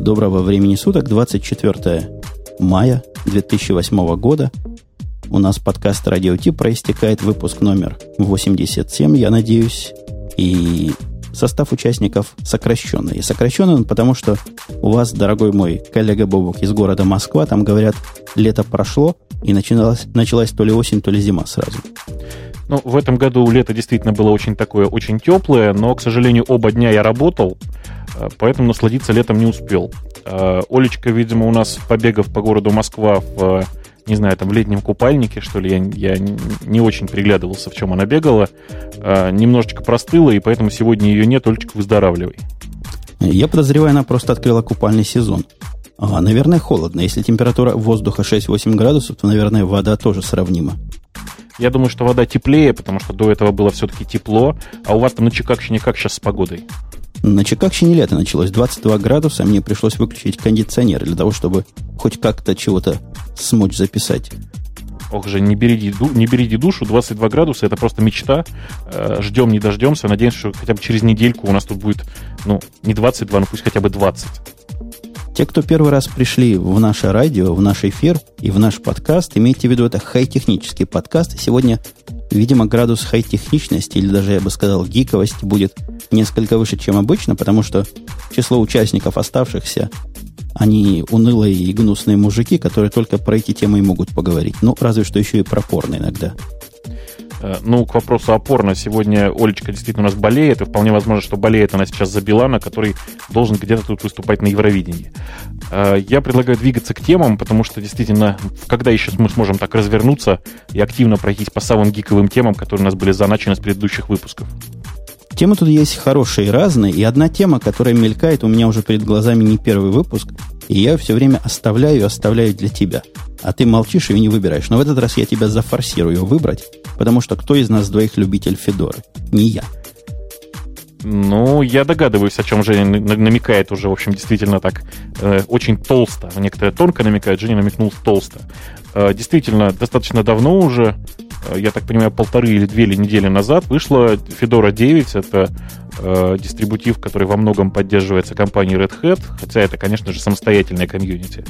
Доброго времени суток, 24 мая 2008 года. У нас подкаст «Радио Ти» проистекает, выпуск номер 87, я надеюсь. И состав участников сокращенный. И сокращенный он потому, что у вас, дорогой мой коллега Бобук из города Москва, там, говорят, лето прошло, и началась то ли осень, то ли зима сразу. Ну, в этом году лето действительно было очень такое, очень теплое, но, к сожалению, оба дня я работал, поэтому насладиться летом не успел. Олечка, видимо, у нас побегав по городу Москва в, не знаю, там, в летнем купальнике, что ли, я не очень приглядывался, в чем она бегала, немножечко простыла, и поэтому сегодня ее нет. Олечка, выздоравливай. Я подозреваю, она просто открыла купальный сезон. Наверное, холодно. Если температура воздуха 6-8 градусов, то, наверное, вода тоже сравнима. Я думаю, что вода теплее, потому что до этого было все-таки тепло. А у вас там на Чикагщине как сейчас с погодой? На Чикагщине лето началось. 22 градуса. Мне пришлось выключить кондиционер для того, чтобы хоть как-то чего-то смочь записать. Ох же, не берите душу. 22 градуса — это просто мечта. Ждем, не дождемся. Надеемся, что хотя бы через недельку у нас тут будет, не 22, но пусть хотя бы 20. Те, кто первый раз пришли в наше радио, в наш эфир и в наш подкаст, имейте в виду, это хай-технический подкаст. И сегодня, видимо, градус хай-техничности, или даже, я бы сказал, гиковости будет несколько выше, чем обычно, потому что число участников оставшихся, они унылые и гнусные мужики, которые только про эти темы и могут поговорить. Разве что еще и про порно иногда. К вопросу о порно. Сегодня Олечка действительно у нас болеет, и вполне возможно, что болеет она сейчас за Билана, который должен где-то тут выступать на Евровидении. Я предлагаю двигаться к темам, потому что действительно, когда еще мы сможем так развернуться и активно пройтись по самым гиковым темам, которые у нас были заначены с предыдущих выпусков? Темы тут есть хорошие и разные, и одна тема, которая мелькает у меня уже перед глазами не первый выпуск, и я все время оставляю для тебя. А ты молчишь и не выбираешь. Но в этот раз я тебя зафорсирую ее выбрать, потому что кто из нас двоих любитель Федоры? Не я. Я догадываюсь, о чем Женя намекает уже, в общем, действительно так очень толсто. Некоторые тонко намекают, Женя намекнул толсто. Действительно, достаточно давно уже, я так понимаю, 1,5 или 2 недели назад вышла Fedora 9. Это дистрибутив, который во многом поддерживается компанией Red Hat, хотя это, конечно же, самостоятельная комьюнити.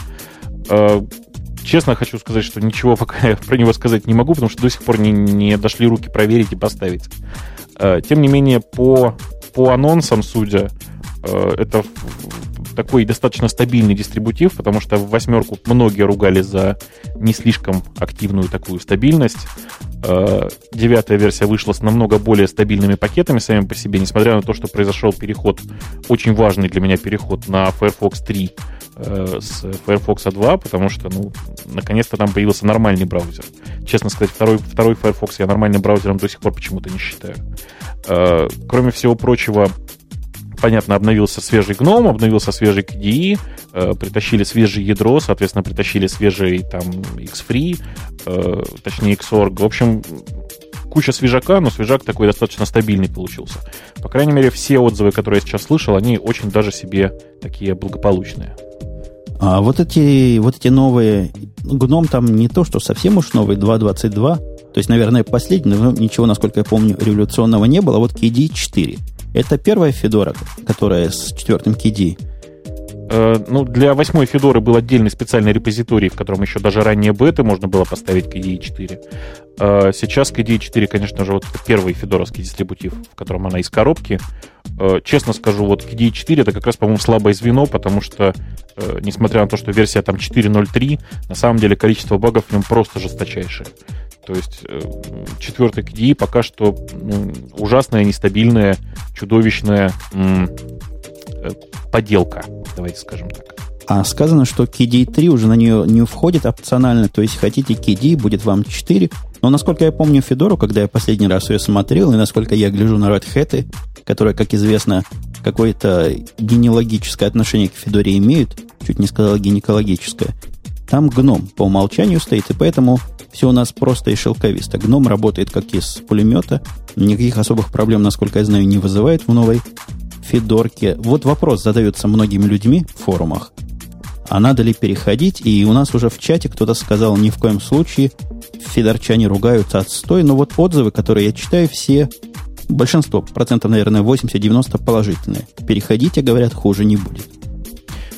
Честно хочу сказать, что ничего пока я про него сказать не могу, потому что до сих пор не дошли руки проверить и поставить. Тем не менее, по анонсам, судя, это такой достаточно стабильный дистрибутив, потому что в 8 многие ругали за не слишком активную такую стабильность. 9-я версия вышла с намного более стабильными пакетами сами по себе, несмотря на то, что произошел переход, очень важный для меня переход на Firefox 3 с Firefox 2, потому что, наконец-то там появился нормальный браузер. Честно сказать, второй Firefox я нормальным браузером до сих пор почему-то не считаю. Кроме всего прочего, понятно, обновился свежий GNOME, обновился свежий KDE, притащили свежее ядро, соответственно, притащили свежий там Xfree, точнее Xorg. В общем, куча свежака, но свежак такой достаточно стабильный получился. По крайней мере, все отзывы, которые я сейчас слышал, они очень даже себе такие благополучные. А вот эти новые... GNOME там не то, что совсем уж новый, 2.22, то есть, наверное, последний, но ничего, насколько я помню, революционного не было. Вот KDE 4. Это первая Fedora, которая с 4-м KDE. Для 8-й Федоры был отдельный специальный репозиторий, в котором еще даже ранее беты можно было поставить KDE 4. Сейчас KDE 4, конечно же, вот первый федоровский дистрибутив, в котором она из коробки. Честно скажу, вот KDE 4 это как раз, по-моему, слабое звено, потому что, несмотря на то, что версия там 4.0.3, на самом деле количество багов в нем просто жесточайшее. То есть 4-й KDE пока что ужасная, нестабильная, чудовищная поделка, давайте скажем так. А сказано, что KDE 3 уже на нее не входит опционально, то есть хотите KDE, будет вам 4. Но, насколько я помню Федору, когда я последний раз ее смотрел, и насколько я гляжу на Red Hat, которые, как известно, какое-то генеалогическое отношение к Федоре имеют, чуть не сказал гинекологическое, там GNOME по умолчанию стоит, и поэтому все у нас просто и шелковисто. GNOME работает как из пулемета, никаких особых проблем, насколько я знаю, не вызывает в новой Федорке. Вот вопрос задается многими людьми в форумах. А надо ли переходить? И у нас уже в чате кто-то сказал, ни в коем случае, федорчане ругаются отстой. Но вот отзывы, которые я читаю, все, большинство, процентов, наверное, 80-90 положительные. Переходите, говорят, хуже не будет.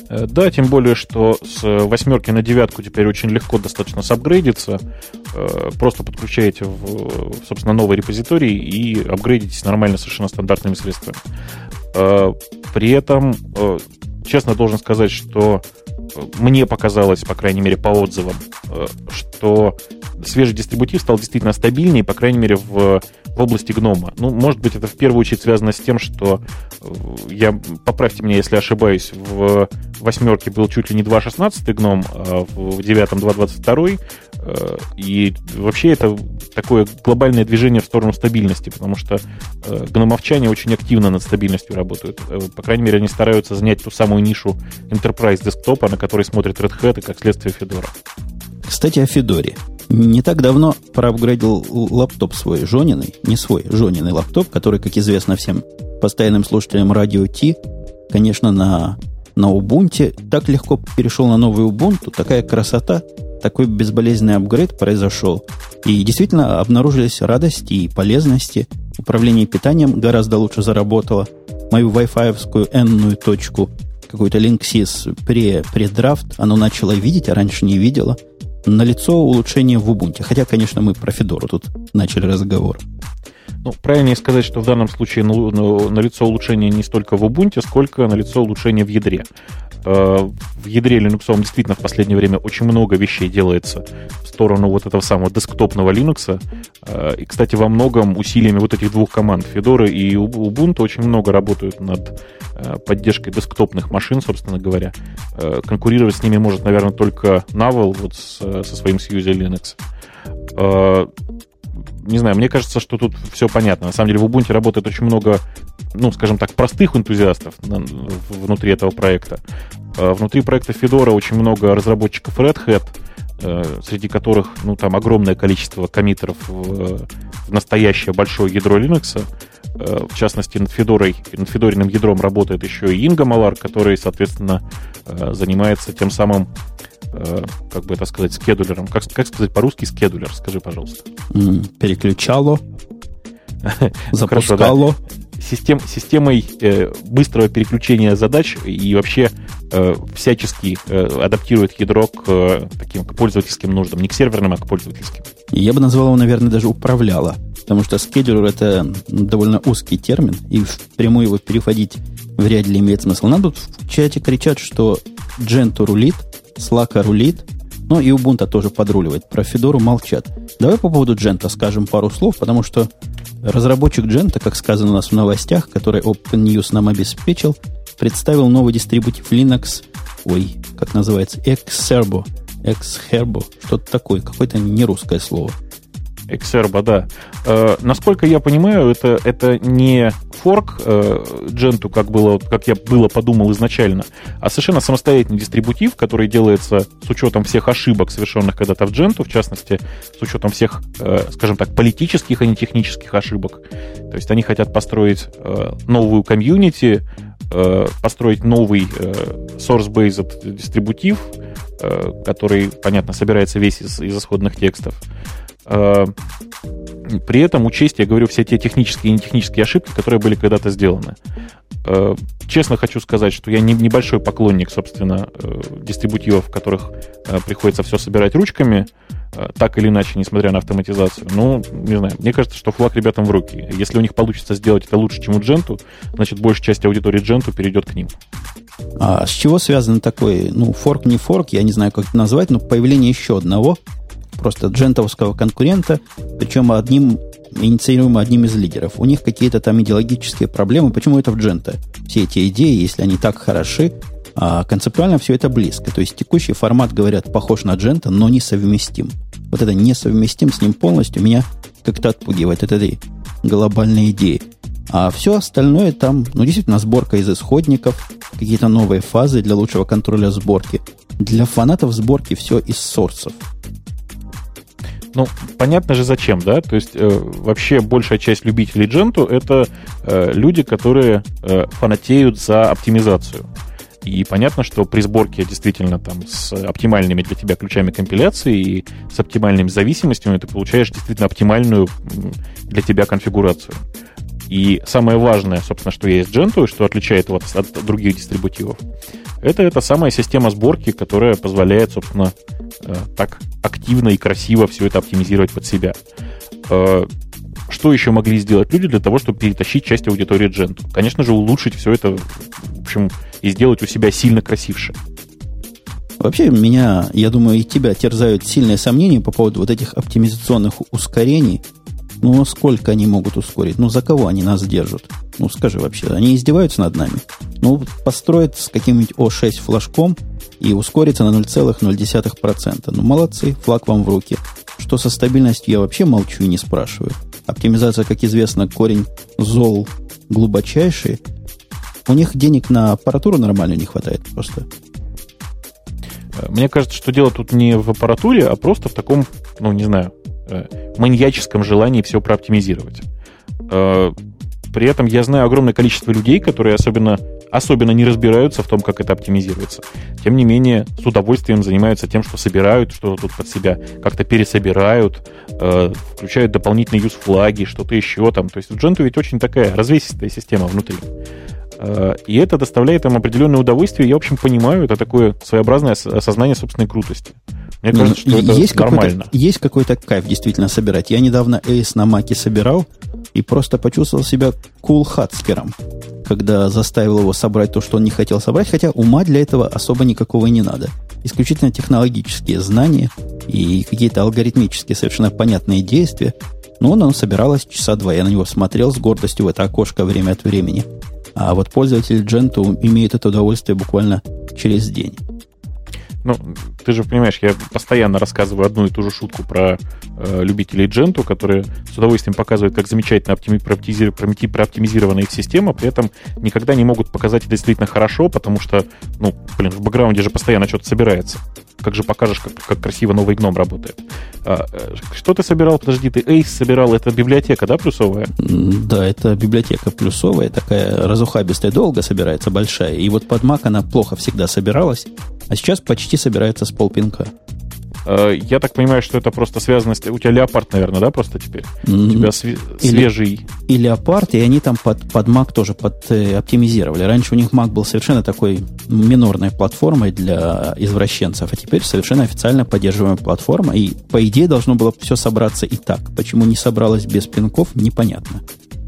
Да, тем более, что с 8 на 9 теперь очень легко достаточно сапгрейдиться. Просто подключаете, собственно, новый репозиторий и апгрейдитесь нормально, совершенно стандартными средствами. При этом, честно должен сказать, что мне показалось, по крайней мере, по отзывам, что свежий дистрибутив стал действительно стабильнее, по крайней мере, в области гнома. Ну, может быть, это в первую очередь связано с тем, что поправьте меня, если ошибаюсь, в 8 был чуть ли не 2.16 гном, а в 9 2.22. И вообще это такое глобальное движение в сторону стабильности, потому что гномовчане очень активно над стабильностью работают. По крайней мере, они стараются занять ту самую нишу Enterprise десктопа, на который смотрит Red Hat и, как следствие, Fedora. Кстати, о Федоре. Не так давно проапгрейдил лаптоп свой, Жониный, не свой, Жониный лаптоп, который, как известно всем постоянным слушателям радио Ти, конечно, на Ubuntu так легко перешел на новый Ubuntu, такая красота, такой безболезненный апгрейд произошел. И действительно обнаружились радости и полезности. Управление питанием гораздо лучше заработало. Мою Wi-Fi-овскую N-ную точку, какой-то Linksys предрафт, оно начало видеть, а раньше не видело. Налицо улучшение в Ubuntu. Хотя, конечно, мы про Федору тут начали разговор. Ну, правильнее сказать, что в данном случае налицо улучшение не столько в Ubuntu, сколько налицо улучшение в ядре. В ядре Linux действительно в последнее время очень много вещей делается в сторону вот этого самого десктопного Linux. И, кстати, во многом усилиями вот этих двух команд, Fedora и Ubuntu, очень много работают над поддержкой десктопных машин, собственно говоря. Конкурировать с ними может, наверное, только Navel вот со своим Suse Linux. Не знаю, мне кажется, что тут все понятно. На самом деле в Ubuntu работает очень много, ну, скажем так, простых энтузиастов внутри этого проекта. Внутри проекта Fedora очень много разработчиков Red Hat, среди которых, ну, там огромное количество коммитеров в настоящее большое ядро Linux. В частности, над Федориным ядром работает еще и Инга Малар, который, соответственно, занимается тем самым, как бы это сказать, скедулером. Как сказать по-русски скедулер? Скажи, пожалуйста. Переключало. Запускало. Системой быстрого переключения задач и вообще всячески адаптирует ядро к таким к пользовательским нуждам. Не к серверным, а к пользовательским. Я бы назвал его, наверное, даже управляло. Потому что скедулер — это довольно узкий термин, и впрямую его переводить вряд ли имеет смысл. Нам тут в чате кричат, что Gentoo рулит, Slack рулит, но и Ubuntu тоже подруливает. Про Федору молчат. Давай по поводу Gentoo скажем пару слов, потому что разработчик Gentoo, как сказано у нас в новостях, который OpenNews нам обеспечил, представил новый дистрибутив Linux, как называется, Exerbo, что-то такое, какое-то нерусское слово. Exerbo, да. Насколько я понимаю, это не форк Gentoo, как я было подумал изначально, а совершенно самостоятельный дистрибутив, который делается с учетом всех ошибок, совершенных когда-то в Gentoo, в частности, с учетом всех, скажем так, политических, а не технических ошибок. То есть они хотят построить новую комьюнити, построить новый source-based дистрибутив, который, понятно, собирается весь из исходных текстов. При этом учесть, я говорю, все те технические и нетехнические ошибки, которые были когда-то сделаны. Честно хочу сказать, что я небольшой поклонник, собственно, дистрибутивов, в которых приходится все собирать ручками, так или иначе, несмотря на автоматизацию. Ну, не знаю, мне кажется, что флаг ребятам в руки. Если у них получится сделать это лучше, чем у Gentoo, значит, большая часть аудитории Gentoo перейдет к ним. А с чего связан такой, форк не форк, я не знаю, как это назвать, но появление еще одного просто джентовского конкурента, причем инициируемого одним из лидеров. У них какие-то там идеологические проблемы. Почему это в Gentoo? Все эти идеи, если они так хороши, а концептуально все это близко. То есть текущий формат, говорят, похож на Gentoo, но несовместим. Вот это несовместим с ним полностью меня как-то отпугивает от этой глобальной идеи. А все остальное там, действительно, сборка из исходников, какие-то новые фазы для лучшего контроля сборки. Для фанатов сборки все из сорсов. Понятно же зачем, да? То есть вообще большая часть любителей Gentoo — это люди, которые фанатеют за оптимизацию. И понятно, что при сборке действительно там с оптимальными для тебя ключами компиляции и с оптимальными зависимостями ты получаешь действительно оптимальную для тебя конфигурацию. И самое важное, собственно, что есть Gentoo, и что отличает его от других дистрибутивов, это эта самая система сборки, которая позволяет, собственно, так активно и красиво все это оптимизировать под себя. Что еще могли сделать люди для того, чтобы перетащить часть аудитории Gentoo? Конечно же, улучшить все это, в общем, и сделать у себя сильно красивше. Вообще, меня, я думаю, и тебя терзают сильные сомнения по поводу вот этих оптимизационных ускорений. Ну, сколько они могут ускорить? Ну, за кого они нас держат? Ну, скажи вообще, они издеваются над нами? Ну, построят с каким-нибудь O6 флажком и ускорится на 0,0%. Ну, молодцы, флаг вам в руки. Что со стабильностью, я вообще молчу и не спрашиваю. Оптимизация, как известно, корень зол глубочайший. У них денег на аппаратуру нормально не хватает просто. Мне кажется, что дело тут не в аппаратуре, а просто в таком, ну, не знаю, маньяческом желании все прооптимизировать. При этом я знаю огромное количество людей, которые особенно не разбираются в том, как это оптимизируется. Тем не менее, с удовольствием занимаются тем, что собирают что-то тут под себя, как-то пересобирают, включают дополнительные юз-флаги, что-то еще там. То есть в Gentoo ведь очень такая развесистая система внутри. И это доставляет им определенное удовольствие. Я, в общем, понимаю, это такое своеобразное осознание собственной крутости. Мне кажется, что это нормально. Есть какой-то кайф действительно собирать. Я недавно Ace на Mac'е собирал и просто почувствовал себя кул-хацкером, когда заставил его собрать то, что он не хотел собрать, хотя ума для этого особо никакого и не надо. Исключительно технологические знания и какие-то алгоритмические совершенно понятные действия. Но оно собиралось часа 2. Я на него смотрел с гордостью в это окошко время от времени. А вот пользователи Gentoo имеют это удовольствие буквально через день. Ну, ты же понимаешь, я постоянно рассказываю одну и ту же шутку про любителей Gentoo, которые с удовольствием показывают, как замечательно прооптимизирована их система, при этом никогда не могут показать это действительно хорошо, потому что, в бэкграунде же постоянно что-то собирается. Как же покажешь, как красиво новый гном работает? Что ты собирал? Подожди, ты Ace собирал, это библиотека, да, плюсовая? Да, это библиотека плюсовая, такая разухабистая, долго собирается, большая. И вот под Mac она плохо всегда собиралась, а сейчас почти собирается с полпинка. Я так понимаю, что это просто связано с... У тебя Leopard, наверное, да, просто теперь? У тебя свежий... И Leopard, и они там под Mac тоже оптимизировали. Раньше у них Mac был совершенно такой минорной платформой для извращенцев, а теперь совершенно официально поддерживаемая платформа, и, по идее, должно было все собраться и так. Почему не собралось без пинков, непонятно.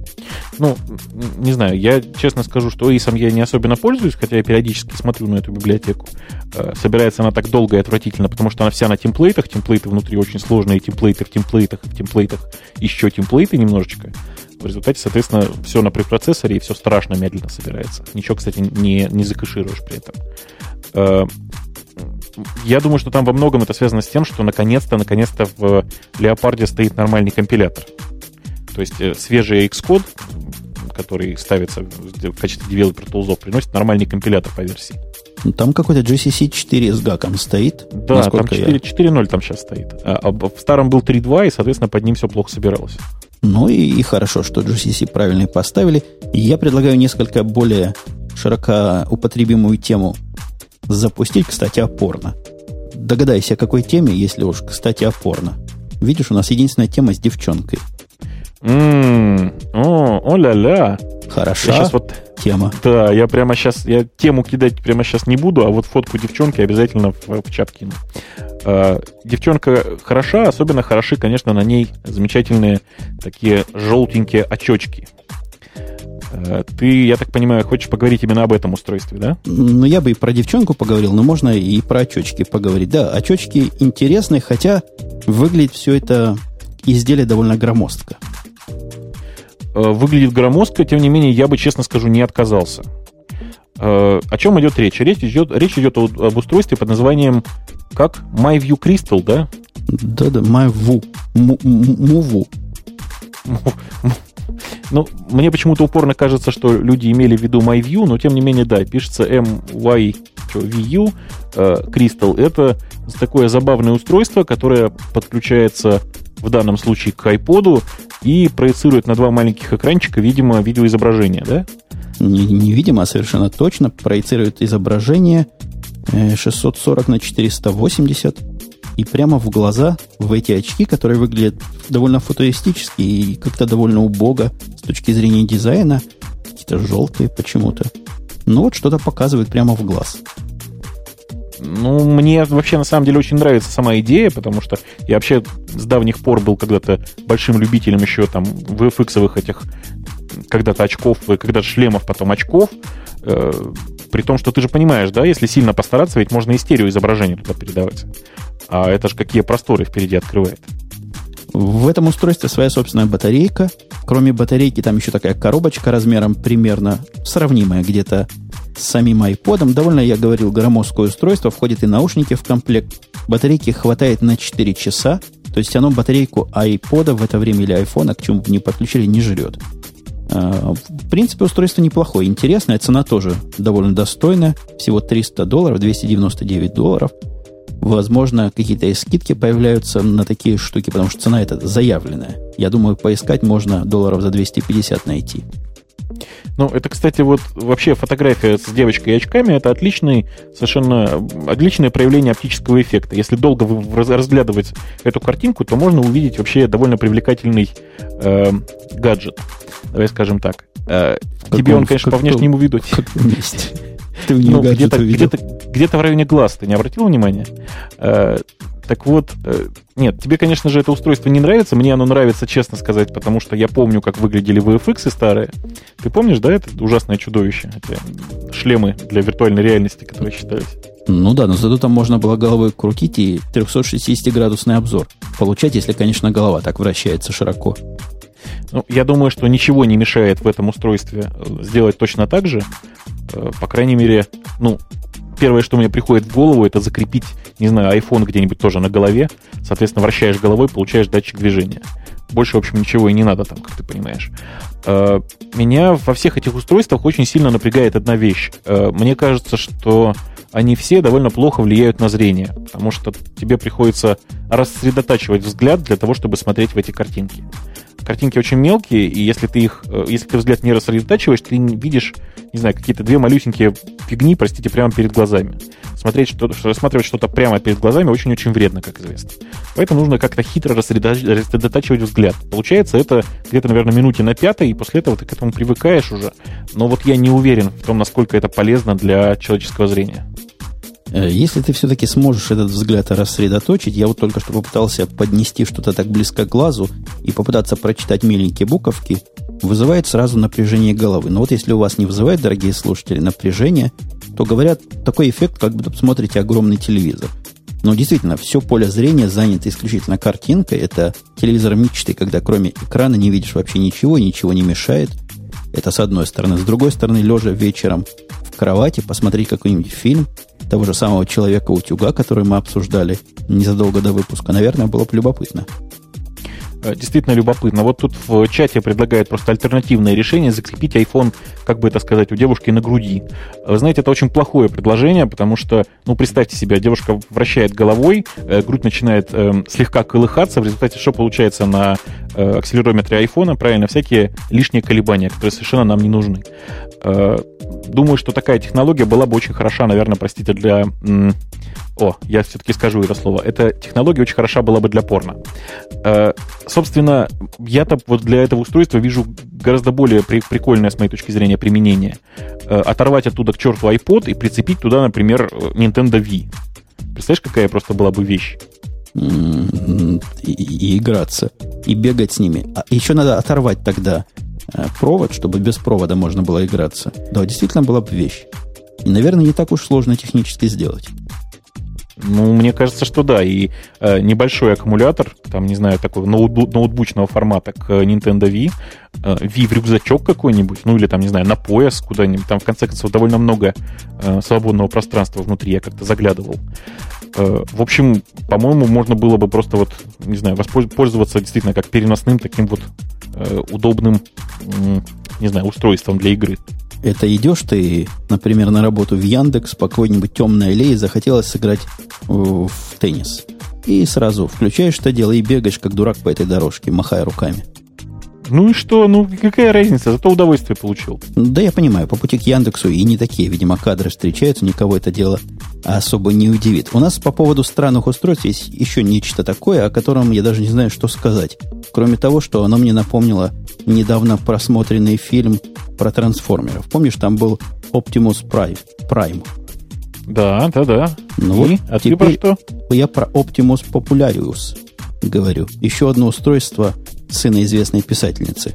Не знаю, я честно скажу, что Ace я не особенно пользуюсь, хотя я периодически смотрю на эту библиотеку. Собирается она так долго и отвратительно, потому что она вся на темплейтах, темплейты внутри очень сложные, темплейты в темплейтах, в темплейтах еще темплейты немножечко. В результате, соответственно, все на препроцессоре, и все страшно медленно собирается. Ничего, кстати, не закэшируешь при этом. Я думаю, что там во многом это связано с тем, что наконец-то в Leopard стоит нормальный компилятор. То есть свежий Xcode, который ставится в качестве девелопер тулзов, приносит нормальный компилятор по версии. Там какой-то GCC 4 с гаком стоит. Да, там 4.0 там сейчас стоит. А в старом был 3.2, и, соответственно, под ним все плохо собиралось. Ну и хорошо, что GCC правильно поставили. И я предлагаю несколько более широко употребимую тему запустить, кстати, опорно. Догадайся, о какой теме, если уж, кстати, опорно. Видишь, у нас единственная тема с девчонкой. О-ля-ля. Хороша тема. Да, я тему кидать прямо сейчас не буду, а вот фотку девчонки обязательно в чат кину. Девчонка хороша, особенно хороши, конечно, на ней замечательные такие желтенькие очечки. Ты, я так понимаю, хочешь поговорить именно об этом устройстве, да? Ну, я бы и про девчонку поговорил, но можно и про очечки поговорить. Да, очечки интересные, хотя выглядит все это изделие довольно громоздко. Выглядит громоздко, тем не менее, я бы, честно скажу, не отказался. О чем идет речь? Речь идет об устройстве под названием как? MyView Crystal, да? Да-да, MyView. Муву. Мне почему-то упорно кажется, что люди имели в виду MyView, но тем не менее, да, пишется MyView Crystal. Это такое забавное устройство, которое подключается в данном случае к iPod и проецирует на два маленьких экранчика, видимо, видеоизображение, да? Невидимо, а совершенно точно проецирует изображение 640 на 480. И прямо в глаза, в эти очки, которые выглядят довольно футуристически и как-то довольно убого с точки зрения дизайна, какие-то желтые почему-то. Ну вот что-то показывает прямо в глаз. Ну, мне вообще на самом деле очень нравится сама идея, потому что я вообще с давних пор был когда-то большим любителем еще там VFX-овых этих когда-то очков, когда-то шлемов, потом очков. При том, что ты же понимаешь, да, если сильно постараться, ведь можно и стереоизображение туда передавать. А это же какие просторы впереди открывает. В этом устройстве своя собственная батарейка. Кроме батарейки, там еще такая коробочка размером примерно сравнимая где-то с самим iPod. Довольно, я говорил, громоздкое устройство. Входит и наушники в комплект. Батарейки хватает на 4 часа. То есть оно батарейку iPod в это время или iPhone, к чему бы не подключили, не жрет. В принципе, устройство неплохое, интересное. Цена тоже довольно достойная. Всего $300, $299. Возможно, какие-то скидки появляются на такие штуки, потому что цена эта заявленная. Я думаю, поискать можно долларов за 250 найти. Ну, это, кстати, вот вообще фотография с девочкой и очками — это совершенно отличное проявление оптического эффекта. Если долго разглядывать эту картинку, то можно увидеть вообще довольно привлекательный гаджет. Давай скажем так. Тебе он, конечно, по внешнему виду... В каком месте? Ты у нее гаджет увидел? Где-то в районе глаз, ты не обратил внимания? Так вот, нет, тебе, конечно же, это устройство не нравится. Мне оно нравится, честно сказать, потому что я помню, как выглядели VFX старые. Ты помнишь, да, это ужасное чудовище? Эти шлемы для виртуальной реальности, которые считались. Ну да, но зато там можно было головой крутить и 360-градусный обзор получать, если, конечно, голова так вращается широко. Ну, я думаю, что ничего не мешает в этом устройстве сделать точно так же. По крайней мере, первое, что мне приходит в голову, это закрепить, не знаю, iPhone где-нибудь тоже на голове. Соответственно, вращаешь головой, получаешь датчик движения. Больше, в общем, ничего и не надо там, как ты понимаешь. Меня во всех этих устройствах очень сильно напрягает одна вещь. Мне кажется, что они все довольно плохо влияют на зрение, потому что тебе приходится рассредотачивать взгляд для того, чтобы смотреть в эти картинки. Картинки очень мелкие, и если ты взгляд не рассредотачиваешь, ты видишь, не знаю, какие-то две малюсенькие фигни, простите, прямо перед глазами. Рассматривать что-то прямо перед глазами очень-очень вредно, как известно. Поэтому нужно как-то хитро рассредотачивать взгляд. Получается это где-то, наверное, минуте на 5, и после этого ты к этому привыкаешь уже. Но вот я не уверен в том, насколько это полезно для человеческого зрения. Если ты все-таки сможешь этот взгляд рассредоточить, я вот только что попытался поднести что-то так близко к глазу и попытаться прочитать миленькие буковки, вызывает сразу напряжение головы. Но вот если у вас не вызывает, дорогие слушатели, напряжение, то, говорят, такой эффект, как будто смотрите огромный телевизор. Но действительно, все поле зрения занято исключительно картинкой. Это телевизор мечты, когда кроме экрана не видишь вообще ничего, ничего не мешает. Это с одной стороны. С другой стороны, лежа вечером в кровати, посмотреть какой-нибудь фильм того же самого Человека-утюга, который мы обсуждали незадолго до выпуска, наверное, было бы любопытно. Действительно любопытно. Вот тут в чате предлагают просто альтернативное решение — закрепить iPhone, как бы это сказать, у девушки на груди. Вы знаете, это очень плохое предложение, потому что, представьте себе, девушка вращает головой, грудь начинает слегка колыхаться, в результате что получается на акселерометре iPhone? Правильно, всякие лишние колебания, которые совершенно нам не нужны. Думаю, что такая технология была бы очень хороша, наверное, простите, для... я все-таки скажу это слово. Эта технология очень хороша была бы для порно. Собственно, я-то вот для этого устройства вижу гораздо более прикольное, с моей точки зрения, применение. Оторвать оттуда к черту iPod и прицепить туда, например, Nintendo Wii. Представляешь, какая просто была бы вещь? И играться, и бегать с ними. А еще надо оторвать тогда провод, чтобы без провода можно было играться. Да, действительно была бы вещь. И, наверное, не так уж сложно технически сделать. Мне кажется, что да. И небольшой аккумулятор, там, не знаю, такого ноутбучного формата к Nintendo Wii, Wii в рюкзачок какой-нибудь, или там, не знаю, на пояс куда-нибудь. Там, в конце концов, довольно много свободного пространства внутри, я как-то заглядывал. В общем, по-моему, можно было бы просто пользоваться действительно как переносным таким вот удобным, устройством для игры. Это идешь ты, например, на работу в Яндекс по какой-нибудь темной аллее, захотелось сыграть в теннис. И сразу включаешь это дело и бегаешь, как дурак по этой дорожке, махая руками. Ну и что? Какая разница? Зато удовольствие получил. Да, я понимаю, по пути к Яндексу и не такие, видимо, кадры встречаются, никого это дело особо не удивит. У нас по поводу странных устройств есть еще нечто такое, о котором я даже не знаю, что сказать. Кроме того, что оно мне напомнило недавно просмотренный фильм про трансформеров. Помнишь, там был Optimus Prime? Да. Ну и? Вот а ты про что? Я про Optimus Popularius говорю. Еще одно устройство сына известной писательницы.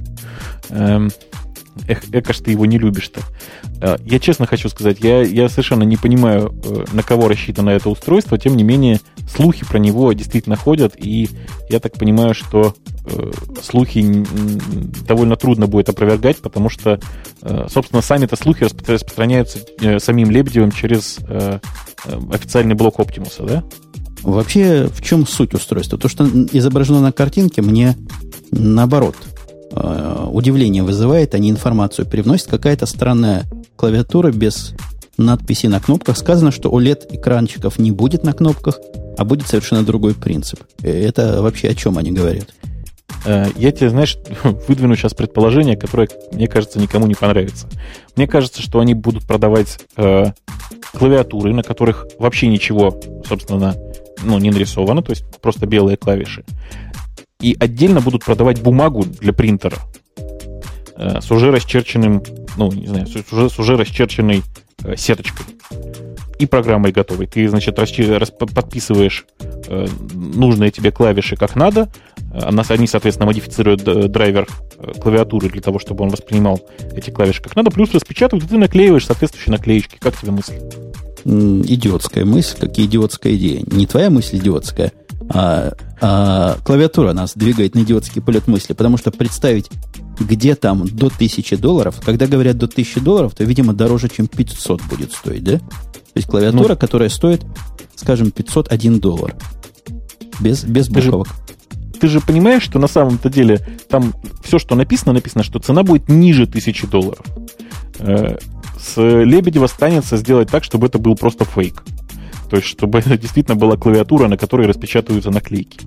Эко ж ты его не любишь-то. Я честно хочу сказать, я совершенно не понимаю, на кого рассчитано это устройство, тем не менее, слухи про него действительно ходят, и я так понимаю, что слухи довольно трудно будет опровергать, потому что, собственно, сами-то слухи распространяются самим Лебедевым через официальный блог Оптимуса, да? Вообще, в чем суть устройства? То, что изображено на картинке, мне наоборот удивление вызывает, а не информацию привносит. Какая-то странная клавиатура без надписи на кнопках. Сказано, что OLED-экранчиков не будет на кнопках, а будет совершенно другой принцип. Это вообще о чем они говорят? Я тебе, знаешь, выдвину сейчас предположение, которое, мне кажется, никому не понравится. Мне кажется, что они будут продавать клавиатуры, на которых вообще ничего, собственно, не нарисовано, то есть просто белые клавиши. И отдельно будут продавать бумагу для принтера с уже расчерченным, с уже расчерченной сеточкой и программой готовой. Ты, значит, подписываешь нужные тебе клавиши как надо. Они, соответственно, модифицируют драйвер клавиатуры для того, чтобы он воспринимал эти клавиши как надо, плюс распечатывают, и ты наклеиваешь соответствующие наклеечки. Как тебе мысль? Идиотская мысль, как и идиотская идея. Не твоя мысль идиотская, а клавиатура нас двигает на идиотский полет мысли, потому что представить, где там до $1000, когда говорят до $1000, то, видимо, дороже, чем 500 будет стоить, да? То есть клавиатура, которая стоит, скажем, $501. Без буквок. Ты же понимаешь, что на самом-то деле там все, что написано, что цена будет ниже $1000. С Лебедева станется сделать так, чтобы это был просто фейк. То есть, чтобы это действительно была клавиатура, на которой распечатываются наклейки.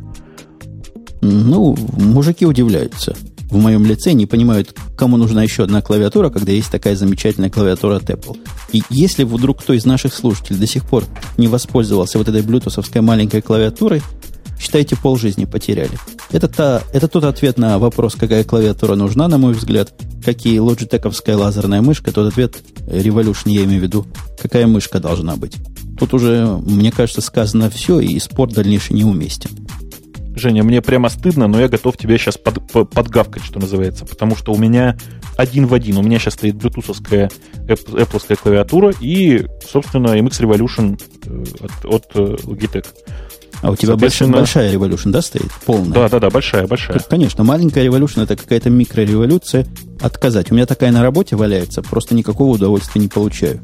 Мужики удивляются. В моем лице не понимают, кому нужна еще одна клавиатура, когда есть такая замечательная клавиатура от Apple. И если вдруг кто из наших слушателей до сих пор не воспользовался вот этой блютусовской маленькой клавиатурой, считайте, полжизни потеряли. Это тот ответ на вопрос, какая клавиатура нужна, на мой взгляд, как и лоджитековская лазерная мышка. Тот ответ Revolution, я имею в виду, какая мышка должна быть. Тут уже, мне кажется, сказано все, и спор дальнейший неуместен. Женя, мне прямо стыдно, но я готов тебе сейчас подгавкать, что называется, потому что у меня один в один. У меня сейчас стоит блютусовская Apple-овская клавиатура и, собственно, MX Revolution от Logitech. А у тебя большая Revolution, да, стоит? Полная? Да, большая. Конечно, маленькая Revolution — это какая-то микрореволюция. Отказать. У меня такая на работе валяется, просто никакого удовольствия не получаю.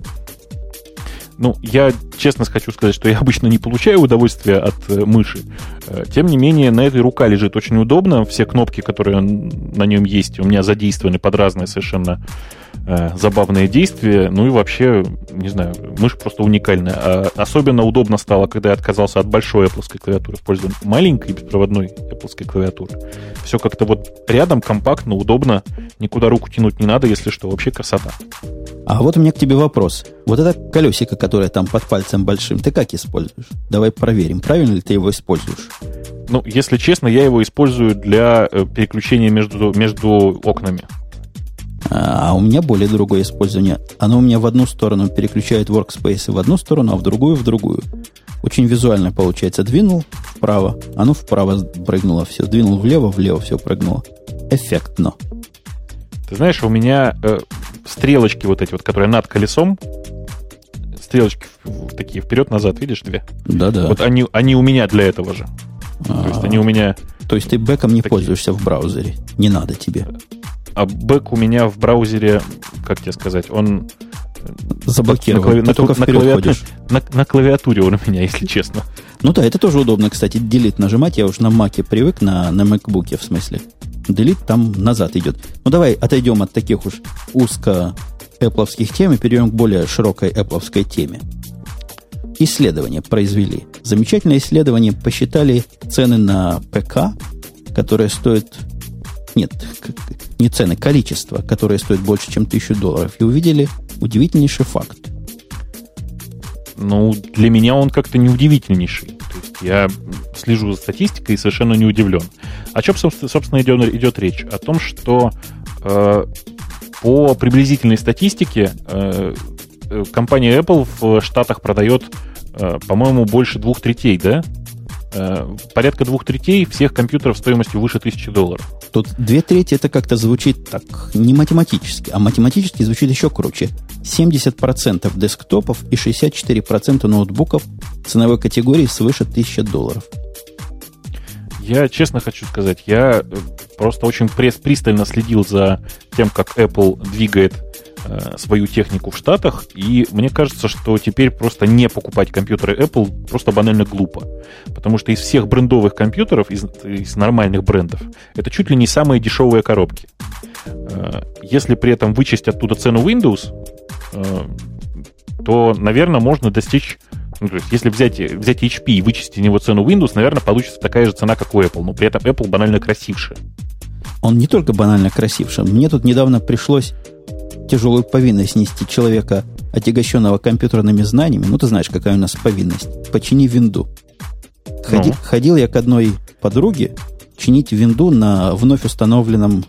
Я честно хочу сказать, что я обычно не получаю удовольствия от мыши. Тем не менее, на этой рука лежит очень удобно. Все кнопки, которые на нем есть, у меня задействованы под разные совершенно забавные действия. И вообще, не знаю, мышь просто уникальная. Особенно удобно стало, когда я отказался от большой Apple-овской клавиатуры в пользу маленькой беспроводной Apple-овской клавиатуры. Все как-то вот рядом, компактно, удобно. Никуда руку тянуть не надо, если что. Вообще красота. А вот у меня к тебе вопрос. Вот это колесико, которое там под пальцем большим, ты как используешь? Давай проверим, правильно ли ты его используешь. Если честно, я его использую для переключения между окнами. А у меня более другое использование. Оно у меня в одну сторону переключает workspace в одну сторону, а в другую. Очень визуально получается. Двинул вправо, оно вправо прыгнуло все. Двинул влево все прыгнуло. Эффектно. Ты знаешь, у меня стрелочки вот эти вот, которые над колесом, стрелочки такие вперед-назад, видишь, две? Да. Вот они у меня для этого же. То есть они у меня... То есть ты бэком не пользуешься в браузере? Не надо тебе. А бэк у меня в браузере, как тебе сказать, он... Заблокирован. Ты только вперед ходишь. На клавиатуре он у меня, если честно. Да, это тоже удобно, кстати, Delete нажимать. Я уж на Mac'е привык, на MacBook'е в смысле. Delete там назад идет. Давай отойдем от таких уж узко Apple'овских тем и перейдем к более широкой Apple'овской теме. Исследования произвели. Замечательное исследование. Посчитали цены на ПК, которые стоят... Нет, не цены, количество, которое стоит больше, чем $1000. И увидели удивительнейший факт. Ну, для меня он как-то неудивительнейший. То есть я слежу за статистикой и совершенно не удивлен. О чем, собственно, идет речь? О том, что по приблизительной статистике компания Apple в Штатах продает, по-моему, больше 2/3, да? Порядка 2/3 всех компьютеров стоимостью выше $1000. Тут 2/3 это как-то звучит так не математически, а математически звучит еще круче. 70% десктопов и 64% ноутбуков ценовой категории свыше $1000. Я честно хочу сказать, я просто очень пристально следил за тем, как Apple двигает свою технику в Штатах, и мне кажется, что теперь просто не покупать компьютеры Apple просто банально глупо. Потому что из всех брендовых компьютеров, из нормальных брендов, это чуть ли не самые дешевые коробки. Если при этом вычесть оттуда цену Windows, то, наверное, можно достичь... Ну, то есть, если взять HP и вычесть из него цену Windows, наверное, получится такая же цена, как у Apple. Но при этом Apple банально красивше. Он не только банально красивше. Мне тут недавно пришлось тяжелую повинность нести человека, отягощенного компьютерными знаниями. Ну, ты знаешь, какая у нас повинность. Почини винду. Ходил я к одной подруге чинить винду на вновь установленном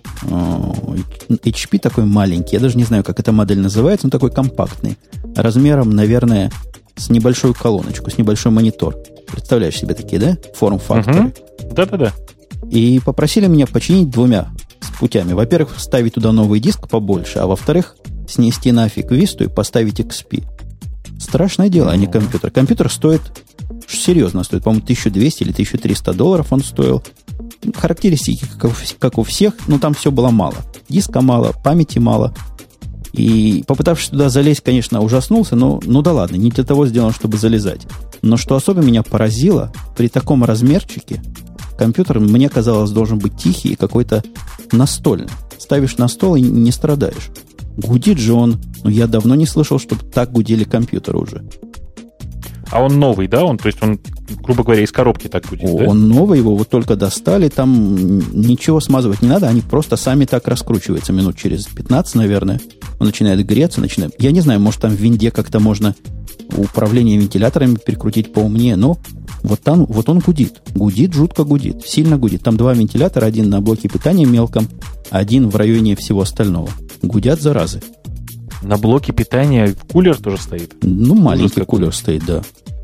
HP, такой маленький. Я даже не знаю, как эта модель называется. Он такой компактный. Размером, наверное, с небольшую колоночку, с небольшой монитор. Представляешь себе такие, да? Форм-факторы. Да-да-да. И попросили меня починить двумя путями. Во-первых, вставить туда новый диск побольше, а во-вторых, снести нафиг Висту и поставить XP. Страшное дело, а не компьютер. Компьютер стоит, серьезно стоит, по-моему, $1200 или $1300 он стоил. Характеристики, как у всех, но там все было мало. Диска мало, памяти мало. И попытавшись туда залезть, конечно, ужаснулся, но ну да ладно, не для того сделано, чтобы залезать. Но что особо меня поразило, при таком размерчике компьютер, мне казалось, должен быть тихий и какой-то настольный. Ставишь на стол и не страдаешь. Гудит же он, ну я давно не слышал, чтобы так гудели компьютеры уже. А он новый, да? То есть он, грубо говоря, из коробки так гудит, да? Он новый, его вот только достали, там ничего смазывать не надо, они просто сами так раскручиваются минут через 15, наверное. Он начинает греться, Я не знаю, может там в винде как-то можно управление вентиляторами перекрутить поумнее, но вот он гудит. Гудит, жутко гудит, сильно гудит. Там два вентилятора, один на блоке питания мелком, один в районе всего остального. Гудят, заразы. На блоке питания кулер тоже стоит? Ну, маленький кулер стоит, да.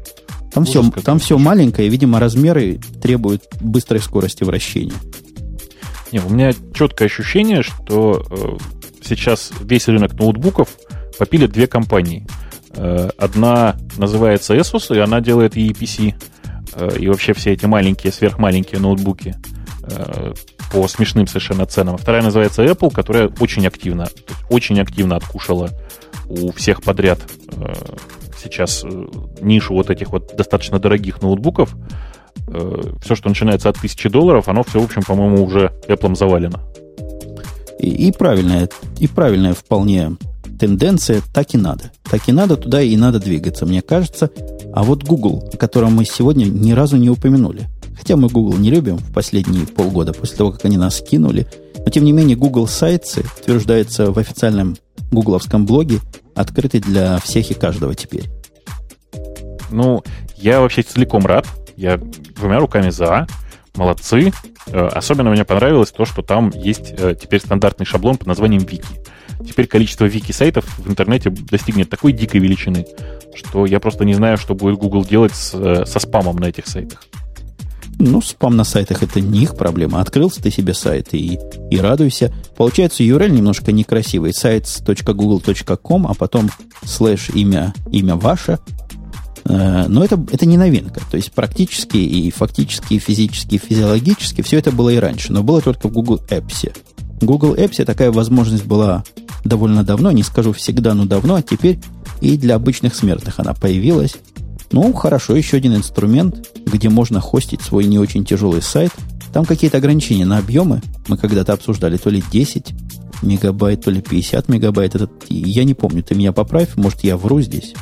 Там все маленькое, видимо, размеры требуют быстрой скорости вращения. Не, у меня четкое ощущение, что сейчас весь рынок ноутбуков попилят две компании. Одна называется Asus, и она делает и PC, и вообще все эти маленькие, сверхмаленькие ноутбуки по смешным совершенно ценам. Вторая называется Apple, которая очень активно откушала у всех подряд сейчас нишу вот этих вот достаточно дорогих ноутбуков. Все, что начинается от $1000, оно все, в общем, по-моему, уже Apple'ом завалено. И правильная вполне тенденция, так и надо. Так и надо, туда и надо двигаться, мне кажется. А вот Google, о котором мы сегодня ни разу не упомянули. Хотя мы Google не любим в последние полгода, после того, как они нас кинули. Но, тем не менее, Google Sites, утверждается в официальном гугловском блоге, открыты для всех и каждого теперь. Ну, я вообще целиком рад. Я двумя руками за. Молодцы. Особенно мне понравилось то, что там есть теперь стандартный шаблон под названием Wiki. Теперь количество вики-сайтов в интернете достигнет такой дикой величины, что я просто не знаю, что будет Google делать со спамом на этих сайтах. Ну, спам на сайтах — это не их проблема. Открылся ты себе сайт и радуйся. Получается, URL немножко некрасивый. sites.google.com, а потом имя ваше. Но это не новинка. То есть практически и фактически, и физически, и физиологически все это было и раньше. Но было только в Google Apps. В Google Apps такая возможность была довольно давно. Не скажу всегда, но давно. А теперь и для обычных смертных она появилась. Ну, хорошо, еще один инструмент, где можно хостить свой не очень тяжелый сайт. Там какие-то ограничения на объемы. Мы когда-то обсуждали то ли 10 мегабайт, то ли 50 мегабайт. Я не помню, ты меня поправь, может, я вру здесь.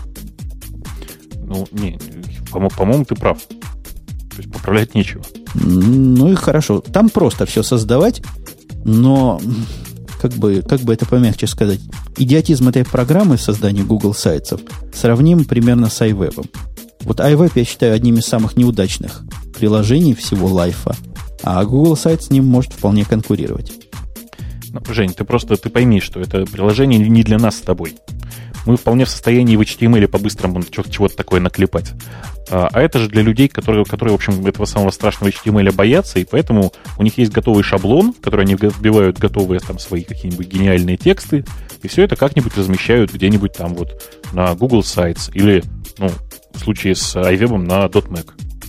Ну, не, по-моему, ты прав. То есть поправлять нечего. Ну и хорошо. Там просто все создавать, но как бы это помягче сказать. идиотизм этой программы создания Google сайтов сравним примерно с iWeb. Вот iWeb я считаю одним из самых неудачных приложений всего лайфа, а Google сайт с ним может вполне конкурировать. Ну, Жень, ты пойми, что это приложение не для нас с тобой. Мы вполне в состоянии в HTML по-быстрому чего-то такое наклепать. А это же для людей, которые, в общем, этого самого страшного HTML боятся, и поэтому у них есть готовый шаблон, в который они вбивают готовые там свои какие-нибудь гениальные тексты, и все это как-нибудь размещают где-нибудь там вот на Google Sites или, в случае с iWeb на .Mac.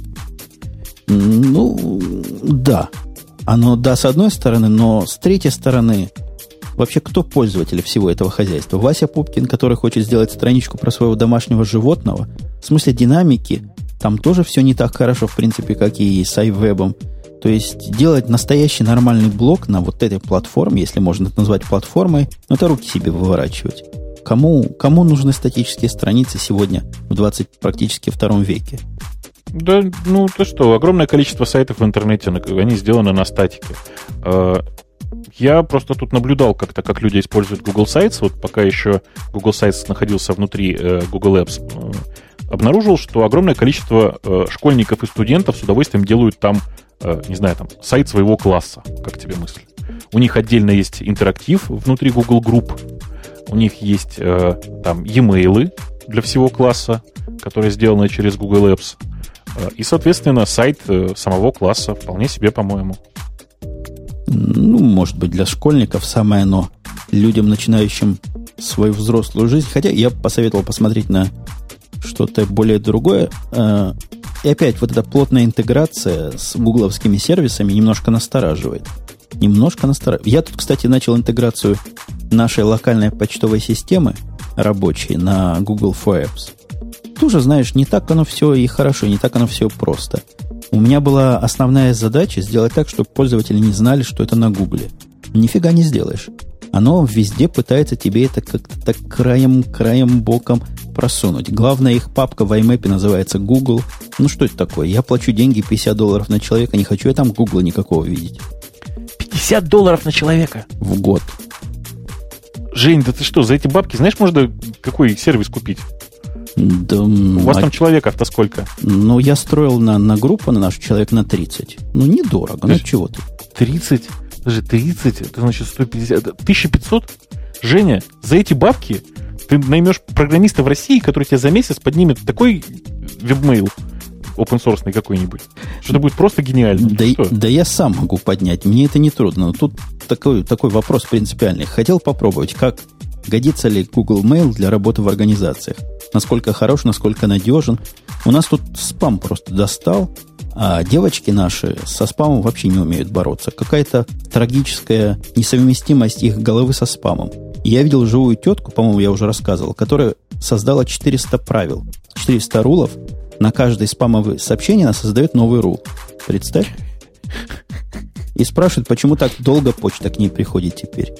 Да. Оно, да, с одной стороны, но с третьей стороны, вообще кто пользователь всего этого хозяйства? Вася Пупкин, который хочет сделать страничку про своего домашнего животного. В смысле динамики, там тоже все не так хорошо, в принципе, как и с iWeb. То есть делать настоящий нормальный блог на вот этой платформе, если можно это назвать платформой, это руки себе выворачивать. Кому нужны статические страницы сегодня в практически втором веке? Да, ты что, огромное количество сайтов в интернете, они сделаны на статике. Я просто тут наблюдал как люди используют Google Sites, вот пока еще Google Sites находился внутри Google Apps, обнаружил, что огромное количество школьников и студентов с удовольствием делают там, сайт своего класса, как тебе мысль. У них отдельно есть интерактив внутри Google Group, у них есть там e-mail для всего класса, которые сделаны через Google Apps. И, соответственно, сайт самого класса вполне себе, по-моему. Может быть, для школьников самое оно. Людям, начинающим свою взрослую жизнь. Хотя я посоветовал посмотреть на что-то более другое. И опять вот эта плотная интеграция с гугловскими сервисами немножко настораживает. Я тут, кстати, начал интеграцию нашей локальной почтовой системы рабочей на Google for Apps. Тоже, знаешь, не так оно все и хорошо, не так оно все просто. У меня была основная задача сделать так, чтобы пользователи не знали, что это на Гугле. Нифига не сделаешь. Оно везде пытается тебе это как-то так краем боком просунуть. Главная их папка в iMap называется Google. Что это такое? Я плачу деньги $50 на человека, не хочу я там Гугла никакого видеть. $50 на человека? В год. Жень, да ты что, за эти бабки, знаешь, можно какой сервис купить? Да, у вас там человеков-то сколько? Я строил на группу, на нашу человек на 30. Недорого, чего ты? 30? Даже 30, это значит 150. 1500? Женя, за эти бабки ты наймешь программиста в России, который тебе за месяц поднимет такой вебмейл open-source какой-нибудь, что это будет просто гениально. Да я сам могу поднять, мне это не трудно. Но тут такой вопрос принципиальный. Хотел попробовать, как годится ли Google Mail для работы в организациях. Насколько хорош, насколько надежен. У нас тут спам просто достал, а девочки наши со спамом вообще не умеют бороться. Какая-то трагическая несовместимость их головы со спамом. Я видел живую тетку, по-моему, я уже рассказывал, которая создала 400 правил, 400 рулов. На каждое спамовое сообщение она создает новый рул. Представь. И спрашивает, почему так долго почта к ней приходит теперь.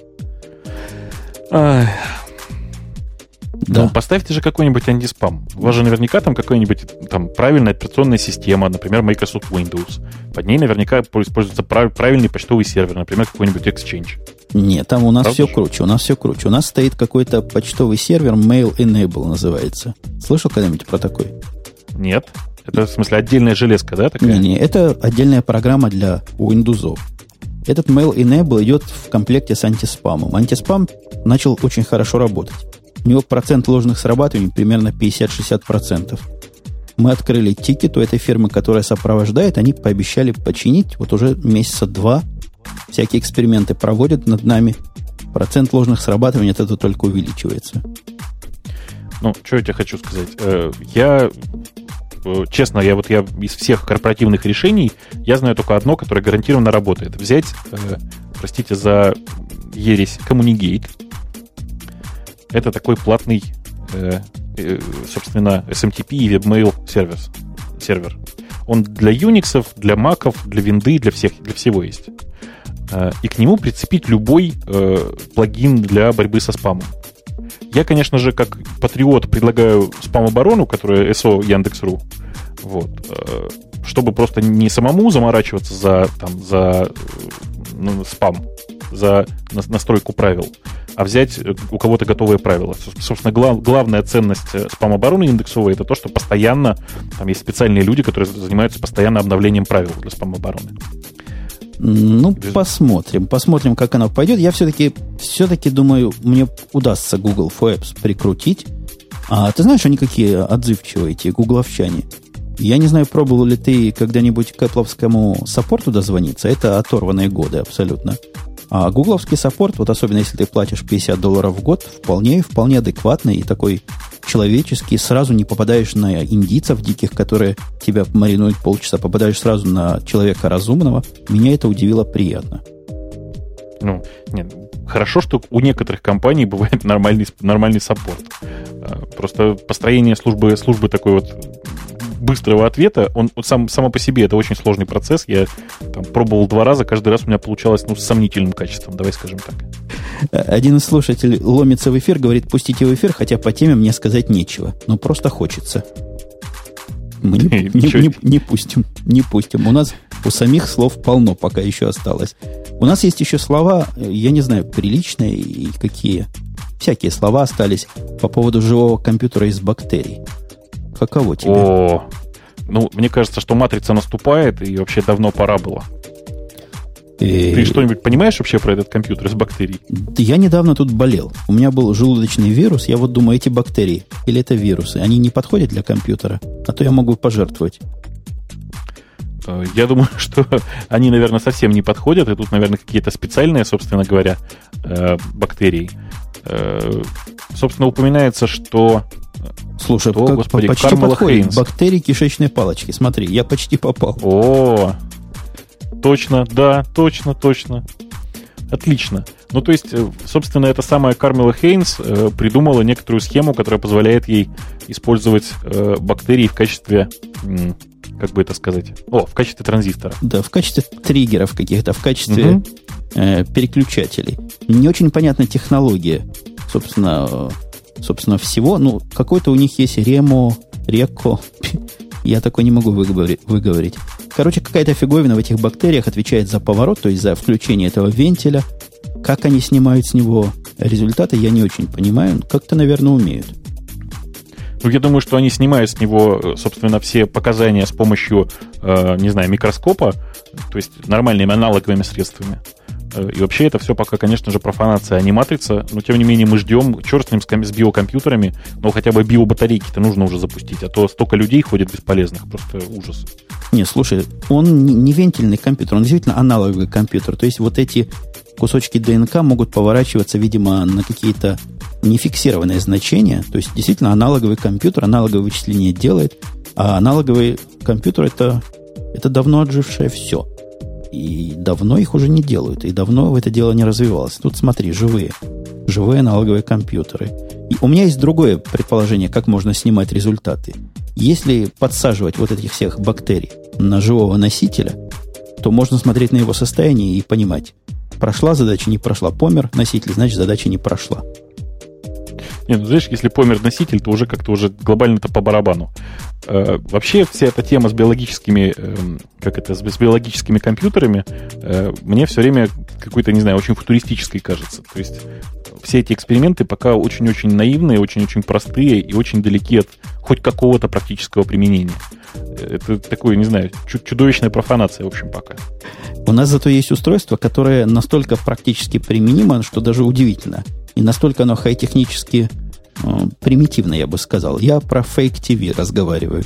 Да. Поставьте же какой-нибудь антиспам. У вас же наверняка там какая-нибудь там правильная операционная система, например, Microsoft Windows. Под ней наверняка используется правильный почтовый сервер, например, какой-нибудь Exchange. Нет, там у нас все круче. У нас стоит какой-то почтовый сервер Mail Enable называется. Слышал когда-нибудь про такой? Нет. Это, в смысле, отдельная железка, да, такая? Не, это отдельная программа для Windows. Этот Mail Enable идет в комплекте с антиспамом. Антиспам начал очень хорошо работать. У него процент ложных срабатываний примерно 50-60%. Мы открыли тикет у этой фирмы, которая сопровождает. Они пообещали починить. Вот уже месяца 2 всякие эксперименты проводят над нами. Процент ложных срабатываний от этого только увеличивается. Что я тебе хочу сказать? Честно, я из всех корпоративных решений я знаю только одно, которое гарантированно работает. Взять, простите за ересь, Communicate. Это такой платный, собственно, SMTP и WebMail сервер. Он для Unix, для Mac'ов, для Винды, для всего есть. И к нему прицепить любой плагин для борьбы со спамом. Я, конечно же, как патриот предлагаю спам-оборону, которая SO Яндекс.ру, чтобы просто не самому заморачиваться за спам, за настройку правил, а взять у кого-то готовые правила. Собственно, главная ценность спам-обороны индексовой — это то, что постоянно, там есть специальные люди, которые занимаются постоянно обновлением правил для спам-обороны. Ну, посмотрим, как оно пойдет. Я все-таки думаю, мне удастся Google for Apps прикрутить. А ты знаешь, они какие отзывчивые, эти гугловчане? Я не знаю, пробовал ли ты когда-нибудь к Apple'овскому саппорту дозвониться. Это оторванные годы абсолютно. А гугловский саппорт, вот особенно если ты платишь $50 в год, вполне адекватный и такой человеческий. Сразу не попадаешь на индийцев диких, которые тебя маринуют полчаса. Попадаешь сразу на человека разумного. Меня это удивило приятно. Ну, нет, хорошо, что у некоторых компаний бывает нормальный саппорт. Просто построение службы такой вот быстрого ответа, он само по себе это очень сложный процесс. Я там пробовал 2 раза, каждый раз у меня получалось с сомнительным качеством, давай скажем так. Один из слушателей ломится в эфир, говорит, пустите в эфир, хотя по теме мне сказать нечего. Но просто хочется. Мы не пустим. У нас у самих слов полно пока еще осталось. У нас есть еще слова, я не знаю, приличные и какие. Всякие слова остались по поводу живого компьютера из бактерий. Каково тебе? Ну, мне кажется, что матрица наступает, и вообще давно пора было. Ты что-нибудь понимаешь вообще про этот компьютер из бактерий? Я недавно тут болел. У меня был желудочный вирус. Я вот думаю, эти бактерии или это вирусы, они не подходят для компьютера? А то я могу пожертвовать. Я думаю, что они, наверное, совсем не подходят. И тут, наверное, какие-то специальные, собственно говоря, бактерии. Собственно, упоминается, что... Слушай, почти подходит. Бактерии кишечной палочки. Смотри, я почти попал. Точно, да, точно. Отлично. Ну, то есть, собственно, эта самая Кармела Хейнс придумала некоторую схему, которая позволяет ей использовать бактерии в качестве, как бы это сказать, в качестве транзистора. Да, в качестве триггеров каких-то, в качестве переключателей. Не очень понятна технология, собственно, всего. Ну, какой-то у них есть Реко. Я такой не могу выговорить. Короче, какая-то фиговина в этих бактериях отвечает за поворот, то есть за включение этого вентиля. Как они снимают с него результаты, я не очень понимаю. Как-то, наверное, умеют. Ну, я думаю, что они снимают с него, собственно, все показания с помощью, не знаю, микроскопа, то есть нормальными аналоговыми средствами. И вообще это все пока, конечно же, профанация, а не матрица. Но, тем не менее, мы ждем, черт с ним, с биокомпьютерами, но хотя бы биобатарейки-то нужно уже запустить, а то столько людей ходит бесполезных, просто ужас. Не, слушай, он не вентильный компьютер, он действительно аналоговый компьютер. То есть вот эти кусочки ДНК могут поворачиваться, видимо, на какие-то нефиксированные значения. То есть действительно аналоговый компьютер, аналоговое вычисление делает, а аналоговый компьютер это давно отжившее все. И давно их уже не делают, и давно это дело не развивалось. Тут смотри, живые аналоговые компьютеры. И у меня есть другое предположение, как можно снимать результаты. Если подсаживать вот этих всех бактерий на живого носителя, то можно смотреть на его состояние и понимать, прошла задача, не прошла. Помер носитель, значит, задача не прошла. Нет, ну, знаешь, если помер носитель, то уже как-то уже глобально-то по барабану. Вообще вся эта тема с биологическими, с биологическими компьютерами мне все время какой-то, не знаю, очень футуристической кажется. То есть все эти эксперименты пока очень-очень наивные, очень-очень простые и очень далеки от хоть какого-то практического применения. Это такое, не знаю, чудовищная профанация, в общем, пока. У нас зато есть устройство, которое настолько практически применимо, что даже удивительно. И настолько оно хай-технически примитивно, я бы сказал. Я про Fake TV разговариваю.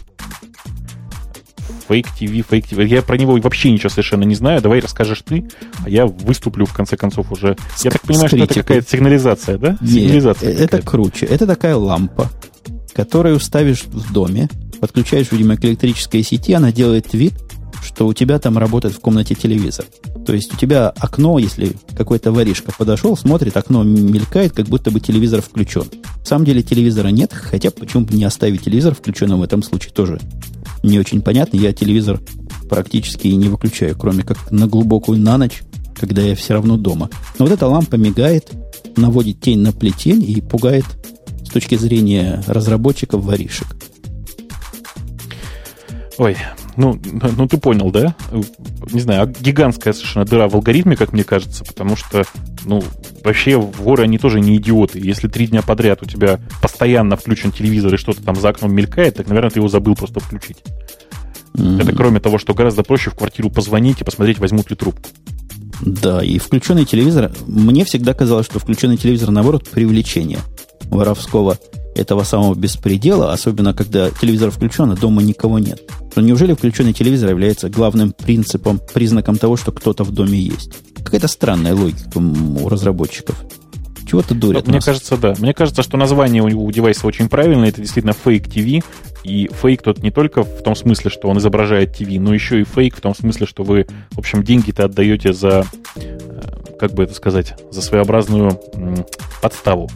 Fake TV. Я про него вообще ничего совершенно не знаю. Давай расскажешь ты, а я выступлю, в конце концов, уже. Я так понимаю, что это какая-то сигнализация, да? Сигнализация. Нет, это круче. Это такая лампа, которую ставишь в доме, подключаешь, видимо, к электрической сети, она делает вид, что у тебя там работает в комнате телевизор. То есть у тебя окно, если какой-то воришка подошел, смотрит, окно мелькает, как будто бы телевизор включен. На самом деле телевизора нет, хотя почему бы не оставить телевизор включенным в этом случае тоже не очень понятно. Я телевизор практически не выключаю, кроме как на глубокую на ночь, когда я все равно дома. Но вот эта лампа мигает, наводит тень на плетень и пугает с точки зрения разработчиков воришек. Ой, Ну, ты понял, да? Не знаю, гигантская совершенно дыра в алгоритме, как мне кажется, потому что, вообще воры, они тоже не идиоты. Если 3 дня подряд у тебя постоянно включен телевизор и что-то там за окном мелькает, так, наверное, ты его забыл просто включить. Это кроме того, что гораздо проще в квартиру позвонить и посмотреть, возьмут ли трубку. Да, и включенный телевизор... Мне всегда казалось, что включенный телевизор, наоборот, привлечение воровского этого самого беспредела, особенно когда телевизор включен, а дома никого нет. Но неужели включенный телевизор является главным признаком того, что кто-то в доме есть? Какая-то странная логика у разработчиков. Чего-то дурят. Мне кажется, да. Мне кажется, что название у девайса очень правильное. Это действительно Fake TV. И фейк тут не только в том смысле, что он изображает TV, но еще и фейк в том смысле, что вы, в общем, деньги-то отдаете за, как бы это сказать, за своеобразную подставу.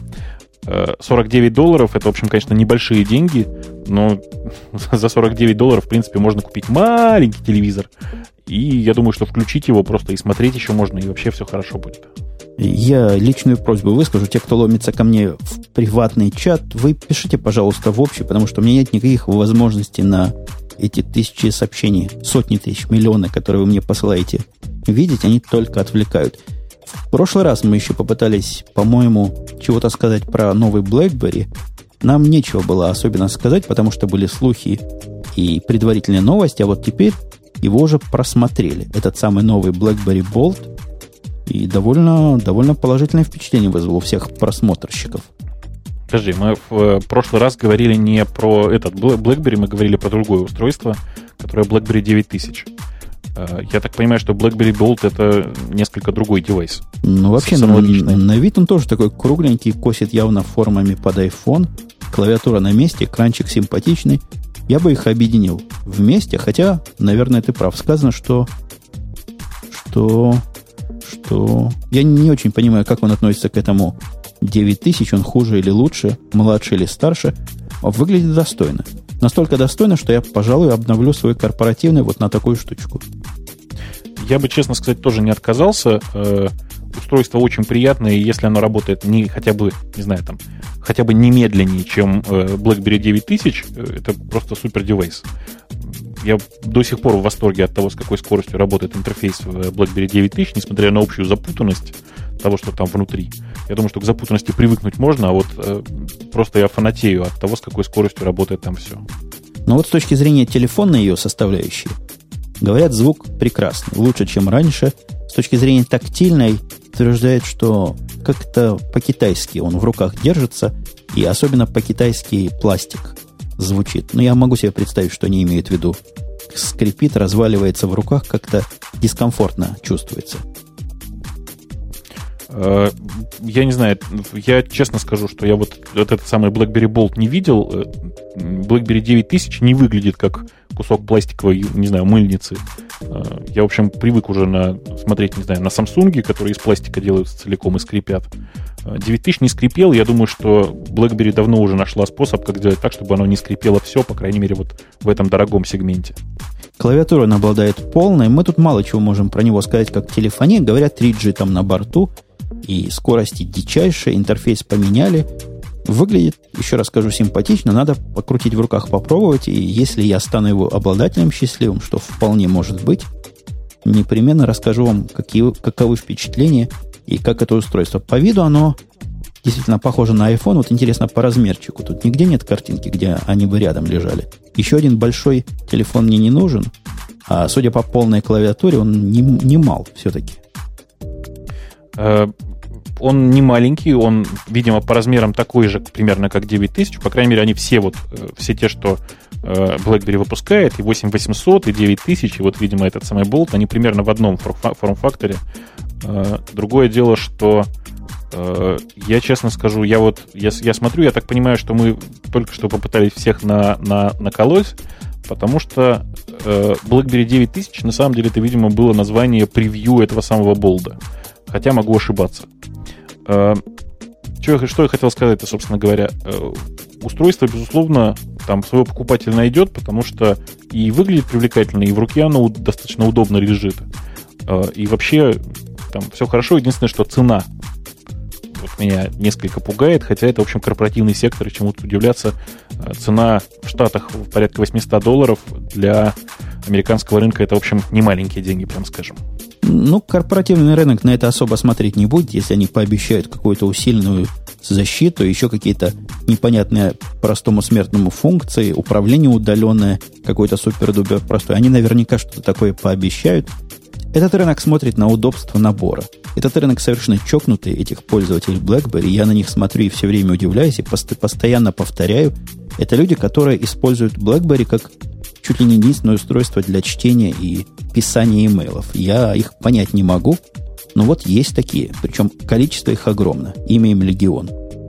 $49 это, в общем, конечно, небольшие деньги, но за $49, в принципе, можно купить маленький телевизор. И я думаю, что включить его просто и смотреть еще можно, и вообще все хорошо будет. Я личную просьбу выскажу. Те, кто ломится ко мне в приватный чат, вы пишите, пожалуйста, в общий, потому что у меня нет никаких возможностей на эти тысячи сообщений, сотни тысяч, миллионы, которые вы мне посылаете. Видеть, они только отвлекают. В прошлый раз мы еще попытались, по-моему, чего-то сказать про новый BlackBerry. Нам нечего было особенно сказать, потому что были слухи и предварительные новости, а вот теперь его уже просмотрели. Этот самый новый BlackBerry Bold. И довольно положительное впечатление вызвало у всех просмотрщиков. Подожди, мы в прошлый раз говорили не про этот BlackBerry, мы говорили про другое устройство, которое BlackBerry 9000. Я так понимаю, что BlackBerry Bold — это несколько другой девайс. Ну, вообще, на вид он тоже такой кругленький, косит явно формами под iPhone. Клавиатура на месте, экранчик симпатичный. Я бы их объединил вместе, хотя, наверное, ты прав. Сказано, что я не очень понимаю, как он относится к этому 9000, он хуже или лучше, младше или старше. Выглядит достойно. Настолько достойно, что я, пожалуй, обновлю свой корпоративный вот на такую штучку. Я бы, честно сказать, тоже не отказался. Устройство очень приятное, и если оно работает хотя бы не медленнее, чем BlackBerry 9000, это просто супер девайс. Я до сих пор в восторге от того, с какой скоростью работает интерфейс в BlackBerry 9000, несмотря на общую запутанность того, что там внутри. Я думаю, что к запутанности привыкнуть можно, а вот просто я фанатею от того, с какой скоростью работает там все. Но вот с точки зрения телефонной ее составляющей, говорят, звук прекрасный, лучше, чем раньше. С точки зрения тактильной утверждает, что как-то по-китайски он в руках держится, и особенно по-китайски пластик звучит. Но я могу себе представить, что они имеют в виду. Скрипит, разваливается в руках, как-то дискомфортно чувствуется. Я не знаю, я честно скажу, что я вот этот самый BlackBerry Bold не видел. BlackBerry 9000 не выглядит как кусок пластиковой, не знаю, мыльницы. Я, в общем, привык уже смотреть, не знаю, на Samsung, которые из пластика делаются целиком и скрипят. 9000 не скрипел. Я думаю, что BlackBerry давно уже нашла способ, как сделать так, чтобы оно не скрипело все, по крайней мере, вот в этом дорогом сегменте. Клавиатура она обладает полной. Мы тут мало чего можем про него сказать, как телефония. Говорят, 3G там на борту. И скорости дичайшие, интерфейс поменяли. Выглядит, еще раз скажу, симпатично. Надо покрутить в руках, попробовать. И если я стану его обладателем счастливым, что вполне может быть, непременно расскажу вам, каковы впечатления и как это устройство. По виду оно действительно похоже на iPhone. Вот интересно, по размерчику. Тут нигде нет картинки, где они бы рядом лежали. Еще один большой телефон мне не нужен. А судя по полной клавиатуре, он не мал все-таки. Он не маленький, он, видимо, по размерам такой же примерно, как 9000. По крайней мере, они все те, что BlackBerry выпускает, и 8800, и 9000, и вот, видимо, этот самый Bold, они примерно в одном форм-факторе. Другое дело, что я честно скажу, я смотрю, я так понимаю, что мы только что попытались всех наколоть, потому что BlackBerry 9000, на самом деле, это, видимо, было название превью этого самого Болда. Хотя могу ошибаться. Что я хотел сказать-то, собственно говоря. Устройство, безусловно, там своего покупателя найдет, потому что и выглядит привлекательно, и в руке оно достаточно удобно лежит. И вообще там все хорошо. Единственное, что цена вот меня несколько пугает, хотя это, в общем, корпоративный сектор, и чему тут удивляться. Цена в Штатах порядка $800 для американского рынка это, в общем, не маленькие деньги, прям скажем. Ну, корпоративный рынок на это особо смотреть не будет, если они пообещают какую-то усиленную защиту, еще какие-то непонятные простому смертному функции, управление удаленное, какой-то супер-дубер простой. Они наверняка что-то такое пообещают. Этот рынок смотрит на удобство набора. Этот рынок совершенно чокнутый, этих пользователей BlackBerry. Я на них смотрю и все время удивляюсь, и постоянно повторяю. Это люди, которые используют BlackBerry как чуть ли не единственное устройство для чтения и писания имейлов. Я их понять не могу, но вот есть такие. Причем количество их огромно. Имя им легион.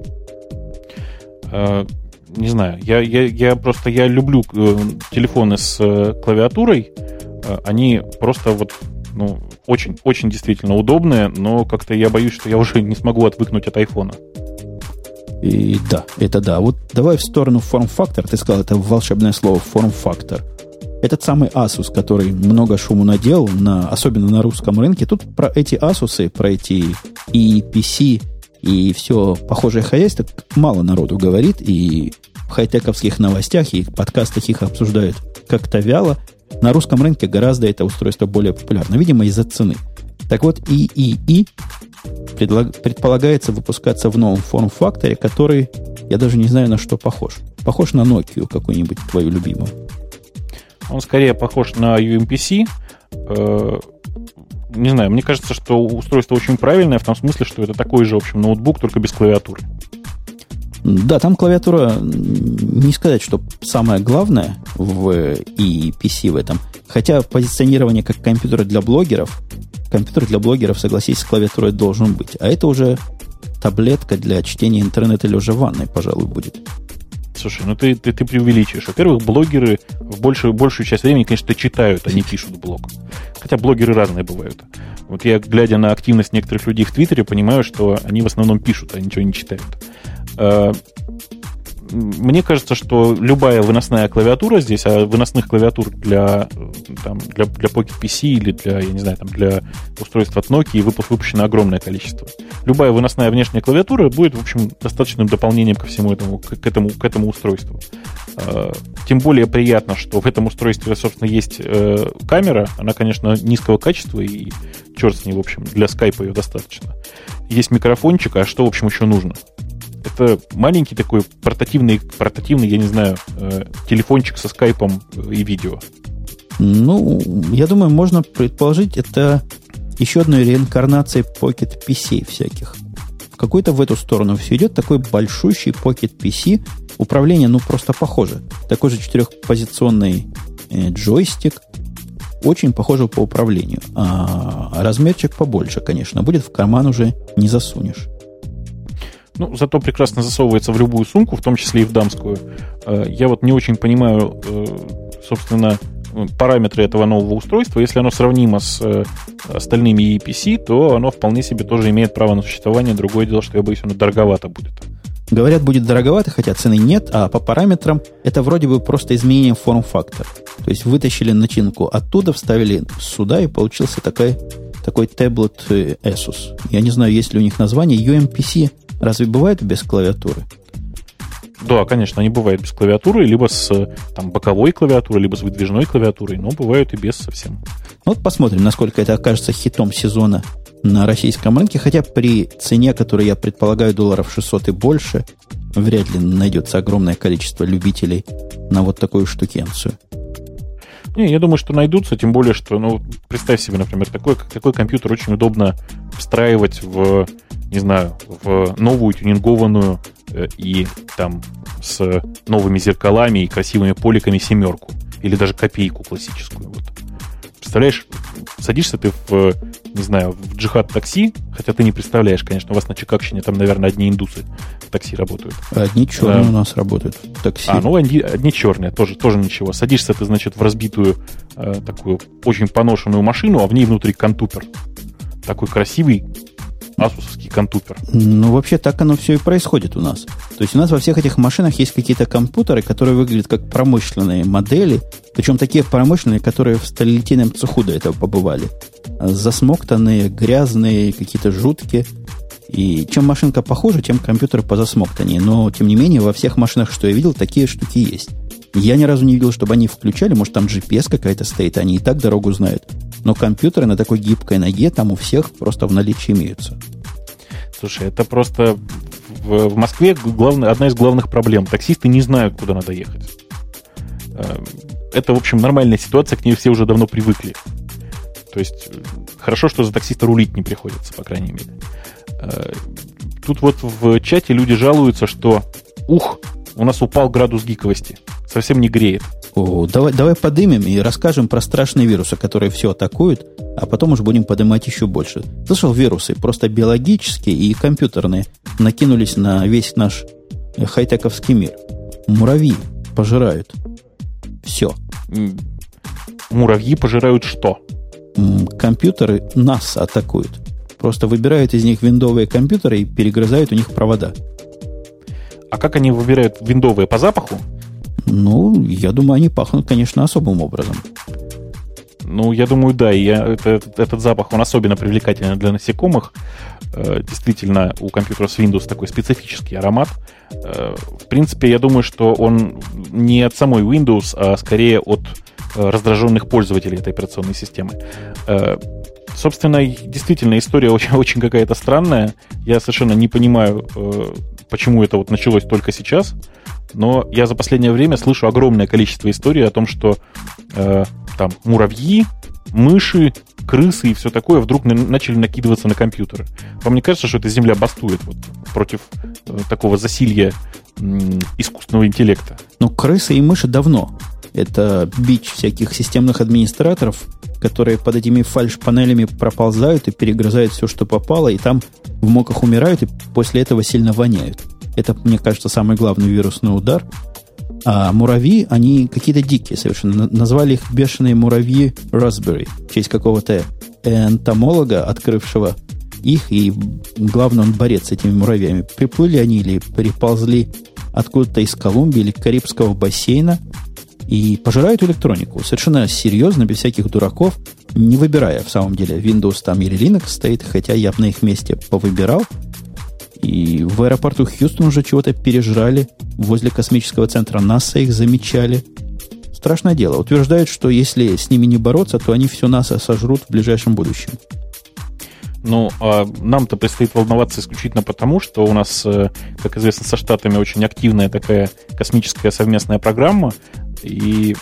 Не знаю. Я люблю телефоны с клавиатурой. Они просто вот очень, очень действительно удобные, но как-то я боюсь, что я уже не смогу отвыкнуть от айфона. И да, это да. Вот давай в сторону форм-фактор. Ты сказал, это волшебное слово форм-фактор. Этот самый Asus, который много шуму наделал, особенно на русском рынке. Тут про эти Asus, про эти и PC, и все похожее хозяйство мало народу говорит. И в хай-тековских новостях, и в подкастах их обсуждают как-то вяло. На русском рынке гораздо это устройство более популярно. Видимо, из-за цены. Так вот, ИИИ предполагается выпускаться в новом форм-факторе, который, я даже не знаю, на что похож. Похож на Nokia какую-нибудь твою любимую. Он скорее похож на UMPC. Не знаю, мне кажется, что устройство очень правильное, в том смысле, что это такой же, в общем, ноутбук, только без клавиатуры. Да, там клавиатура, не сказать, что самое главное в PC в этом. Хотя позиционирование как компьютер для блогеров, согласись, с клавиатурой должен быть. А это уже таблетка для чтения интернета или уже в ванной, пожалуй, будет. Слушай, ну ты преувеличиваешь. Во-первых, блогеры большую часть времени, конечно, читают, а не пишут блог. Хотя блогеры разные бывают. Вот я, глядя на активность некоторых людей в Твиттере, понимаю, что они в основном пишут, а ничего не читают. Мне кажется, что любая выносная клавиатура здесь, а выносных клавиатур для Pocket PC или для устройств от Nokia выпущено огромное количество. Любая выносная внешняя клавиатура будет, в общем, достаточным дополнением ко всему к этому устройству. Тем более приятно, что в этом устройстве, собственно, есть камера. Она, конечно, низкого качества, и черт с ней, в общем, для скайпа ее достаточно. Есть микрофончик, а что, в общем, еще нужно? Это маленький такой портативный, я не знаю, телефончик со скайпом и видео. Ну, я думаю, можно предположить, это еще одной реинкарнацией Pocket PC всяких. Какой-то в эту сторону все идет. Такой большущий Pocket PC. Управление, просто похоже. Такой же 4-позиционный джойстик. Очень похоже по управлению. А размерчик побольше, конечно. Будет в карман уже не засунешь. Зато прекрасно засовывается в любую сумку, в том числе и в дамскую. Я вот не очень понимаю, собственно, параметры этого нового устройства. Если оно сравнимо с остальными ePC, то оно вполне себе тоже имеет право на существование. Другое дело, что я боюсь, оно дороговато будет. Говорят, будет дороговато, хотя цены нет, а по параметрам это вроде бы просто изменение форм-фактора. То есть вытащили начинку оттуда, вставили сюда, и получился такой таблет Asus. Я не знаю, есть ли у них название. UMPC разве бывает без клавиатуры? Да, конечно, они бывают без клавиатуры, либо с боковой клавиатурой, либо с выдвижной клавиатурой, но бывают и без совсем. Вот посмотрим, насколько это окажется хитом сезона на российском рынке, хотя при цене, которую я предполагаю, $600 и больше, вряд ли найдется огромное количество любителей на вот такую штукенцию. Не, я думаю, что найдутся, тем более, что, представь себе, например, такой компьютер очень удобно встраивать в новую тюнингованную и с новыми зеркалами и красивыми поликами 7 или даже копейку классическую. Вот. Представляешь, садишься ты в джихад-такси, хотя ты не представляешь, конечно, у вас на Чикагщине там, наверное, одни индусы в такси работают. Одни черные у нас работают в такси. Одни черные, тоже ничего. Садишься ты, в разбитую такую очень поношенную машину, а в ней внутри контупер. Такой красивый асусовский контупер. Вообще так оно все и происходит у нас. То есть у нас во всех этих машинах есть какие-то компьютеры, которые выглядят как промышленные модели, причем такие промышленные, которые в сталелитейном цеху до этого побывали. Засмоктанные, грязные, какие-то жуткие. И чем машинка похуже, тем компьютер позасмоктаннее. Но, тем не менее, во всех машинах, что я видел, такие штуки есть. Я ни разу не видел, чтобы они включали. Может, там GPS какая-то стоит, они и так дорогу знают. Но компьютеры на такой гибкой ноге там у всех просто в наличии имеются. Слушай, это просто в Москве одна из главных проблем. Таксисты не знают, куда надо ехать. Это, в общем, нормальная ситуация, к ней все уже давно привыкли. То есть хорошо, что за таксиста рулить не приходится, по крайней мере. Тут вот в чате люди жалуются, что у нас упал градус гиковости. Совсем не греет. Давай подымем и расскажем про страшные вирусы, которые все атакуют, а потом уже будем поднимать еще больше. Слышал, вирусы просто биологические и компьютерные накинулись на весь наш хай-тековский мир. Муравьи пожирают. Все. Муравьи пожирают что? Компьютеры нас атакуют. Просто выбирают из них виндовые компьютеры и перегрызают у них провода. А как они выбирают виндовые? По запаху? Ну, я думаю, они пахнут, конечно, особым образом. Ну, я думаю, да. Этот запах, он особенно привлекательный для насекомых. Действительно, у компьютера с Windows такой специфический аромат. В принципе, я думаю, что он не от самой Windows, а скорее от раздраженных пользователей этой операционной системы. Собственно, действительно, история очень, очень какая-то странная. Я совершенно не понимаю, почему это вот началось только сейчас. Но я за последнее время слышу огромное количество историй о том, что там муравьи, мыши, крысы и все такое вдруг начали накидываться на компьютеры. Вам не кажется, что эта земля бастует вот против такого засилья искусственного интеллекта? Ну, крысы и мыши давно. Это бич всяких системных администраторов, которые под этими фальш-панелями проползают и перегрызают все, что попало, и там в моках умирают, и после этого сильно воняют. Это, мне кажется, самый главный вирусный удар. А муравьи, они какие-то дикие совершенно. Назвали их бешеные муравьи Raspberry в честь какого-то энтомолога, открывшего их, и главное, он борец с этими муравьями. Приплыли они или приползли откуда-то из Колумбии или Карибского бассейна и пожирают электронику. Совершенно серьезно, без всяких дураков, не выбирая, в самом деле, Windows там или Linux стоит, хотя я бы на их месте повыбирал. И в аэропорту Хьюстон уже чего-то пережрали. Возле космического центра НАСА их замечали. Страшное дело. Утверждают, что если с ними не бороться, то они все НАСА сожрут в ближайшем будущем. Ну, а нам-то предстоит волноваться исключительно потому, что у нас, как известно, со Штатами очень активная такая космическая совместная программа. И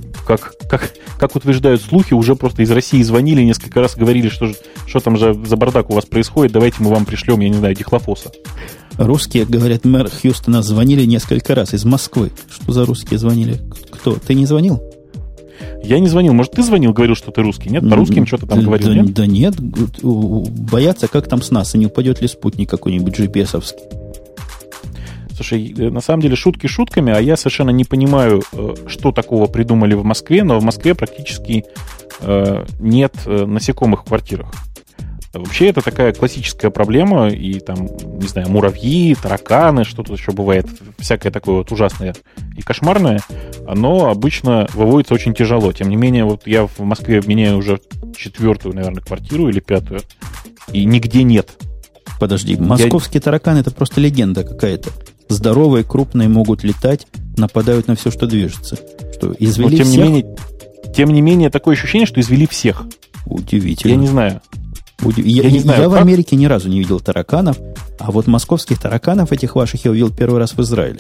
как утверждают слухи, уже просто из России звонили, несколько раз говорили, что там же за бардак у вас происходит, давайте мы вам пришлем, я не знаю, дихлофоса. Русские, говорят, мэр Хьюстона звонили несколько раз из Москвы. Что за русские звонили? Кто? Ты не звонил? Я не звонил. Может, ты звонил, говорил, что ты русский? Нет? По русским что-то там говорил, нет? Да нет. Боятся, как там с НАСА, не упадет ли спутник какой-нибудь GPS-овский. Слушай, на самом деле шутки шутками, а я совершенно не понимаю, что такого придумали в Москве, но в Москве практически нет насекомых в квартирах. Вообще это такая классическая проблема, и там, не знаю, муравьи, тараканы, что-то еще бывает, всякое такое вот ужасное и кошмарное, оно обычно выводится очень тяжело. Тем не менее, вот я в Москве меняю уже 4-ю, наверное, квартиру или 5-ю, и нигде нет. Подожди, московские тараканы — это просто легенда какая-то. Здоровые, крупные, могут летать, нападают на все, что движется. Что, извели всех? Тем не менее, такое ощущение, что извели всех. Удивительно. Я не знаю. Я в Америке ни разу не видел тараканов, а вот московских тараканов этих ваших я увидел первый раз в Израиле.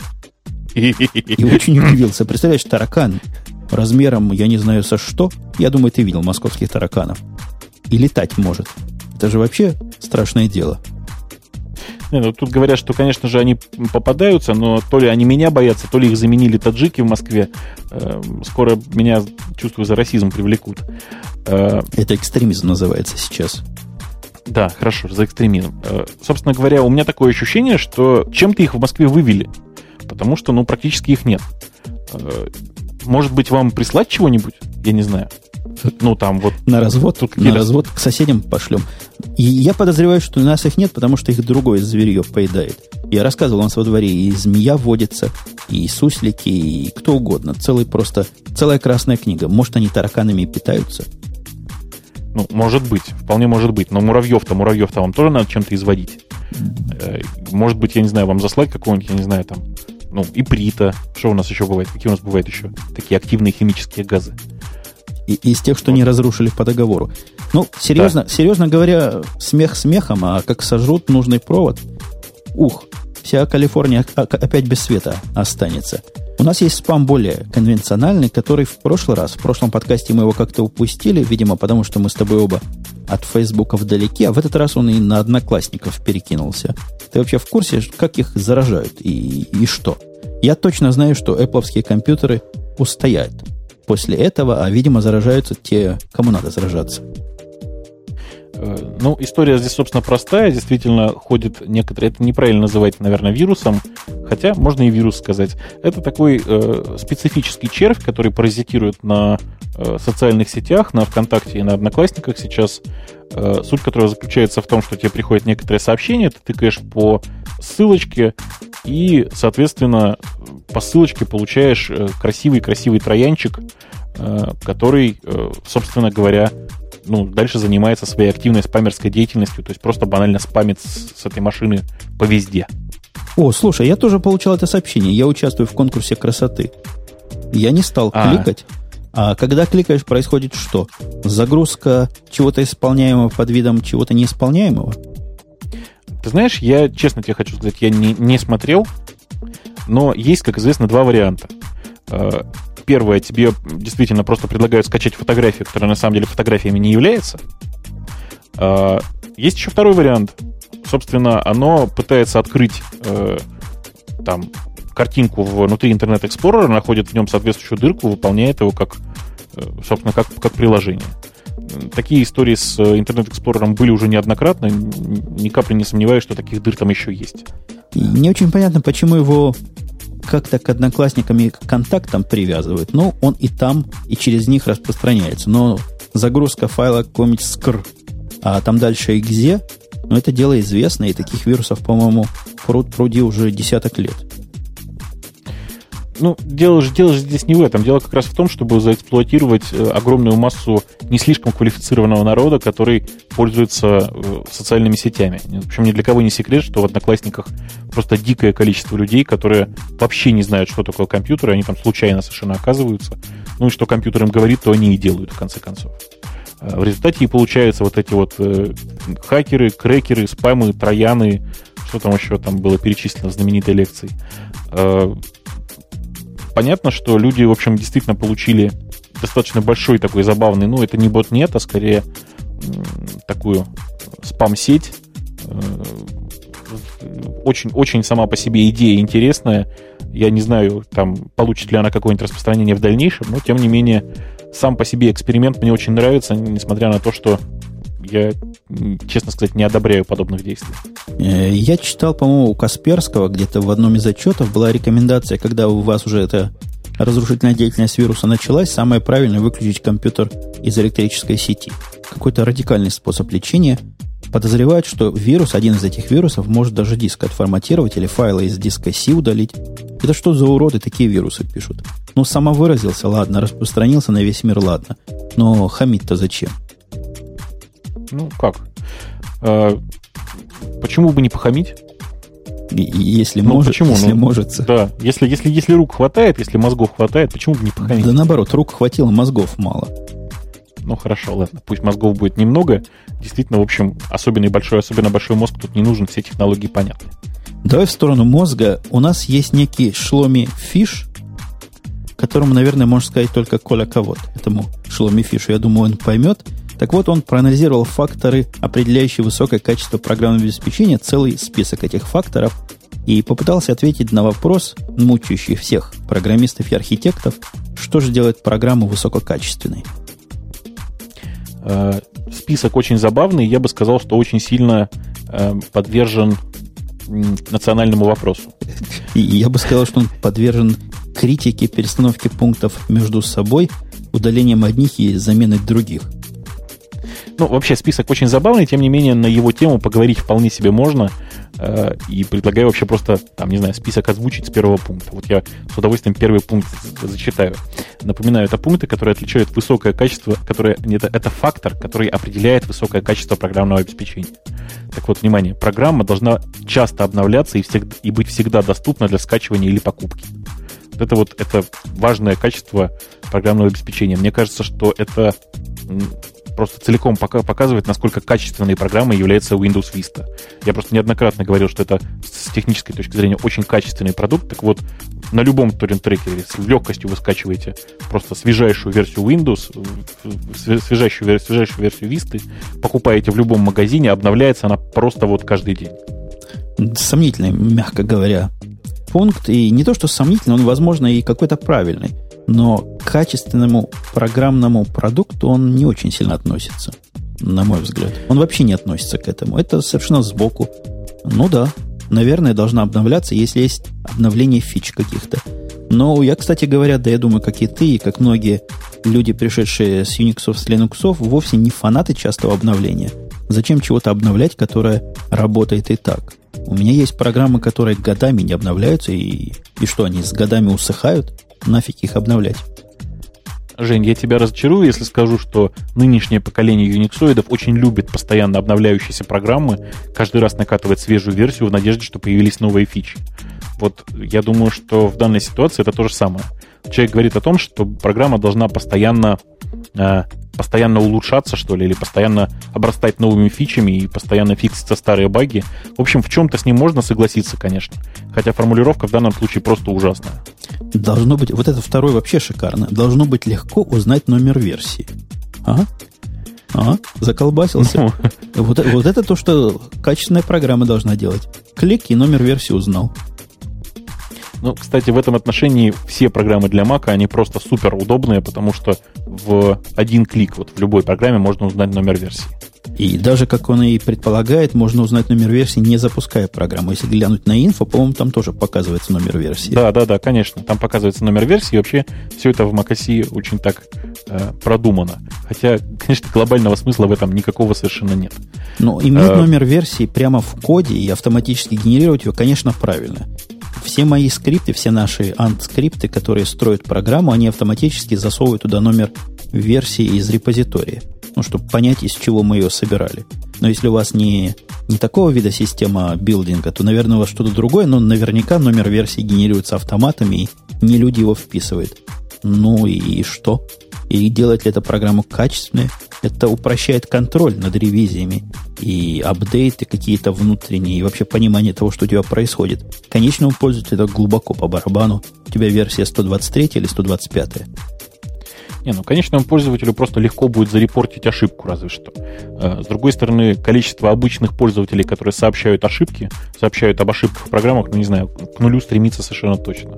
И очень удивился. Представляешь, таракан размером, я не знаю, со что. Я думаю, ты видел московских тараканов. И летать может. Это же вообще страшное дело. Ну, тут говорят, что, конечно же, они попадаются, но то ли они меня боятся, то ли их заменили таджики в Москве. Скоро меня, чувствую, за расизм привлекут. Это экстремизм называется сейчас. Да, хорошо, за экстремизм. Собственно говоря, у меня такое ощущение, что чем-то их в Москве вывели, потому что, практически их нет. Может быть, вам прислать чего-нибудь? Я не знаю. Там вот... На развод к соседям пошлем. И я подозреваю, что у нас их нет, потому что их другое зверье поедает. Я рассказывал, у нас во дворе и змея водится, и суслики, и кто угодно. Целая красная книга. Может, они тараканами питаются? Может быть, вполне может быть. Но муравьев-то вам тоже надо чем-то изводить. Может быть, я не знаю, вам заслать какого-нибудь, я не знаю, там, иприта. Что у нас еще бывает? Какие у нас бывают еще такие активные химические газы? Из тех, что не разрушили по договору. Серьезно говоря, смех смехом, а как сожрут нужный провод, вся Калифорния опять без света останется. У нас есть спам более конвенциональный, который в прошлом подкасте мы его как-то упустили, видимо, потому что мы с тобой оба от Фейсбука вдалеке, а в этот раз он и на Одноклассников перекинулся. Ты вообще в курсе, как их заражают и что? Я точно знаю, что Apple'овские компьютеры устоят после этого, а, видимо, заражаются те, кому надо заражаться. История здесь, собственно, простая. Действительно, ходит некоторые... Это неправильно называть, наверное, вирусом, хотя можно и вирус сказать. Это такой специфический червь, который паразитирует на социальных сетях, на ВКонтакте и на Одноклассниках сейчас. Суть которого заключается в том, что тебе приходит некоторое сообщение, ты тыкаешь по ссылочке, и, соответственно, по ссылочке получаешь красивый троянчик, который, собственно говоря, дальше занимается своей активной спамерской деятельностью, то есть просто банально спамит с этой машины по везде. Слушай, я тоже получал это сообщение. Я участвую в конкурсе красоты. Я не стал кликать. А когда кликаешь, происходит что? Загрузка чего-то исполняемого под видом чего-то неисполняемого? Ты знаешь, я честно тебе хочу сказать, я не смотрел, но есть, как известно, два варианта. Первое, тебе действительно просто предлагают скачать фотографию, которая на самом деле фотографиями не является. Есть еще второй вариант. Собственно, оно пытается открыть картинку внутри Internet Explorer, находит в нем соответствующую дырку, выполняет его как приложение. Такие истории с Internet Explorer были уже неоднократно. Ни капли не сомневаюсь, что таких дыр там еще есть. И не очень понятно, почему его как-то к Одноклассникам и к контактам привязывают. Он и там, и через них распространяется. Но загрузка файла какого-нибудь skr, а там дальше .exe, это дело известно, и таких вирусов, по-моему, пруди уже десяток лет. Дело же здесь не в этом. Дело как раз в том, чтобы заэксплуатировать огромную массу не слишком квалифицированного народа, который пользуется социальными сетями. В общем, ни для кого не секрет, что в Одноклассниках просто дикое количество людей, которые вообще не знают, что такое компьютер, и они там случайно совершенно оказываются. И что компьютер им говорит, то они и делают, в конце концов. В результате и получаются вот эти вот хакеры, крекеры, спамы, трояны, что там еще было перечислено в знаменитой лекции. Понятно, что люди, в общем, действительно получили достаточно большой такой забавный, это не ботнет, а скорее такую спам-сеть. Очень сама по себе идея интересная. Я не знаю, получит ли она какое-нибудь распространение в дальнейшем, но, тем не менее, сам по себе эксперимент мне очень нравится, несмотря на то, что я, честно сказать, не одобряю подобных действий. Я читал, по-моему, у Касперского где-то в одном из отчетов была рекомендация, когда у вас уже эта разрушительная деятельность вируса началась, самое правильное выключить компьютер из электрической сети. Какой-то радикальный способ лечения. Подозревают, что один из этих вирусов может даже диск отформатировать или файлы из диска C удалить. Это что за уроды такие вирусы пишут? Самовыразился, ладно, распространился на весь мир, ладно. Но хамить-то зачем? Как? Почему бы не похамить? Если может, почему? Если может. Да, если рук хватает, если мозгов хватает, почему бы не похамить? Да наоборот, рук хватило, мозгов мало. Хорошо, ладно, пусть мозгов будет немного. Действительно, в общем, особенно большой мозг тут не нужен, все технологии понятны. Давай в сторону мозга. У нас есть некий Шломи Фиш, которому, наверное, можно сказать только Коля Ковод. Этому Шломи Фишу, я думаю, он поймет. Так вот, он проанализировал факторы, определяющие высокое качество программного обеспечения, целый список этих факторов, и попытался ответить на вопрос, мучающий всех программистов и архитектов, что же делает программу высококачественной. Список очень забавный, я бы сказал, что очень сильно подвержен национальному вопросу. И я бы сказал, что он подвержен критике перестановки пунктов между собой, удалением одних и заменой других. Вообще список очень забавный, тем не менее, на его тему поговорить вполне себе можно. и предлагаю вообще просто, там, не знаю, список озвучить с первого пункта. Вот я с удовольствием первый пункт зачитаю. Напоминаю, это пункты, которые отличают высокое качество, это фактор, который определяет высокое качество программного обеспечения. Так вот, внимание, программа должна часто обновляться и быть всегда доступна для скачивания или покупки. Это важное качество программного обеспечения. Мне кажется, что это просто целиком показывает, насколько качественной программой является Windows Vista. Я просто неоднократно говорил, что это с технической точки зрения очень качественный продукт. Так вот, на любом торрент-трекере с легкостью вы скачиваете просто свежайшую версию Windows, свежайшую версию Vista, покупаете в любом магазине, обновляется она просто вот каждый день. Сомнительный, мягко говоря, пункт. И не то, что сомнительный, он, возможно, и какой-то правильный. Но к качественному программному продукту он не очень сильно относится, на мой взгляд. Он вообще не относится к этому. Это совершенно сбоку. Ну да, наверное, должна обновляться, если есть обновление фич каких-то. Но я, кстати говоря, да я думаю, как и ты, и как многие люди, пришедшие с Unix, с Linux, вовсе не фанаты частого обновления. Зачем чего-то обновлять, которое работает и так? У меня есть программы, которые годами не обновляются, и что, они с годами усыхают? Нафиг их обновлять. Жень, я тебя разочарую, если скажу, что нынешнее поколение юниксоидов очень любит постоянно обновляющиеся программы, каждый раз накатывает свежую версию в надежде, что появились новые фичи. Вот я думаю, что в данной ситуации это то же самое. Человек говорит о том, что программа должна постоянно улучшаться, что ли, или постоянно обрастать новыми фичами и постоянно фикситься старые баги. В общем, в чем-то с ним можно согласиться, конечно. Хотя формулировка в данном случае просто ужасная. Должно быть, вот это второй вообще шикарно. Должно быть легко узнать номер версии. Ага, заколбасился. Вот это то, что качественная программа должна делать. Клик и номер версии узнал. Ну, кстати, в этом отношении все программы для Mac, они просто супер удобные, потому что в один клик вот в любой программе можно узнать номер версии. И даже, как он и предполагает, можно узнать номер версии, не запуская программу. Если глянуть на инфо, по-моему, там тоже показывается номер версии. Да, конечно. Там показывается номер версии. И вообще все это в macOS очень так продумано. Хотя, конечно, глобального смысла в этом никакого совершенно нет. Но иметь номер версии прямо в коде и автоматически генерировать его, конечно, правильно. Все мои скрипты, все наши ant-скрипты, которые строят программу, они автоматически засовывают туда номер версии из репозитория. Ну, чтобы понять, из чего мы ее собирали. Но если у вас не такого вида система билдинга, то, наверное, у вас что-то другое, но наверняка номер версии генерируется автоматами, и не люди его вписывают. Ну и что? И делать ли эту программу качественной? Это упрощает контроль над ревизиями и апдейты какие-то внутренние, и вообще понимание того, что у тебя происходит. Конечному пользователю это глубоко по барабану. У тебя версия 123 или 125. Конечному пользователю просто легко будет зарепортить ошибку, разве что. С другой стороны, количество обычных пользователей, которые сообщают об ошибках в программах, к нулю стремится совершенно точно.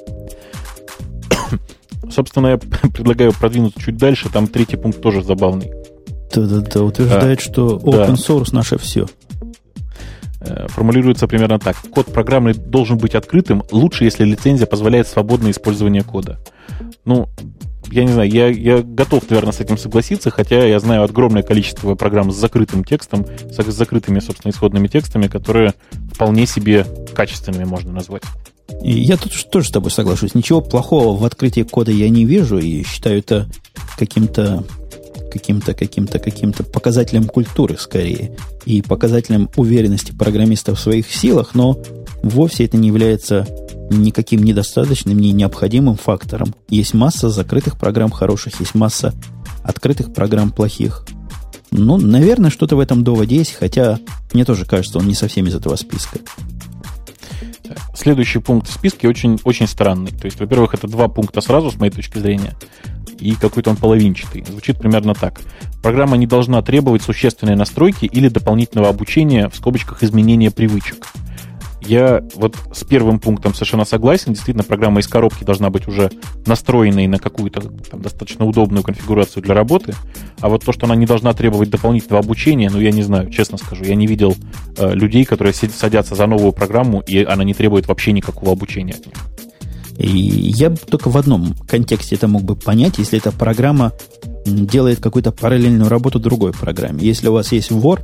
Собственно, я предлагаю продвинуться чуть дальше. Там третий пункт тоже забавный. Да, утверждает, что open source наше все. Формулируется примерно так. Код программы должен быть открытым, лучше, если лицензия позволяет свободное использование кода. Я не знаю, я готов, наверное, с этим согласиться, хотя я знаю огромное количество программ с закрытым текстом, с закрытыми, собственно, исходными текстами, которые вполне себе качественными можно назвать. И я тут тоже с тобой соглашусь. Ничего плохого в открытии кода я не вижу и считаю это каким-то показателем культуры скорее и показателем уверенности программиста в своих силах, но вовсе это не является никаким недостаточным, не необходимым фактором. Есть масса закрытых программ хороших, есть масса открытых программ плохих. Наверное, что-то в этом доводе есть, хотя мне тоже кажется, он не совсем из этого списка. Следующий пункт в списке очень, очень странный. То есть, во-первых, это 2 пункта сразу, с моей точки зрения, и какой-то он половинчатый. Звучит примерно так. Программа не должна требовать существенной настройки или дополнительного обучения, в скобочках, изменения привычек. Я вот с первым пунктом совершенно согласен. Действительно, программа из коробки должна быть уже настроенной на какую-то достаточно удобную конфигурацию для работы. А вот то, что она не должна требовать дополнительного обучения, я не знаю, честно скажу. Я не видел людей, которые садятся за новую программу, и она не требует вообще никакого обучения от них. И я только в одном контексте это мог бы понять, если эта программа делает какую-то параллельную работу другой программе. Если у вас есть Word,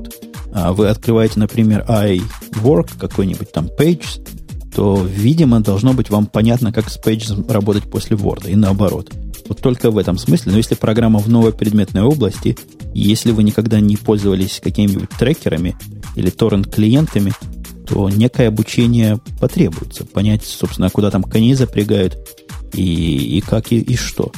а вы открываете, например, iWork, какой-нибудь там Pages, то, видимо, должно быть вам понятно, как с Pages работать после Word, и наоборот. Вот только в этом смысле. Но если программа в новой предметной области, если вы никогда не пользовались какими-нибудь трекерами или торрент-клиентами, то некое обучение потребуется. Понять, собственно, куда там коней запрягают и как и что.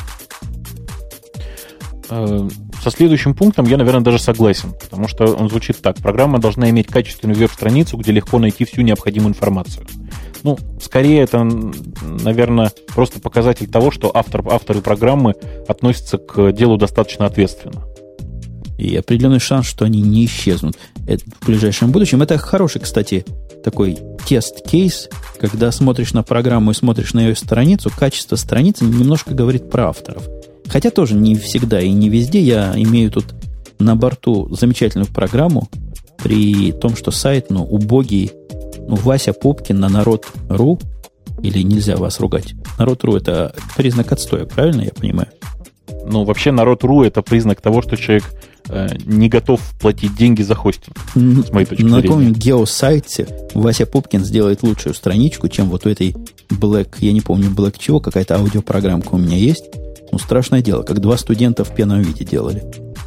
Со следующим пунктом я, наверное, даже согласен, потому что он звучит так. Программа должна иметь качественную веб-страницу, где легко найти всю необходимую информацию. Ну, скорее, это, наверное, просто показатель того, что авторы программы относятся к делу достаточно ответственно. И определенный шанс, что они не исчезнут в ближайшем будущем. Это хороший, кстати, такой тест-кейс, когда смотришь на программу и смотришь на ее страницу, качество страницы немножко говорит про авторов. Хотя тоже не всегда и не везде. Я имею тут на борту замечательную программу при том, что сайт, убогий. Вася Пупкин на Народ.ру, или нельзя вас ругать? Народ.ру – это признак отстоя, правильно я понимаю? Вообще Народ.ру – это признак того, что человек не готов платить деньги за хостинг, с моей точки зрения. На каком-нибудь геосайте Вася Пупкин сделает лучшую страничку, чем вот у этой Black, я не помню, Black чего, какая-то аудиопрограммка у меня есть. Страшное дело, как два студента в пенном виде делали.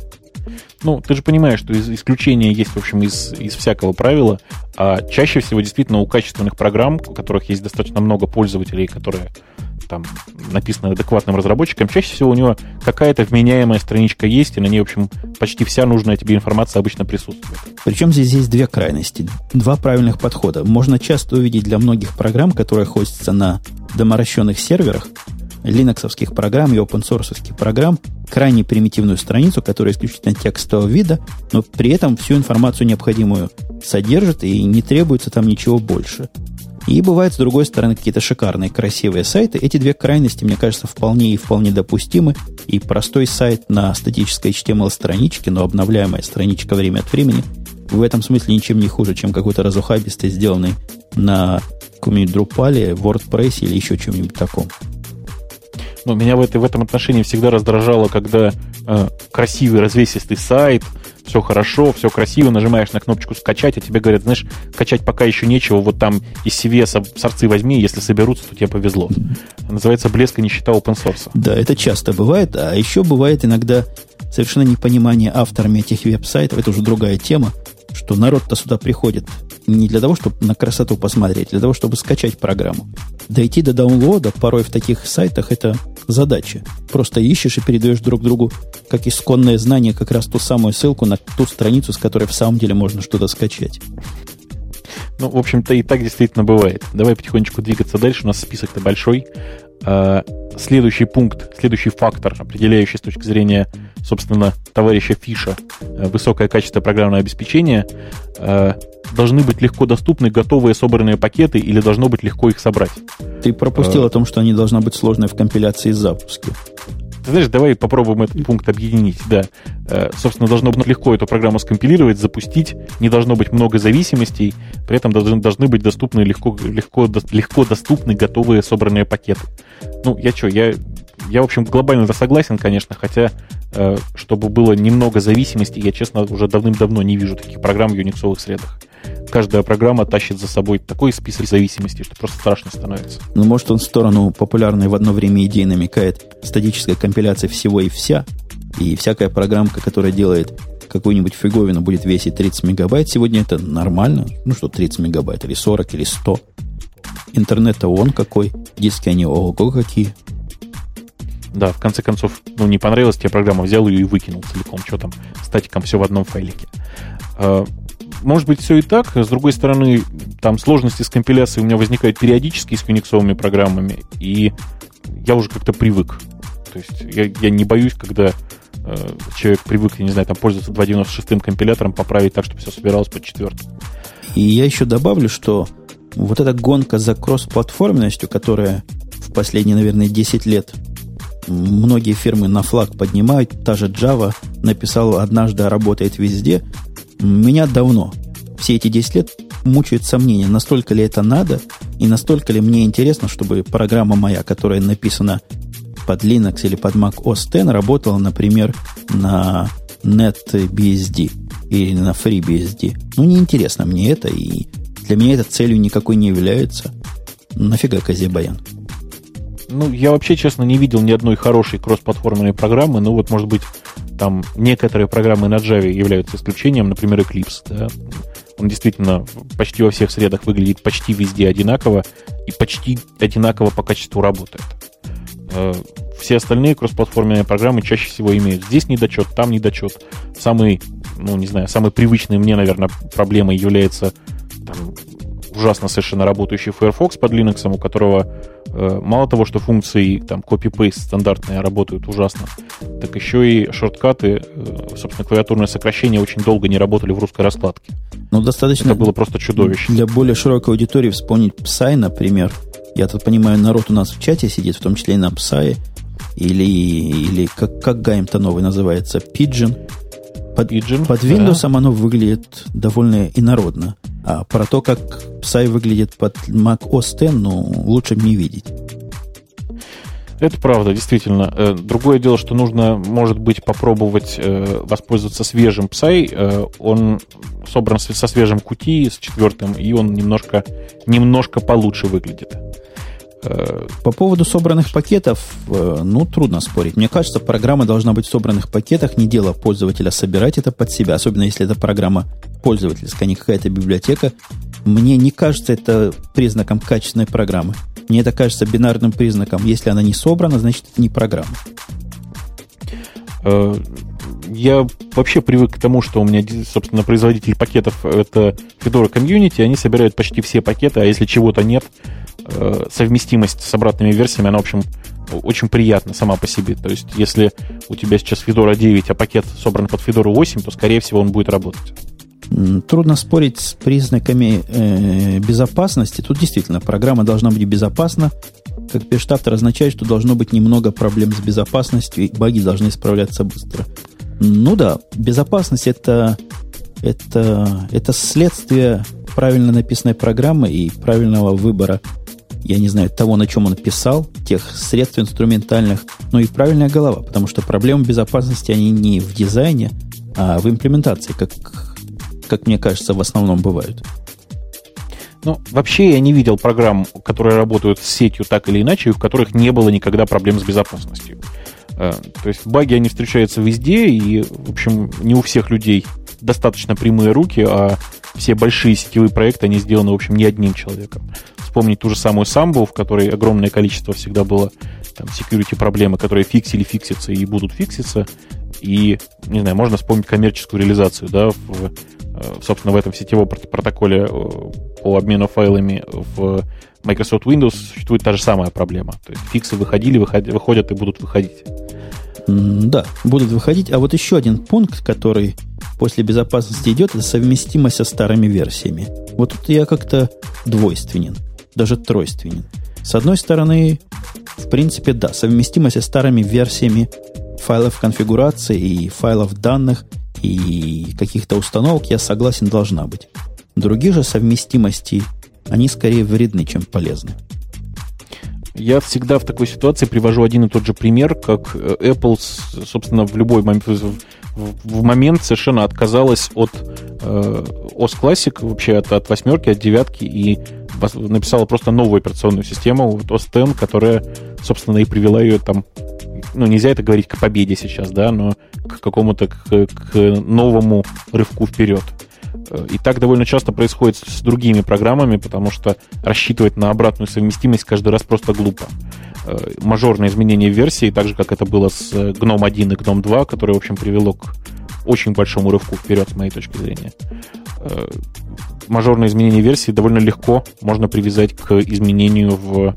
Ты же понимаешь, что исключения есть, в общем, из всякого правила, а чаще всего действительно у качественных программ, у которых есть достаточно много пользователей, которые там написаны адекватным разработчиком, чаще всего у него какая-то вменяемая страничка есть, и на ней, в общем, почти вся нужная тебе информация обычно присутствует. Причем здесь есть две крайности, два правильных подхода. Можно часто увидеть для многих программ, которые хостятся на доморощенных серверах, линоксовских программ и опенсорсовских программ, крайне примитивную страницу, которая исключительно текстового вида, но при этом всю информацию необходимую содержит и не требуется там ничего больше. И бывают, с другой стороны, какие-то шикарные, красивые сайты. Эти две крайности, мне кажется, вполне допустимы. И простой сайт на статической HTML-страничке, но обновляемая страничка время от времени, в этом смысле ничем не хуже, чем какой-то разухабистый, сделанный на каком-нибудь Drupal, WordPress или еще чем-нибудь таком. Меня в этом отношении всегда раздражало, когда красивый развесистый сайт, все хорошо, все красиво, нажимаешь на кнопочку «Скачать», а тебе говорят, знаешь, качать пока еще нечего, вот там из CVS сорцы возьми, если соберутся, то тебе повезло. Называется «Блеск и нищета open-source». Да, это часто бывает, а еще бывает иногда совершенно непонимание авторами этих веб-сайтов, это уже другая тема, что народ-то сюда приходит не для того, чтобы на красоту посмотреть, а для того, чтобы скачать программу. Дойти до даунлода порой в таких сайтах это задача. Просто ищешь и передаешь друг другу, как исконное знание, как раз ту самую ссылку на ту страницу, с которой в самом деле можно что-то скачать. В общем-то, и так действительно бывает. Давай потихонечку двигаться дальше. У нас список-то большой. Следующий пункт, следующий фактор, определяющий с точки зрения, собственно, товарища Фиша, высокое качество программного обеспечения, должны быть легко доступны готовые собранные пакеты или должно быть легко их собрать. Ты пропустил о том, что они должны быть сложны в компиляции и запуске. Ты знаешь, давай попробуем этот пункт объединить. Да. Собственно, должно быть легко эту программу скомпилировать, запустить, не должно быть много зависимостей, при этом должны быть доступны легко доступны готовые собранные пакеты. Я, в общем, глобально согласен, конечно, хотя, чтобы было немного зависимостей, я, честно, уже давным-давно не вижу таких программ в юниксовых средах. Каждая программа тащит за собой такой список зависимостей, что просто страшно становится. Может, он в сторону популярной в одно время идеи намекает статической компиляции всего и вся, и всякая программка, которая делает какую-нибудь фиговину, будет весить 30 мегабайт. Сегодня это нормально. 30 мегабайт, или 40, или 100. Интернет-то он какой, диски они ого какие. Да, в конце концов, не понравилась тебе программа, взял ее и выкинул целиком. Что там, статиком все в одном файлике. Может быть, все и так. С другой стороны, там сложности с компиляцией у меня возникают периодически с юниксовыми программами, и я уже как-то привык. То есть я не боюсь, когда человек привык, я не знаю, там пользоваться 2.96 компилятором, поправить так, чтобы все собиралось под 4. И я еще добавлю, что вот эта гонка за кроссплатформенностью, которая в последние, наверное, 10 лет многие фирмы на флаг поднимают, та же Java написала однажды, работает везде, меня давно, все эти 10 лет, мучают сомнения, настолько ли это надо, и настолько ли мне интересно, чтобы программа моя, которая написана под Linux или под Mac OS X, работала, например, на NetBSD. или на FreeBSD. Ну, неинтересно мне это, и для меня это целью никакой не является. Нафига Казебаян? Ну, я вообще, честно, не видел ни одной хорошей кроссплатформенной программы. Ну, вот, может быть, там некоторые программы на Java являются исключением, например, Eclipse, да? Он действительно почти во всех средах выглядит почти везде одинаково и почти одинаково по качеству работает. Все остальные кроссплатформенные программы чаще всего имеют здесь недочет, там недочет. Самый привычной мне, наверное, проблемой является там, ужасно совершенно работающий Firefox под Linux, у которого мало того, что функции там copy-paste стандартные работают ужасно, так еще и шорткаты, собственно, клавиатурное сокращение очень долго не работали в русской раскладке. Ну, достаточно. Это было просто чудовище. Для более широкой аудитории вспомнить Psy, например. Я тут понимаю, народ у нас в чате сидит, в том числе и на Psy, или как Гайм-то новый называется, Pigeon. Под Windows да. Оно выглядит довольно инородно. А про то, как Psy выглядит под Mac OS X, лучше не видеть. Это правда, действительно. Другое дело, что нужно, может быть, попробовать воспользоваться свежим Psy. Он собран со свежим Qt, с 4, и он немножко получше выглядит. По поводу собранных пакетов, трудно спорить. Мне кажется, программа должна быть в собранных пакетах, не дело пользователя собирать это под себя, особенно если это программа пользовательская, не какая-то библиотека. Мне не кажется это признаком качественной программы. Мне это кажется бинарным признаком. Если она не собрана, значит, это не программа. Я вообще привык к тому, что у меня, собственно, производитель пакетов — это Fedora Community, они собирают почти все пакеты, а если чего-то нет, совместимость с обратными версиями, она, в общем, очень приятна сама по себе. То есть, если у тебя сейчас Fedora 9, а пакет собран под Fedora 8, то, скорее всего, он будет работать. Трудно спорить с признаками безопасности. Тут действительно программа должна быть безопасна. Как пишет автор, означает, что должно быть немного проблем с безопасностью, и баги должны исправляться быстро. Ну да, безопасность это следствие правильно написанной программы и правильного выбора, я не знаю, того, на чем он писал, тех средств инструментальных, но и правильная голова, потому что проблемы безопасности, они не в дизайне, а в имплементации, как мне кажется, в основном бывают. Ну, вообще я не видел программ, которые работают с сетью так или иначе, и в которых не было никогда проблем с безопасностью. То есть баги, они встречаются везде, и, в общем, не у всех людей достаточно прямые руки, а все большие сетевые проекты, они сделаны, в общем, не одним человеком. Вспомнить ту же самую Самбу, в которой огромное количество всегда было там security проблемы, которые фиксятся и будут фикситься. И, не знаю, можно вспомнить коммерческую реализацию, да, собственно, в этом сетевом протоколе по обмену файлами в Microsoft Windows существует та же самая проблема. То есть фиксы выходят и будут выходить. Да, будут выходить. А вот еще один пункт, который после безопасности идет, это совместимость со старыми версиями. Вот тут я как-то двойственен, даже тройственен. С одной стороны, в принципе, да, совместимость со старыми версиями файлов конфигурации и файлов данных и каких-то установок, я согласен, должна быть. Другие же совместимости, они скорее вредны, чем полезны. Я всегда в такой ситуации привожу один и тот же пример, как Apple, собственно, в любой момент, в момент совершенно отказалась от OS Classic, вообще от 8, от 9, и написала просто новую операционную систему, вот OS X, которая, собственно, и привела ее там, нельзя это говорить к победе сейчас, да, но к какому-то, к новому рывку вперед. И так довольно часто происходит с другими программами, потому что рассчитывать на обратную совместимость каждый раз просто глупо. Мажорное изменение версии, так же, как это было с GNOME 1 и GNOME 2, которое, в общем, привело к очень большому рывку вперед, с моей точки зрения. Мажорное изменение версии довольно легко можно привязать к изменению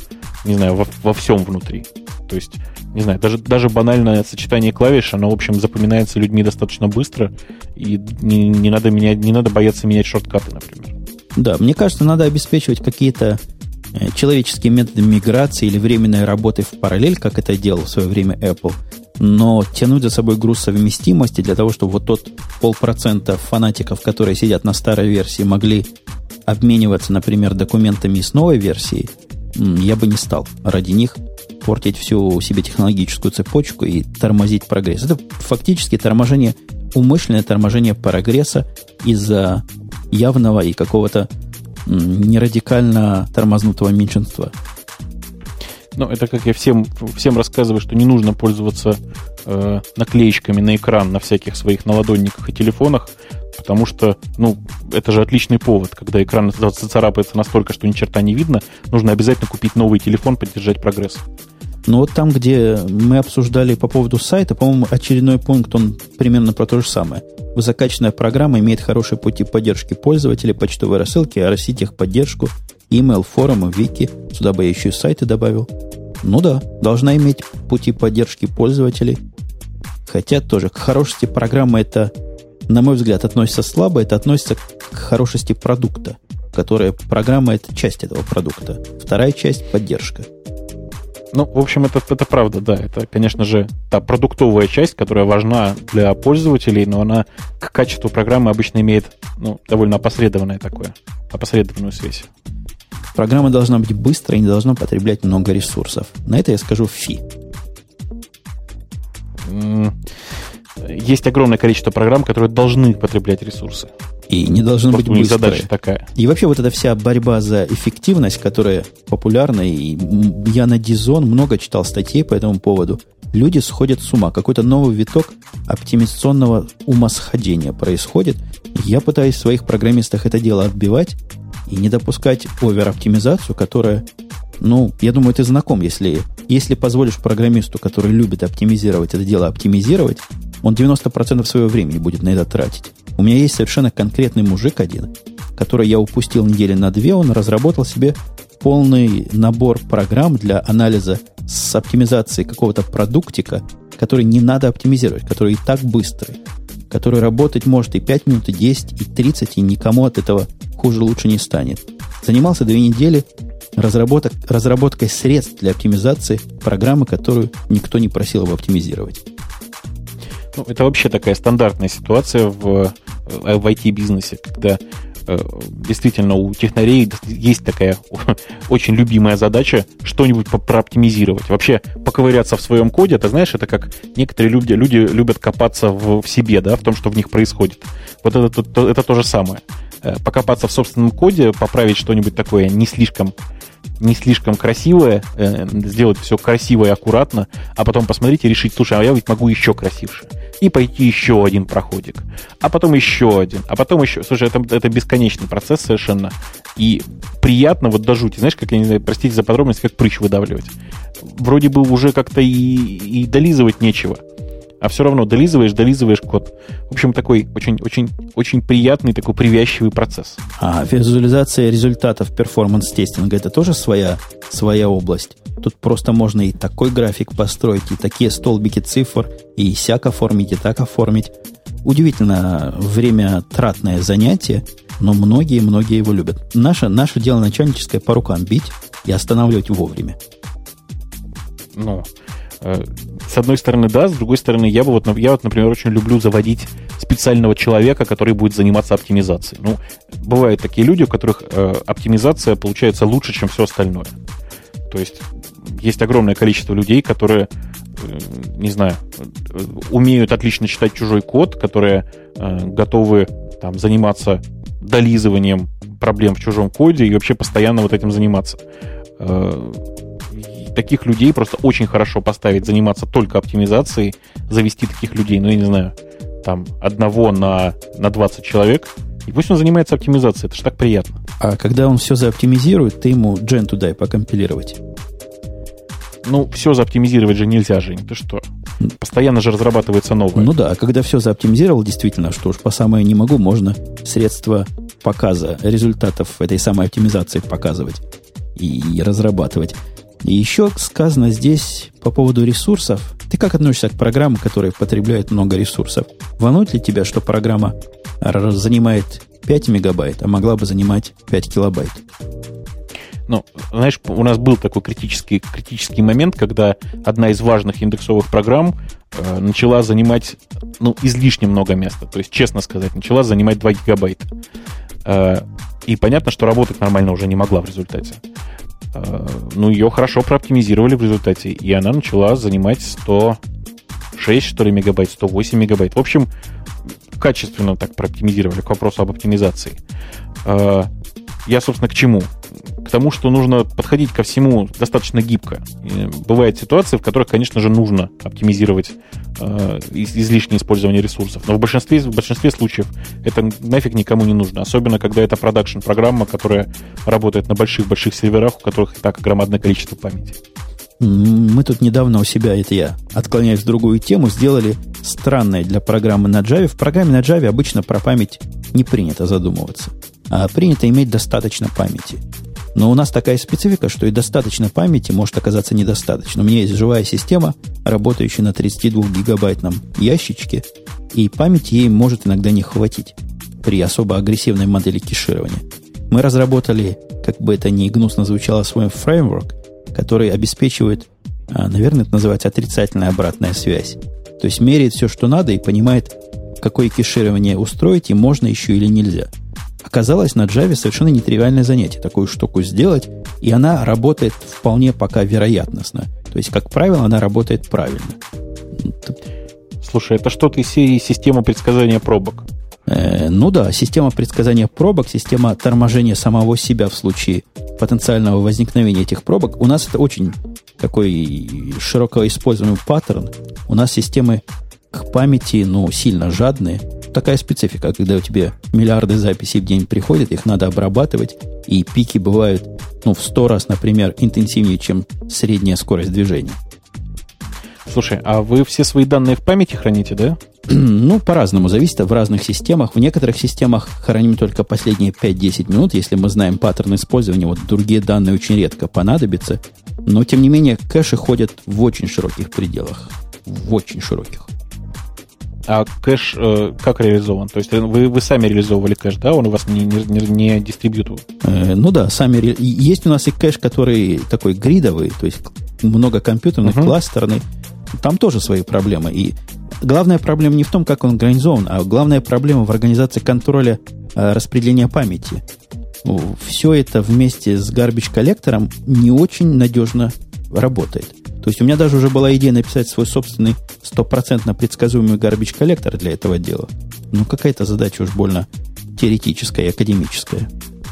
во всем внутри. То есть, не знаю, даже банальное сочетание клавиш, оно, в общем, запоминается людьми достаточно быстро, и не надо бояться менять шорткаты, например. Да, мне кажется, надо обеспечивать какие-то человеческие методы миграции или временной работы в параллель, как это делал в свое время Apple, но тянуть за собой груз совместимости для того, чтобы вот тот 0,5% фанатиков, которые сидят на старой версии, могли обмениваться, например, документами с новой версией, я бы не стал ради них портить всю себе технологическую цепочку и тормозить прогресс. Это фактически торможение умышленное торможение прогресса из-за явного и какого-то нерадикально тормознутого меньшинства. Ну, это как я всем рассказываю, что не нужно пользоваться наклеечками на экран на всяких своих наладонниках и телефонах, потому что, это же отличный повод. Когда экран зацарапается настолько, что ни черта не видно, нужно обязательно купить новый телефон, поддержать прогресс. Ну, вот там, где мы обсуждали по поводу сайта, по-моему, очередной пункт, он примерно про то же самое. Высококачественная программа имеет хорошие пути поддержки пользователей, почтовые рассылки, RSS-техподдержку, email, форумы, вики. Сюда бы я еще и сайты добавил. Ну да, должна иметь пути поддержки пользователей. Хотя тоже к хорошести программы это, на мой взгляд, относится слабо. Это относится к хорошести продукта, которая программа – это часть этого продукта. Вторая часть – поддержка. Ну, в общем, это правда, да. Это, конечно же, та продуктовая часть, которая важна для пользователей, но она к качеству программы обычно имеет довольно опосредованную связь. Программа должна быть быстрой и не должна потреблять много ресурсов. На это я скажу фи. Есть огромное количество программ, которые должны потреблять ресурсы. И не должно быть быстрые. Задача такая. И вообще вот эта вся борьба за эффективность, которая популярна, и я на Дизон много читал статей по этому поводу, люди сходят с ума. Какой-то новый виток оптимизационного умосхождения происходит. Я пытаюсь в своих программистах это дело отбивать и не допускать овер-оптимизацию, которая, я думаю, ты знаком, если позволишь программисту, который любит оптимизировать это дело, оптимизировать, он 90% своего времени будет на это тратить. У меня есть совершенно конкретный мужик один, который я упустил недели на 2, он разработал себе полный набор программ для анализа с оптимизацией какого-то продуктика, который не надо оптимизировать, который и так быстрый, который работать может и 5 минут, и 10, и 30, и никому от этого хуже лучше не станет. Занимался 2 недели разработкой средств для оптимизации программы, которую никто не просил его оптимизировать. Это вообще такая стандартная ситуация в IT-бизнесе, когда действительно у технарей есть такая очень любимая задача что-нибудь прооптимизировать. Вообще поковыряться в своем коде, ты знаешь, это как некоторые люди любят копаться в себе, да, в том, что в них происходит. Вот это то же самое. Покопаться в собственном коде, поправить что-нибудь такое не слишком красивое, сделать все красиво и аккуратно, а потом посмотреть и решить, слушай, а я ведь могу еще красивше. И пойти еще один проходик, а потом еще один, а потом еще. Слушай, это бесконечный процесс совершенно. И приятно вот до жути. Знаешь, как, я не знаю, простите за подробности, как прыщ выдавливать. Вроде бы уже как-то и долизывать нечего. А все равно долизываешь код. В общем, такой очень приятный, такой привязчивый процесс. А визуализация результатов перформанс-тестинга – это тоже своя область. Тут просто можно и такой график построить, и такие столбики цифр, и сяк оформить, и так оформить. Удивительно время тратное занятие, но многие его любят. Наше дело начальническое по рукам бить и останавливать вовремя. С одной стороны, да, с другой стороны, я, например, очень люблю заводить специального человека, который будет заниматься оптимизацией. Бывают такие люди, у которых оптимизация получается лучше, чем все остальное. То есть огромное количество людей, которые, умеют отлично читать чужой код, которые готовы заниматься долизыванием проблем в чужом коде и вообще постоянно вот этим заниматься. Таких людей просто очень хорошо поставить заниматься только оптимизацией, завести таких людей, одного на 20 человек, и пусть он занимается оптимизацией, это же так приятно. А когда он все заоптимизирует, ты ему Gentoo дай покомпилировать. Все зааптимизировать же нельзя, Жень, ты что? Постоянно же разрабатывается новое. Да, а когда все зааптимизировал, действительно, что уж по самое не могу, можно средства показа результатов этой самой оптимизации показывать и разрабатывать. И еще сказано здесь по поводу ресурсов. Ты как относишься к программам, которые потребляют много ресурсов? Волнует ли тебя, что программа занимает 5 мегабайт, а могла бы занимать 5 килобайт? Знаешь, у нас был такой критический момент, когда одна из важных индексовых программ начала занимать излишне много места. То есть, честно сказать, начала занимать 2 гигабайта. И понятно, что работать нормально уже не могла в результате. Ее хорошо прооптимизировали в результате, и она начала занимать 106, что ли, мегабайт, 108 мегабайт. В общем, качественно так прооптимизировали, к вопросу об оптимизации. Я, собственно, к чему? К тому, что нужно подходить ко всему достаточно гибко. И бывают ситуации, в которых, конечно же, нужно оптимизировать излишнее использование ресурсов. Но в большинстве случаев это нафиг никому не нужно. Особенно, когда это продакшн-программа, которая работает на больших-больших серверах, у которых и так громадное количество памяти. Мы тут недавно у себя, это я отклоняюсь в другую тему, сделали странное для программы на Java. В программе на Java обычно про память не принято задумываться, а принято иметь достаточно памяти. Но у нас такая специфика, что и достаточно памяти может оказаться недостаточно. У меня есть живая система, работающая на 32-гигабайтном ящичке, и памяти ей может иногда не хватить при особо агрессивной модели кеширования. Мы разработали, как бы это ни гнусно звучало, свой фреймворк, который обеспечивает, наверное, это называется отрицательная обратная связь. То есть меряет все, что надо, и понимает, какое кеширование устроить, и можно еще или нельзя. Оказалось, на Java совершенно нетривиальное занятие такую штуку сделать, и она работает вполне пока вероятностно. То есть, как правило, она работает правильно. Слушай, это что-то из серии системы предсказания пробок? Ну да, система предсказания пробок, система торможения самого себя в случае потенциального возникновения этих пробок. У нас это очень такой широко используемый паттерн. У нас системы к памяти, сильно жадные. Такая специфика, когда у тебя миллиарды записей в день приходят, их надо обрабатывать, и пики бывают, в 100 раз, например, интенсивнее, чем средняя скорость движения. Слушай, а вы все свои данные в памяти храните, да? По-разному, зависит в разных системах. В некоторых системах храним только последние 5-10 минут, если мы знаем паттерн использования, другие данные очень редко понадобятся. Но, тем не менее, кэши ходят в очень широких пределах. В очень широких. А кэш как реализован? То есть вы сами реализовывали кэш, да? Он у вас не дистрибьютовал? Да, сами. Есть у нас и кэш, который такой гридовый, то есть многокомпьютерный, кластерный. Там тоже свои проблемы. И главная проблема не в том, как он организован, а главная проблема в организации контроля распределения памяти. Все это вместе с garbage-коллектором не очень надежно работает. То есть у меня даже уже была идея написать свой собственный 100% предсказуемый garbage-коллектор для этого дела. Какая-то задача уж больно теоретическая и академическая.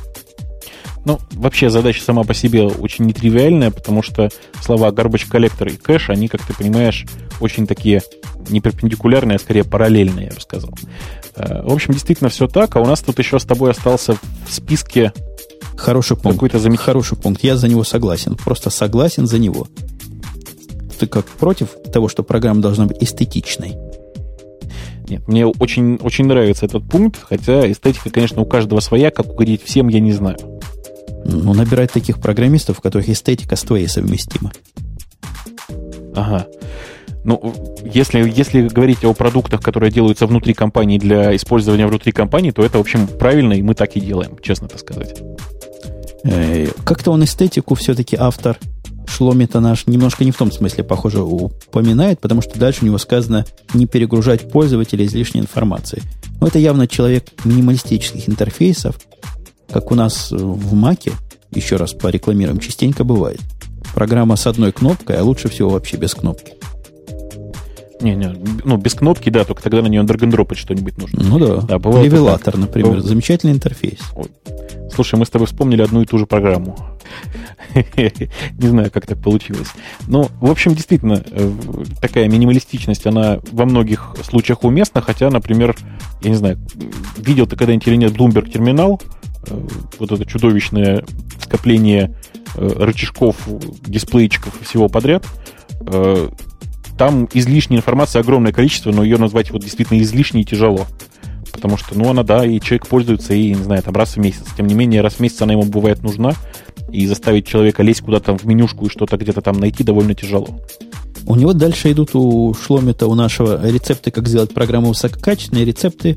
Вообще задача сама по себе очень нетривиальная, потому что слова garbage collector и кэш, они, как ты понимаешь, очень такие не перпендикулярные, а скорее параллельные, я бы сказал. В общем, действительно все так, а у нас тут еще с тобой остался в списке хороший пункт. Какой-то Хороший пункт, я за него согласен, просто согласен за него. Ты как против того, что программа должна быть эстетичной? Нет, мне очень, очень нравится этот пункт, хотя эстетика, конечно, у каждого своя, как угодить всем, я не знаю. Набирать таких программистов, у которых эстетика с твоей совместима. Ага. Если говорить о продуктах, которые делаются внутри компании для использования внутри компании, то это, в общем, правильно, и мы так и делаем, честно так сказать. Как-то он эстетику все-таки автор Шломита наш немножко не в том смысле, похоже, упоминает, потому что дальше у него сказано не перегружать пользователя излишней информацией. Это явно человек минималистических интерфейсов, как у нас в Маке, еще раз порекламируем, частенько бывает. Программа с одной кнопкой, а лучше всего вообще без кнопки. Без кнопки, да, только тогда на нее драг-н-дропать что-нибудь нужно. Да бывает. Левелатор, например, замечательный интерфейс. Слушай, мы с тобой вспомнили одну и ту же программу. Не знаю, как так получилось. В общем, действительно, такая минималистичность, она во многих случаях уместна, хотя, например, я не знаю, видел ты когда-нибудь или нет Bloomberg терминал, это чудовищное скопление рычажков, дисплейчиков и всего подряд. Там излишней информации огромное количество, но ее назвать действительно излишней тяжело. Потому что, и человек пользуется, и, не знаю, раз в месяц. Тем не менее, раз в месяц она ему бывает нужна, и заставить человека лезть куда-то в менюшку и что-то где-то там найти довольно тяжело. У него дальше идут у Шломита, у нашего, рецепты, как сделать программу высококачественные, рецепты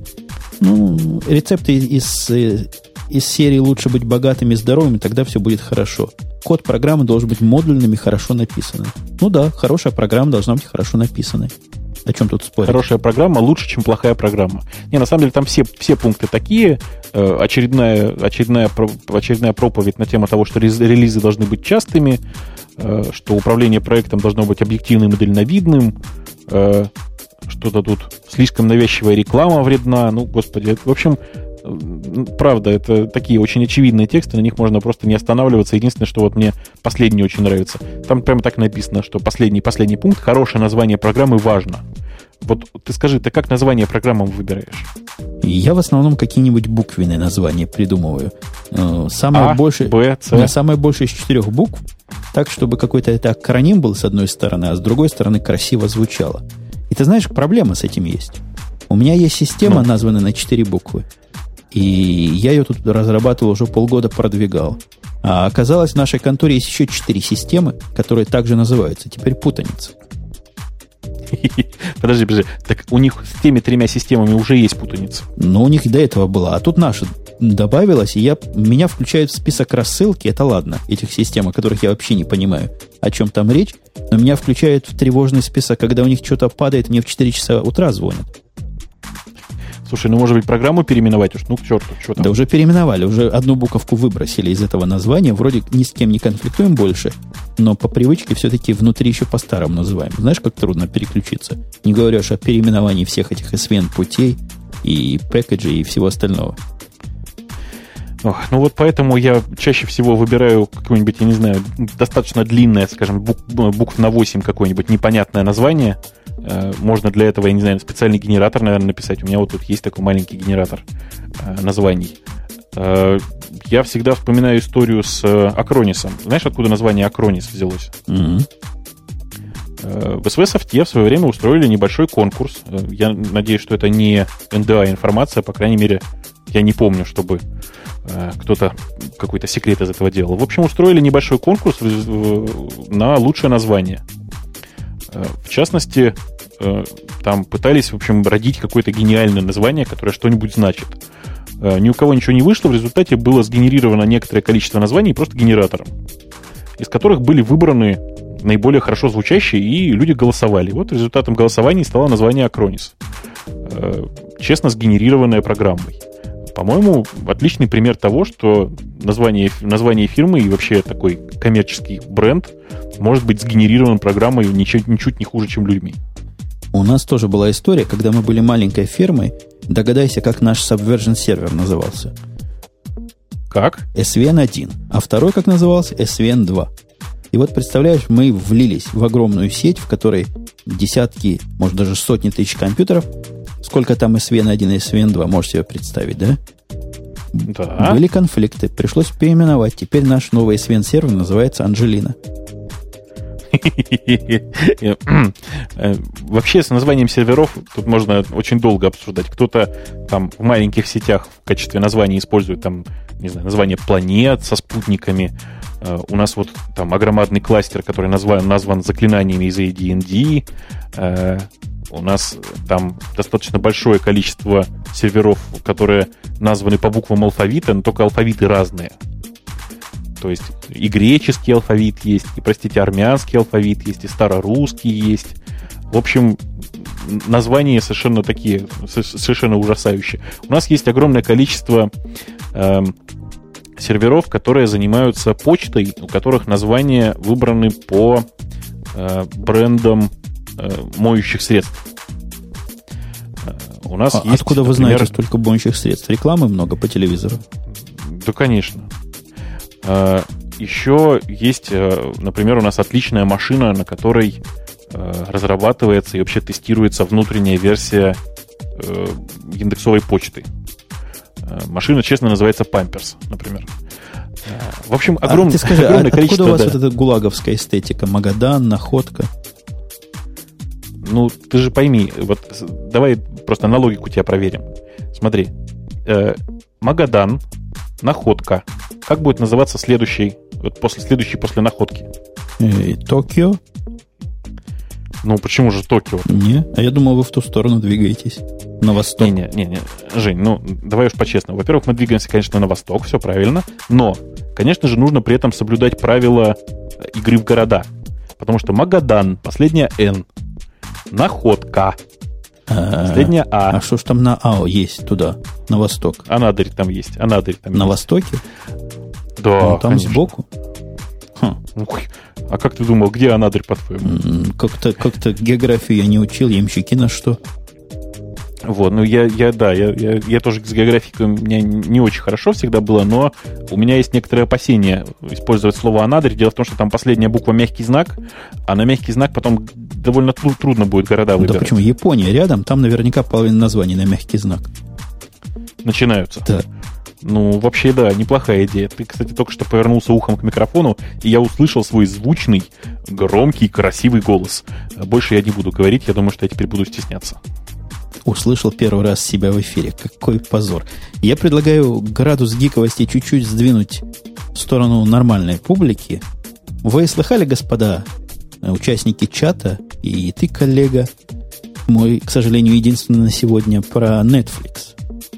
из серии «Лучше быть богатыми и здоровыми, тогда все будет хорошо». Код программы должен быть модульным и хорошо написанным. Хорошая программа должна быть хорошо написанной. О чем тут спорить? Хорошая программа лучше, чем плохая программа. На самом деле там все пункты такие. Очередная проповедь на тему того, что релизы должны быть частыми, что управление проектом должно быть объективным и дальновидным. что-то тут слишком навязчивая реклама вредна. Ну, господи, в общем, правда, это такие очень очевидные тексты, на них можно просто не останавливаться. Единственное, что вот мне последний очень нравится. Там прямо так написано, что последний пункт, хорошее название программы важно. Вот ты скажи, ты как название программам выбираешь? Я в основном какие-нибудь буквенные названия придумываю. Самое больше, Б, С. Самое больше из 4 букв, так, чтобы какой-то это акроним был с одной стороны, а с другой стороны красиво звучало. И ты знаешь, проблема с этим есть. У меня есть система, названная на 4 буквы. И я ее тут разрабатывал, уже полгода продвигал. А оказалось, в нашей конторе есть еще 4 системы, которые также называются. Теперь путаница. Подожди. Так у них с теми 3 системами уже есть путаница. Ну, у них до этого была. А тут наша добавилась, и меня включают в список рассылки. Это ладно, этих систем, о которых я вообще не понимаю, о чем там речь. Но меня включают в тревожный список, когда у них что-то падает, мне в 4 часа утра звонят. Слушай, ну, может быть, программу переименовать уж? Ну, к черту, что там? Да уже переименовали, уже одну буковку выбросили из этого названия. Вроде ни с кем не конфликтуем больше, но по привычке все-таки внутри еще по-старому называем. Знаешь, как трудно переключиться? Не говоря уж о переименовании всех этих SVN-путей и пэкэджей и всего остального. Ну вот поэтому я чаще всего выбираю какое-нибудь, я не знаю, достаточно длинное, скажем, букв на 8 какое-нибудь непонятное название. Можно для этого, я не знаю, специальный генератор, наверное, написать. У меня вот тут есть такой маленький генератор названий. Я всегда вспоминаю историю с Acronis. Знаешь, откуда название Acronis взялось? Mm-hmm. В СВ-софте в свое время устроили небольшой конкурс. Я надеюсь, что это не НДА информация, по крайней мере, я не помню, чтобы кто-то какой-то секрет из этого делал. В общем, устроили небольшой конкурс на лучшее название. В частности, там пытались, в общем, родить какое-то гениальное название, которое что-нибудь значит. Ни у кого ничего не вышло, в результате было сгенерировано некоторое количество названий просто генератором, из которых были выбраны наиболее хорошо звучащие, и люди голосовали. Вот результатом голосования стало название Acronis, честно сгенерированное программой. По-моему, отличный пример того, что название фирмы и вообще такой коммерческий бренд может быть сгенерирован программой ничуть не хуже, чем людьми. У нас тоже была история, когда мы были маленькой фирмой. Догадайся, как наш Subversion сервер назывался. Как? SVN1. А второй, как назывался? SVN2. И вот, представляешь, мы влились в огромную сеть, в которой десятки, может, даже сотни тысяч компьютеров. Сколько там SVN1 и SVN2, можешь себе представить, да? Да. Были конфликты, пришлось переименовать. Теперь наш новый SVN-сервер называется Анджелина. Вообще с названием серверов тут можно очень долго обсуждать. Кто-то там в маленьких сетях в качестве названия использует там, не знаю, название планет со спутниками. У нас вот там огромадный кластер, который назван заклинаниями из AD&D. У нас там достаточно большое количество серверов, которые названы по буквам алфавита, но только алфавиты разные. То есть и греческий алфавит есть, и, простите, армянский алфавит есть, и старорусский есть. В общем, названия совершенно такие, совершенно ужасающие. У нас есть огромное количество серверов, которые занимаются почтой, у которых названия выбраны по брендам моющих средств. У нас есть, откуда вы знаете столько моющих средств? Рекламы много по телевизору? Да, конечно. Еще есть, например, у нас отличная машина, на которой разрабатывается и вообще тестируется внутренняя версия индексовой почты. Машина, честно, называется Pampers, например. В общем, огромное количество... Откуда у вас вот эта гулаговская эстетика? Магадан, находка? Ну, ты же пойми, вот давай просто на логику тебя проверим. Смотри, Магадан, находка. Как будет называться следующий после находки? Токио? Ну, почему же Токио? Не, а я думал, вы в ту сторону двигаетесь. На восток. Не, Жень, ну, давай уж по-честному. Во-первых, мы двигаемся, конечно, на восток, все правильно, но, конечно же, нужно при этом соблюдать правила игры в города. Потому что Магадан, последняя Н, находка, последняя А. А что ж там на АО есть туда, на восток? Анадырь там есть. На востоке? Да, там конечно. Сбоку? А как ты думал, где Анадырь, по-твоему? Как-то географию я не учил, ямщики на что? Вот, ну я тоже с географикой у меня не очень хорошо всегда было, но у меня есть некоторые опасения использовать слово «Анадырь». Дело в том, что там последняя буква мягкий знак, а на мягкий знак потом довольно трудно будет города выбирать. Да почему? Япония рядом, там наверняка половина названий на мягкий знак. Начинаются? Да. Ну, вообще, да, неплохая идея. Ты, кстати, только что повернулся ухом к микрофону, и я услышал свой звучный, громкий, красивый голос. Больше я не буду говорить, я думаю, что я теперь буду стесняться. Услышал первый раз себя в эфире. Какой позор. Я предлагаю градус гиковости чуть-чуть сдвинуть в сторону нормальной публики. Вы слыхали, господа, участники чата, и ты, коллега, мой, к сожалению, единственный на сегодня, про Netflix?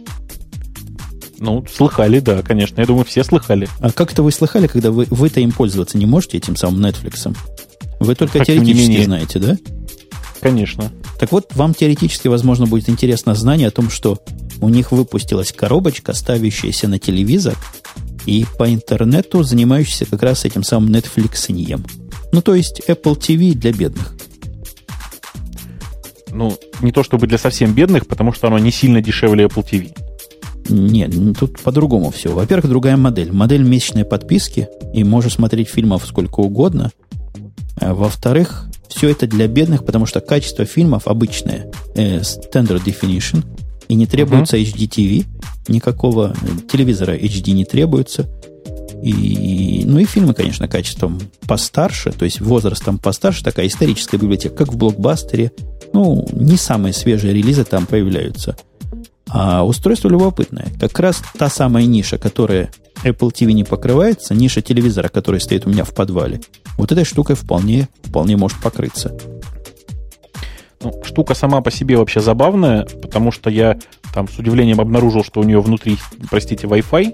Ну, слыхали, да, конечно. Я думаю, все слыхали. А как это вы слыхали, когда вы-то им пользоваться не можете, этим самым Netflix? Вы только Так, теоретически знаете, да? Конечно. Так вот, вам теоретически, возможно, будет интересно знание о том, что у них выпустилась коробочка, ставящаяся на телевизор, и по интернету занимающаяся как раз этим самым Netflix-нием. Ну, то есть Apple TV для бедных. Ну, не то чтобы для совсем бедных, потому что оно не сильно дешевле Apple TV. Нет, тут по-другому все. Во-первых, другая модель. Модель месячной подписки, и можешь смотреть фильмов сколько угодно. А во-вторых, все это для бедных, потому что качество фильмов обычное, standard definition, и не требуется HDTV, никакого телевизора HD не требуется. Ну и фильмы, конечно, качеством постарше, то есть возрастом постарше, такая историческая библиотека, как в блокбастере. Ну, не самые свежие релизы там появляются. А устройство любопытное. Как раз та самая ниша, которая Apple TV не покрывается, ниша телевизора, который стоит у меня в подвале, вот этой штукой вполне может покрыться. Ну, штука сама по себе вообще забавная, потому что я там с удивлением обнаружил, что у нее внутри, простите, Wi-Fi.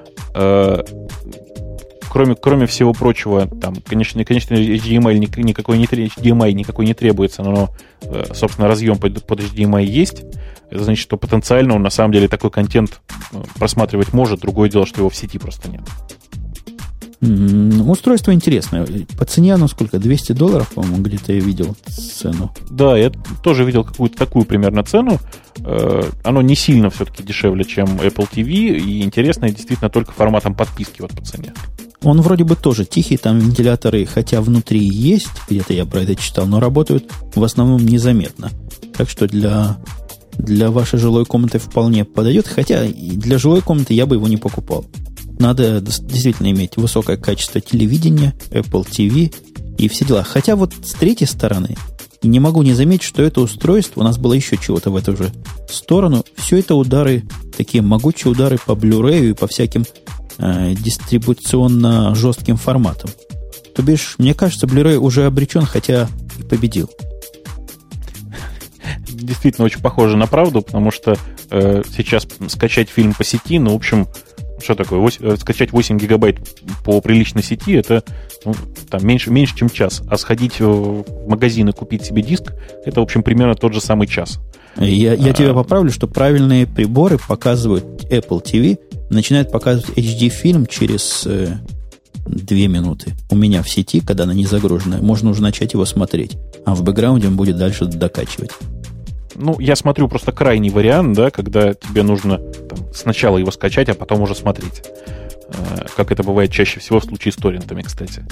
Кроме всего прочего, там, конечно, HDMI никакой не требуется, но, собственно, разъем под HDMI есть. Это значит, что потенциально он на самом деле такой контент просматривать может. Другое дело, что его в сети просто нет. Устройство интересное. По цене оно сколько? $200, по-моему, где-то я видел цену. Да, я тоже видел какую-то такую примерно цену. Оно не сильно все-таки дешевле, чем Apple TV, и интересное действительно только форматом подписки вот по цене. Он вроде бы тоже тихий, там вентиляторы, хотя внутри есть, где-то я про это читал, но работают в основном незаметно. Так что для вашей жилой комнаты вполне подойдет, хотя и для жилой комнаты я бы его не покупал. Надо действительно иметь высокое качество телевидения, Apple TV и все дела. Хотя вот с третьей стороны не могу не заметить, что это устройство, у нас было еще чего-то в эту же сторону, все это удары, такие могучие удары по Blu-ray и по всяким дистрибуционно жестким форматам. То бишь, мне кажется, Blu-ray уже обречен, хотя и победил. Действительно очень похоже на правду, потому что сейчас скачать фильм по сети, ну, в общем, что такое? Скачать 8 гигабайт по приличной сети, это там меньше, чем час. А сходить в магазин и купить себе диск, это, в общем, примерно тот же самый час. Я тебя поправлю, что правильные приборы показывают Apple TV, начинают показывать HD-фильм через 2 минуты. У меня в сети, когда она не загружена, можно уже начать его смотреть. А в бэкграунде он будет дальше докачивать. Ну, я смотрю просто крайний вариант, да, когда тебе нужно там, сначала его скачать, а потом уже смотреть. Как это бывает чаще всего в случае с торрентами, кстати.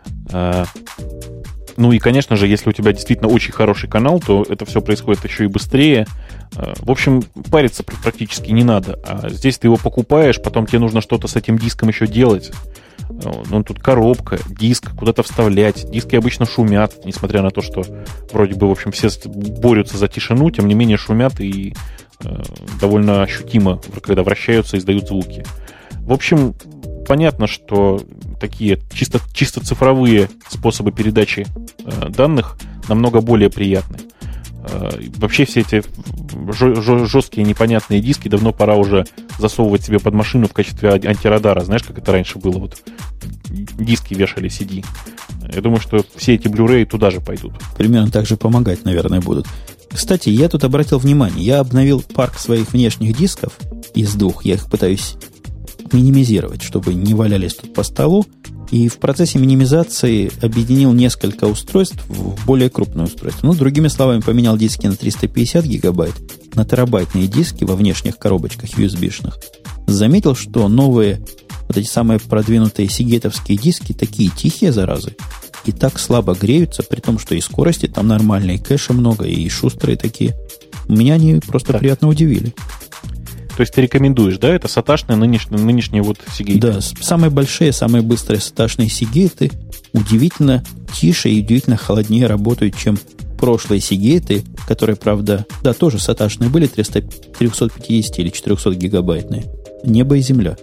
Ну и, конечно же, если у тебя действительно очень хороший канал, то это все происходит еще и быстрее. В общем, париться практически не надо. А здесь ты его покупаешь, потом тебе нужно что-то с этим диском еще делать. Ну, тут коробка, диск, куда-то вставлять. Диски обычно шумят, несмотря на то, что вроде бы, в общем, все борются за тишину, тем не менее шумят и довольно ощутимо, когда вращаются, издают звуки. В общем, понятно, что такие чисто цифровые способы передачи данных намного более приятны. Вообще все эти жесткие непонятные диски давно пора уже засовывать себе под машину в качестве антирадара. Знаешь, как это раньше было? Вот диски вешали CD. Я думаю, что все эти Blu-ray туда же пойдут. Примерно так же помогать, наверное, будут. Кстати, я тут обратил внимание. Я обновил парк своих внешних дисков из 2. Я их пытаюсь минимизировать, чтобы не валялись тут по столу. И в процессе минимизации объединил несколько устройств в более крупное устройство. Ну, другими словами, поменял диски на 350 гигабайт на терабайтные диски во внешних коробочках USB-шных. Заметил, что новые, вот эти самые продвинутые сигетовские диски такие тихие, заразы, и так слабо греются, при том, что и скорости там нормальные, и кэша много, и шустрые такие. Меня они просто приятно удивили. То есть ты рекомендуешь, да? Это саташные нынешние вот сигейты? Да, самые большие, самые быстрые саташные сигейты удивительно тише и удивительно холоднее работают, чем прошлые сигейты, которые, правда, да, тоже саташные были, 350 или 400 гигабайтные. Небо и земля.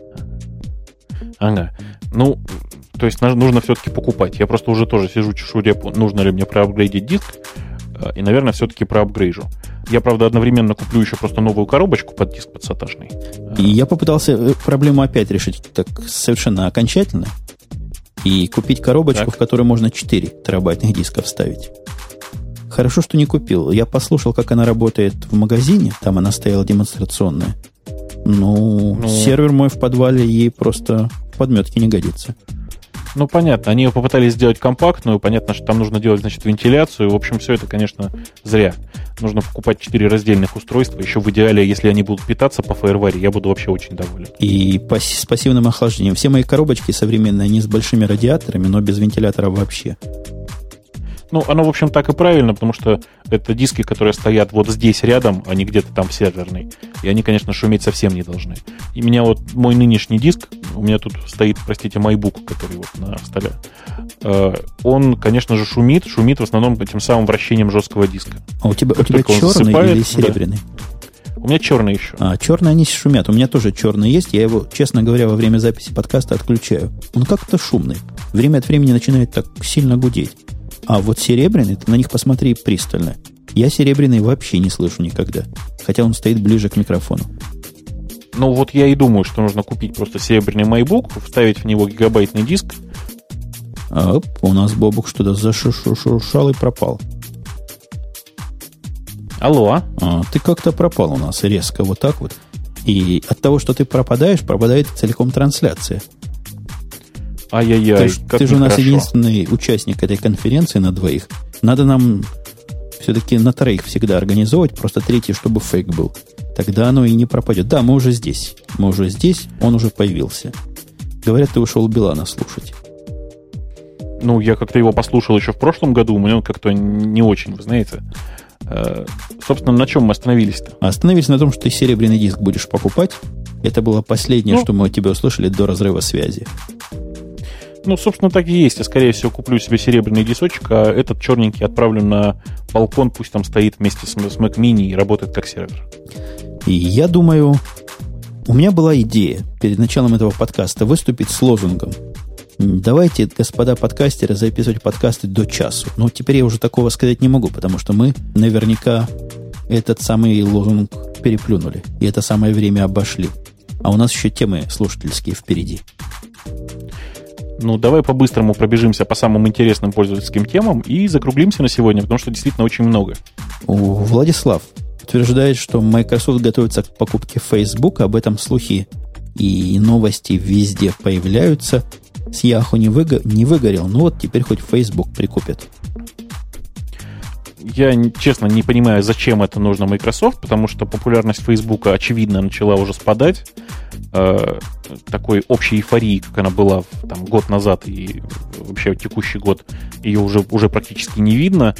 Ага. Ну, то есть нужно все-таки покупать. Я просто уже тоже сижу, чешу репу, нужно ли мне проапгрейдить диск, и, наверное, все-таки проапгрейжу. Я, правда, одновременно куплю еще просто новую коробочку под диск под саташный. И я попытался проблему опять решить так совершенно окончательно и купить коробочку, так, в которой можно 4 терабайтных диска вставить. Хорошо, что не купил. Я послушал, как она работает в магазине. Там она стояла демонстрационная. Ну, сервер мой в подвале, ей просто подметки не годится. Ну, понятно. Они ее попытались сделать компактную. Понятно, что там нужно делать, значит, вентиляцию. В общем, все это, конечно, зря. Нужно покупать 4 раздельных устройства. Еще в идеале, если они будут питаться по FireWire, я буду вообще очень доволен. И с пассивным охлаждением. Все мои коробочки современные, они с большими радиаторами, но без вентилятора вообще. Ну, оно, в общем, так и правильно, потому что это диски, которые стоят вот здесь рядом, а не где-то там в серверной. И они, конечно, шуметь совсем не должны. И меня вот мой нынешний диск, у меня тут стоит, простите, MyBook, который вот на столе, он, конечно же, шумит в основном этим самым вращением жесткого диска. А у тебя черный или серебряный? Да. У меня черный еще. Черные они шумят. У меня тоже черный есть. Я его, честно говоря, во время записи подкаста отключаю. Он как-то шумный. Время от времени начинает так сильно гудеть. А вот серебряный, ты на них посмотри пристально. Я серебряный вообще не слышу никогда. Хотя он стоит ближе к микрофону. Ну, вот я и думаю, что нужно купить просто серебряный MacBook, вставить в него гигабайтный диск. У нас Бобук что-то зашуршал и пропал. Алло. Ты как-то пропал у нас резко вот так вот. И от того, что ты пропадаешь, пропадает целиком трансляция. Ай-яй-яй, ты же у нас единственный участник этой конференции на двоих. Надо нам все-таки на троих всегда организовывать, просто третий, чтобы фейк был. Тогда оно и не пропадет. Да, мы уже здесь, он уже появился. Говорят, ты ушел Билана слушать. Ну, я как-то его послушал еще в прошлом году, мне он как-то не очень, вы знаете. Собственно, на чем мы остановились-то? Остановились на том, что ты серебряный диск будешь покупать. Это было последнее, что мы от тебя услышали до разрыва связи. Ну, собственно, так и есть. Я, скорее всего, куплю себе серебряный дисочек, а этот черненький отправлю на балкон, пусть там стоит вместе с Mac Mini и работает как сервер. И я думаю, у меня была идея перед началом этого подкаста выступить с лозунгом. Давайте, господа подкастеры, записывать подкасты до часу. Но теперь я уже такого сказать не могу, потому что мы наверняка этот самый лозунг переплюнули. И это самое время обошли. А у нас еще темы слушательские впереди. Ну, давай по-быстрому пробежимся по самым интересным пользовательским темам и закруглимся на сегодня, потому что действительно очень много. Владислав утверждает, что Microsoft готовится к покупке Facebook. Об этом слухи и новости везде появляются. С Yahoo не выгорел, но вот теперь хоть Facebook прикупят. Я, честно, не понимаю, зачем это нужно Microsoft, потому что популярность Facebook, очевидно, начала уже спадать. Такой общей эйфории, как она была там, год назад и вообще текущий год, ее уже практически не видно.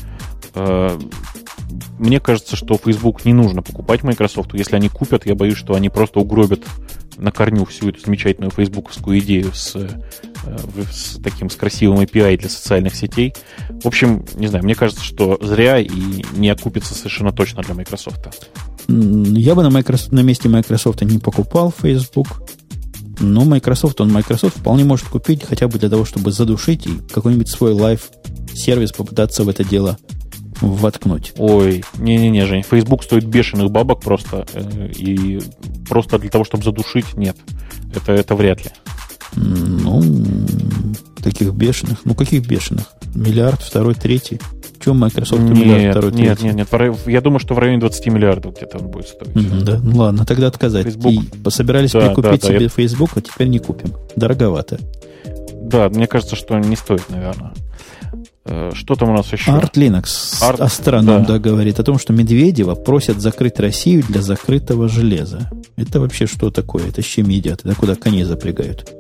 Мне кажется, что Facebook не нужно покупать Microsoft. Если они купят, я боюсь, что они просто угробят на корню всю эту замечательную фейсбуковскую идею с красивым API для социальных сетей. В общем, не знаю, мне кажется, что зря и не окупится совершенно точно для Microsoft. Я бы на месте Microsoft не покупал Facebook, но Microsoft вполне может купить хотя бы для того, чтобы задушить и какой-нибудь свой лайв-сервис попытаться в это дело воткнуть. Ой, не-не-не, Жень, Facebook стоит бешеных бабок просто, и просто для того, чтобы задушить, нет. Это вряд ли. Ну, таких бешеных. Ну, каких бешеных? Миллиард, второй, третий. чем Microsoft миллиард второй, третий? Нет. Я думаю, что в районе 20 миллиардов где-то он будет стоить. Да, ну ладно, тогда отказать. Facebook. И собирались прикупить себе Facebook, а теперь не купим. Дороговато. Да, мне кажется, что не стоит, наверное. Что там у нас еще? Арт Linux астроном говорит о том, что Медведева просят закрыть Россию для закрытого железа. Это вообще что такое? Это с чем едят? Это куда коней запрягают?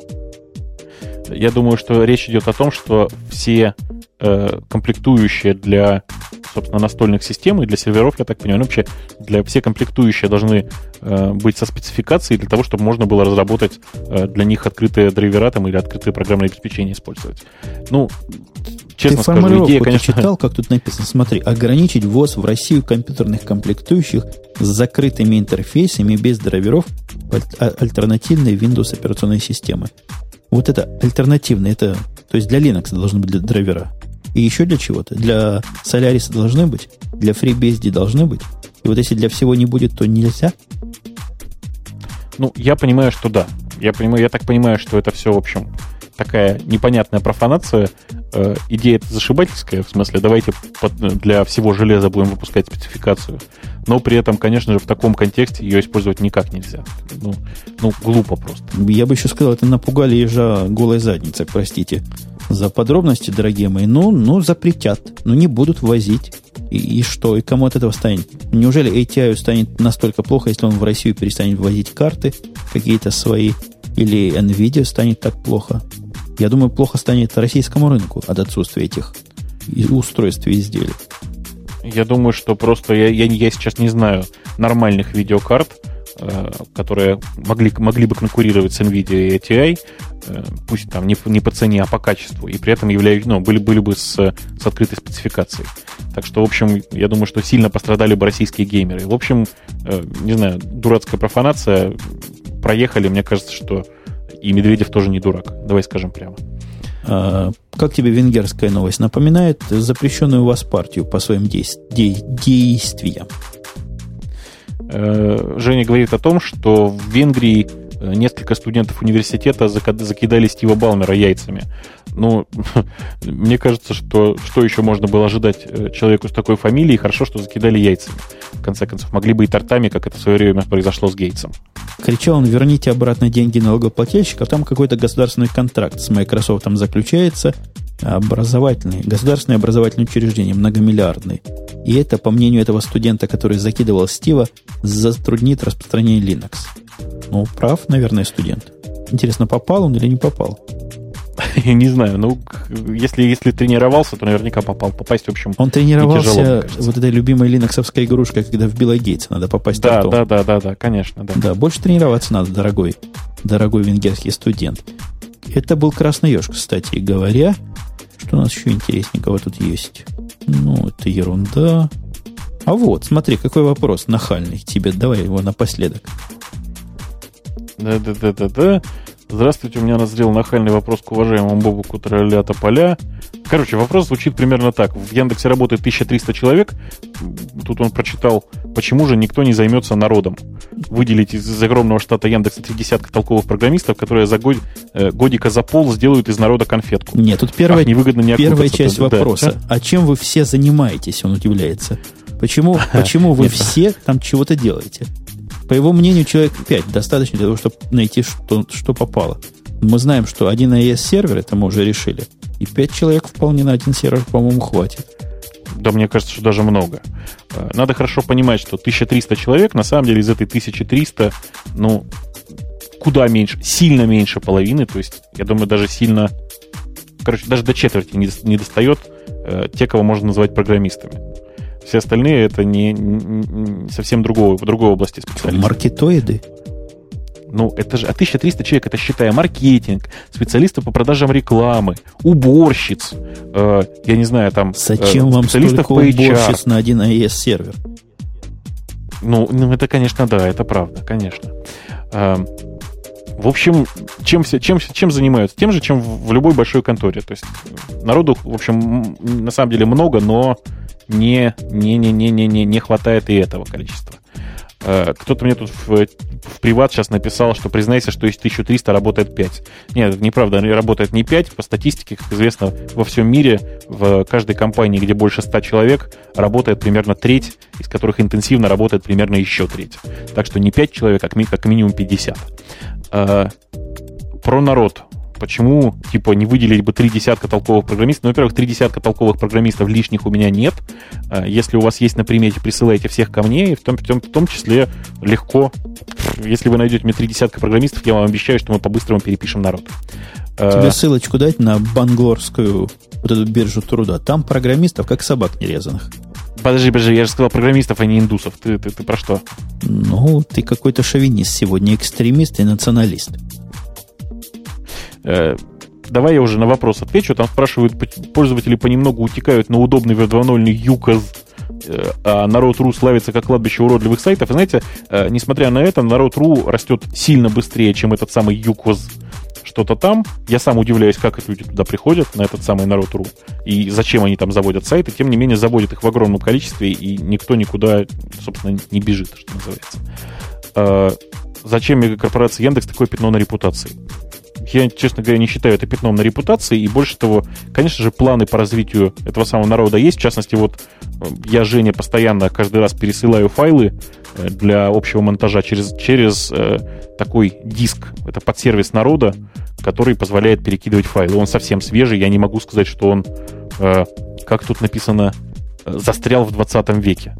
Я думаю, что речь идет о том, что все комплектующие для, собственно, настольных систем и для серверов, я так понимаю, вообще все комплектующие должны быть со спецификацией для того, чтобы можно было разработать для них открытые драйвера там, или открытые программное обеспечение использовать. Ну, честно скажу, идея, конечно... Ты читал, как тут написано? Смотри, ограничить ввоз в Россию компьютерных комплектующих с закрытыми интерфейсами без драйверов альтернативной Windows операционной системы. Вот это альтернативное, то есть для Linux должны быть драйвера. И еще для чего-то. Для Solaris должны быть, для FreeBSD должны быть. И вот если для всего не будет, то нельзя? Ну, я понимаю, что да. Я так понимаю, что это все, в общем, такая непонятная профанация. Идея-то зашибательская, в смысле, давайте для всего железа будем выпускать спецификацию. Но при этом, конечно же, в таком контексте ее использовать никак нельзя. Ну, глупо просто. Я бы еще сказал, это напугали ежа голой задницей, простите за подробности, дорогие мои. Ну, запретят. Ну, не будут возить. И что? И кому от этого станет? Неужели ATI станет настолько плохо, если он в Россию перестанет возить карты какие-то свои? Или NVIDIA станет так плохо? Я думаю, плохо станет российскому рынку от отсутствия этих устройств и изделий. Я думаю, что просто я сейчас не знаю нормальных видеокарт, которые могли бы конкурировать с NVIDIA и ATI, пусть там не по цене, а по качеству, и при этом были бы с открытой спецификацией. Так что, в общем, я думаю, что сильно пострадали бы российские геймеры. В общем, не знаю, дурацкая профанация, проехали, мне кажется, что и Медведев тоже не дурак. Давай скажем прямо. Как тебе венгерская новость? Напоминает запрещенную у вас партию по своим действиям? Женя говорит о том, что в Венгрии несколько студентов университета закидали Стива Балмера яйцами. Ну, мне кажется, что еще можно было ожидать человеку с такой фамилией? Хорошо, что закидали яйцами. В конце концов, могли бы и тортами, как это в свое время произошло с Гейтсом. Кричал он: верните обратно деньги налогоплательщиков. Там какой-то государственный контракт с Microsoft заключается. Государственное образовательное учреждение, многомиллиардный. И это, по мнению этого студента, который закидывал Стива, затруднит распространение Linux. Ну, прав, наверное, студент. Интересно, попал он или не попал? Я не знаю. Ну, если тренировался, то наверняка попал. Попасть, в общем, он тренировался тяжело, вот этой любимой линоксовской игрушкой, когда в Билла Гейтса надо попасть. Да, конечно. Да. Да, больше тренироваться надо, дорогой венгерский студент. Это был красный еж, кстати говоря. Что у нас еще интересненького тут есть? Ну, это ерунда. А вот, смотри, какой вопрос нахальный тебе. Давай его напоследок. Да. Здравствуйте, у меня назрел нахальный вопрос к уважаемому Бобуку Тролля Тополя. Короче, вопрос звучит примерно так. В Яндексе работает 1300 человек. Тут он прочитал, почему же никто не займется народом. Выделить из огромного штата Яндекса 30 толковых программистов, которые за годика за пол сделают из народа конфетку. Нет, тут первая часть вопроса. Да. А чем вы все занимаетесь, он удивляется. Почему вы все там чего-то делаете? По его мнению, человек 5 достаточно для того, чтобы найти, что попало. Мы знаем, что один AES-сервер, это мы уже решили, и 5 человек вполне на один сервер, по-моему, хватит. Да, мне кажется, что даже много. Надо хорошо понимать, что 1300 человек, на самом деле, из этой 1300, ну, куда меньше, сильно меньше половины, то есть, я думаю, даже сильно, даже до четверти не достает те, кого можно назвать программистами. Все остальные это не совсем другой области специалистов. Маркетоиды? Ну, это же 1300 человек, это считая маркетинг, специалисты по продажам рекламы, уборщиц, я не знаю, там зачем вам столько уборщиц на один AES-сервер? Ну, это, конечно, да, это правда, конечно. В общем, чем занимаются? Тем же, чем в любой большой конторе. То есть народу, в общем, на самом деле много, но не хватает и этого количества. Кто-то мне тут в приват сейчас написал, что признайся, что из 1300 работает 5. Нет, это неправда, работает не 5. По статистике, как известно, во всем мире, в каждой компании, где больше 100 человек, работает примерно треть, из которых интенсивно работает примерно еще треть. Так что не 5 человек, а как минимум 50. Про народ. Почему, не выделить бы 3 десятка толковых программистов? Ну, во-первых, 3 десятка толковых программистов лишних у меня нет. Если у вас есть на примете, присылайте всех ко мне, и в том числе легко. Если вы найдете мне 3 десятка программистов, я вам обещаю, что мы по-быстрому перепишем народ. Тебе ссылочку дать на банглорскую вот эту биржу труда. Там программистов, как собак нерезанных. Подожди, я же сказал программистов, а не индусов. Ты про что? Ну, ты какой-то шовинист сегодня, экстремист и националист. Давай я уже на вопрос отвечу. Там спрашивают, пользователи понемногу утекают на удобный Web 2.0 ЮКОЗ, а Народ.ру славится как кладбище уродливых сайтов. И знаете, несмотря на это, Народ.ру растет сильно быстрее, чем этот самый ЮКОЗ. Что-то там. Я сам удивляюсь, как эти люди туда приходят, на этот самый Народ.ру, и зачем они там заводят сайты. Тем не менее, заводят их в огромном количестве, и никто никуда, собственно, не бежит, что называется. Зачем мегакорпорации Яндекс такое пятно на репутации? Я, честно говоря, не считаю это пятном на репутации, и больше того, конечно же, планы по развитию этого самого народа есть. В частности, вот я, Женя, постоянно каждый раз пересылаю файлы для общего монтажа через такой диск. Это подсервис народа, который позволяет перекидывать файлы. Он совсем свежий, я не могу сказать, что он, как тут написано, застрял в 20 веке.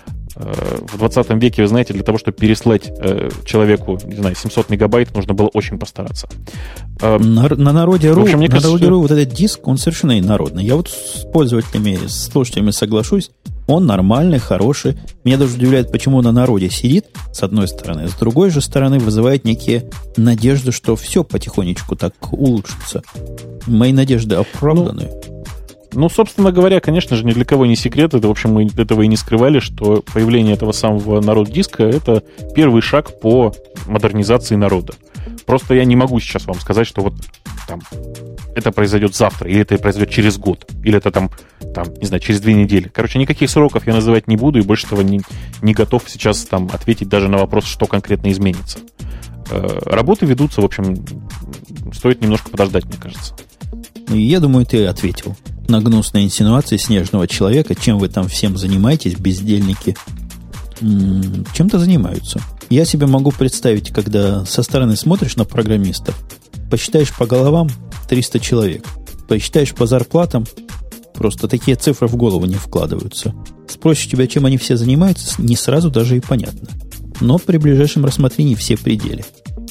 В 20 веке, вы знаете, для того, чтобы переслать человеку, не знаю, 700 мегабайт, нужно было очень постараться. На Народе.ру, общем, Народе.ру вот этот диск, он совершенно инородный. Я вот с пользователями, с слушателями соглашусь, он нормальный, хороший. Меня даже удивляет, почему он на Народе сидит, с одной стороны. С другой же стороны, вызывает некие надежды, что все потихонечку так улучшится. Мои надежды оправданы. Ну, собственно говоря, конечно же, ни для кого не секрет, это, в общем, мы этого и не скрывали, что появление этого самого народ-диска — это первый шаг по модернизации народа. Просто я не могу сейчас вам сказать, что вот там это произойдет завтра, или это произойдет через год, или это там, не знаю, через 2 недели. Короче, никаких сроков я называть не буду, и больше того не готов сейчас там ответить даже на вопрос, что конкретно изменится. Работы ведутся, в общем, стоит немножко подождать, мне кажется. Я думаю, ты ответил на гнусные инсинуации снежного человека. Чем вы там всем занимаетесь, бездельники? Чем-то занимаются. Я себе могу представить, когда со стороны смотришь на программистов, посчитаешь по головам 300 человек, посчитаешь по зарплатам, просто такие цифры в голову не вкладываются. Спросишь тебя, чем они все занимаются, не сразу даже и понятно. Но при ближайшем рассмотрении все пределы.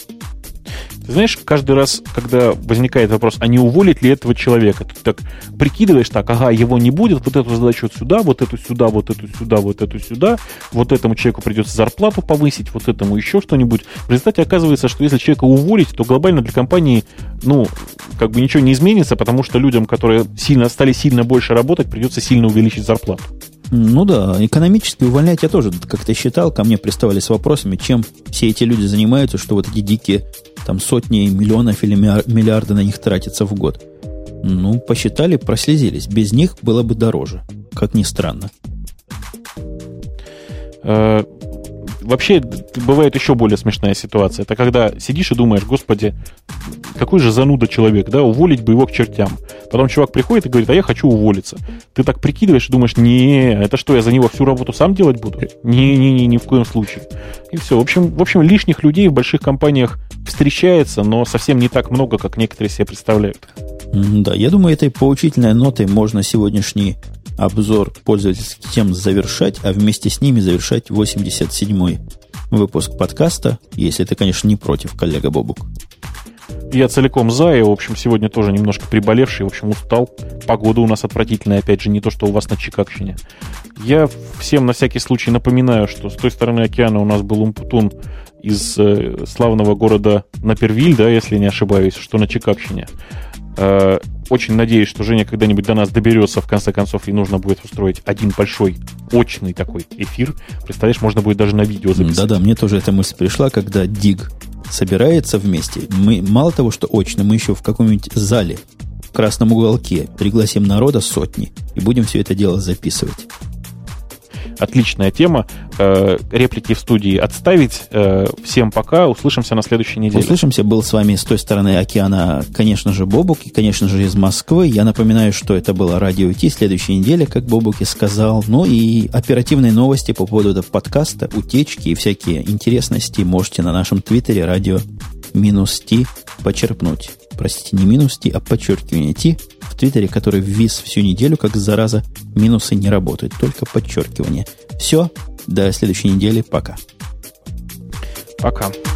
Ты знаешь, каждый раз, когда возникает вопрос, а не уволить ли этого человека, ты так прикидываешь, так, ага, его не будет, вот эту задачу вот сюда, вот эту сюда, вот эту сюда, вот эту сюда, вот этому человеку придется зарплату повысить, вот этому еще что-нибудь. В результате оказывается, что если человека уволить, то глобально для компании, ничего не изменится, потому что людям, которые стали сильно больше работать, придется сильно увеличить зарплату. Ну да, экономически увольнять я тоже как-то считал, ко мне приставали с вопросами, чем все эти люди занимаются, что вот эти дикие там сотни миллионов или миллиарды на них тратятся в год. Ну, посчитали, прослезились. Без них было бы дороже, как ни странно. Вообще, бывает еще более смешная ситуация. Это когда сидишь и думаешь, господи, какой же зануда человек, да, уволить бы его к чертям. Потом чувак приходит и говорит, а я хочу уволиться. Ты так прикидываешь и думаешь, не, это что, я за него всю работу сам делать буду? Не, ни в коем случае. И все. В общем, лишних людей в больших компаниях встречается, но совсем не так много, как некоторые себе представляют. Да, я думаю, этой поучительной нотой можно сегодняшний обзор пользовательских тем завершать, а вместе с ними завершать 87-й выпуск подкаста, если ты, конечно, не против, коллега Бобук. Я целиком за, и, в общем, сегодня тоже немножко приболевший, в общем, устал. Погода у нас отвратительная, опять же, не то, что у вас на Чикагщине. Я всем на всякий случай напоминаю, что с той стороны океана у нас был Умпутун из славного города Напервиль, да, если не ошибаюсь, что на Чикагщине. Очень надеюсь, что Женя когда-нибудь до нас доберется, в конце концов, и нужно будет устроить один большой, очный такой эфир. Представляешь, можно будет даже на видео записать. Да-да, мне тоже эта мысль пришла, когда Диг собирается вместе. Мы мало того, что очно, мы еще в каком-нибудь зале, в красном уголке, пригласим народа сотни и будем все это дело записывать. отличная тема. Реплики в студии отставить. Всем пока. Услышимся на следующей неделе. Услышимся. Был с вами с той стороны океана, конечно же, Бобук, и, конечно же, из Москвы. Я напоминаю, что это было Радио Ти. Следующей неделе, как Бобук и сказал. Ну и оперативные новости по поводу этого подкаста, утечки и всякие интересности можете на нашем твиттере радио-ти почерпнуть. Простите, не минус Ти, а подчеркивание Ти в твиттере, который ввис всю неделю, как зараза, минусы не работают, только подчеркивание. Все, до следующей недели, пока. Пока.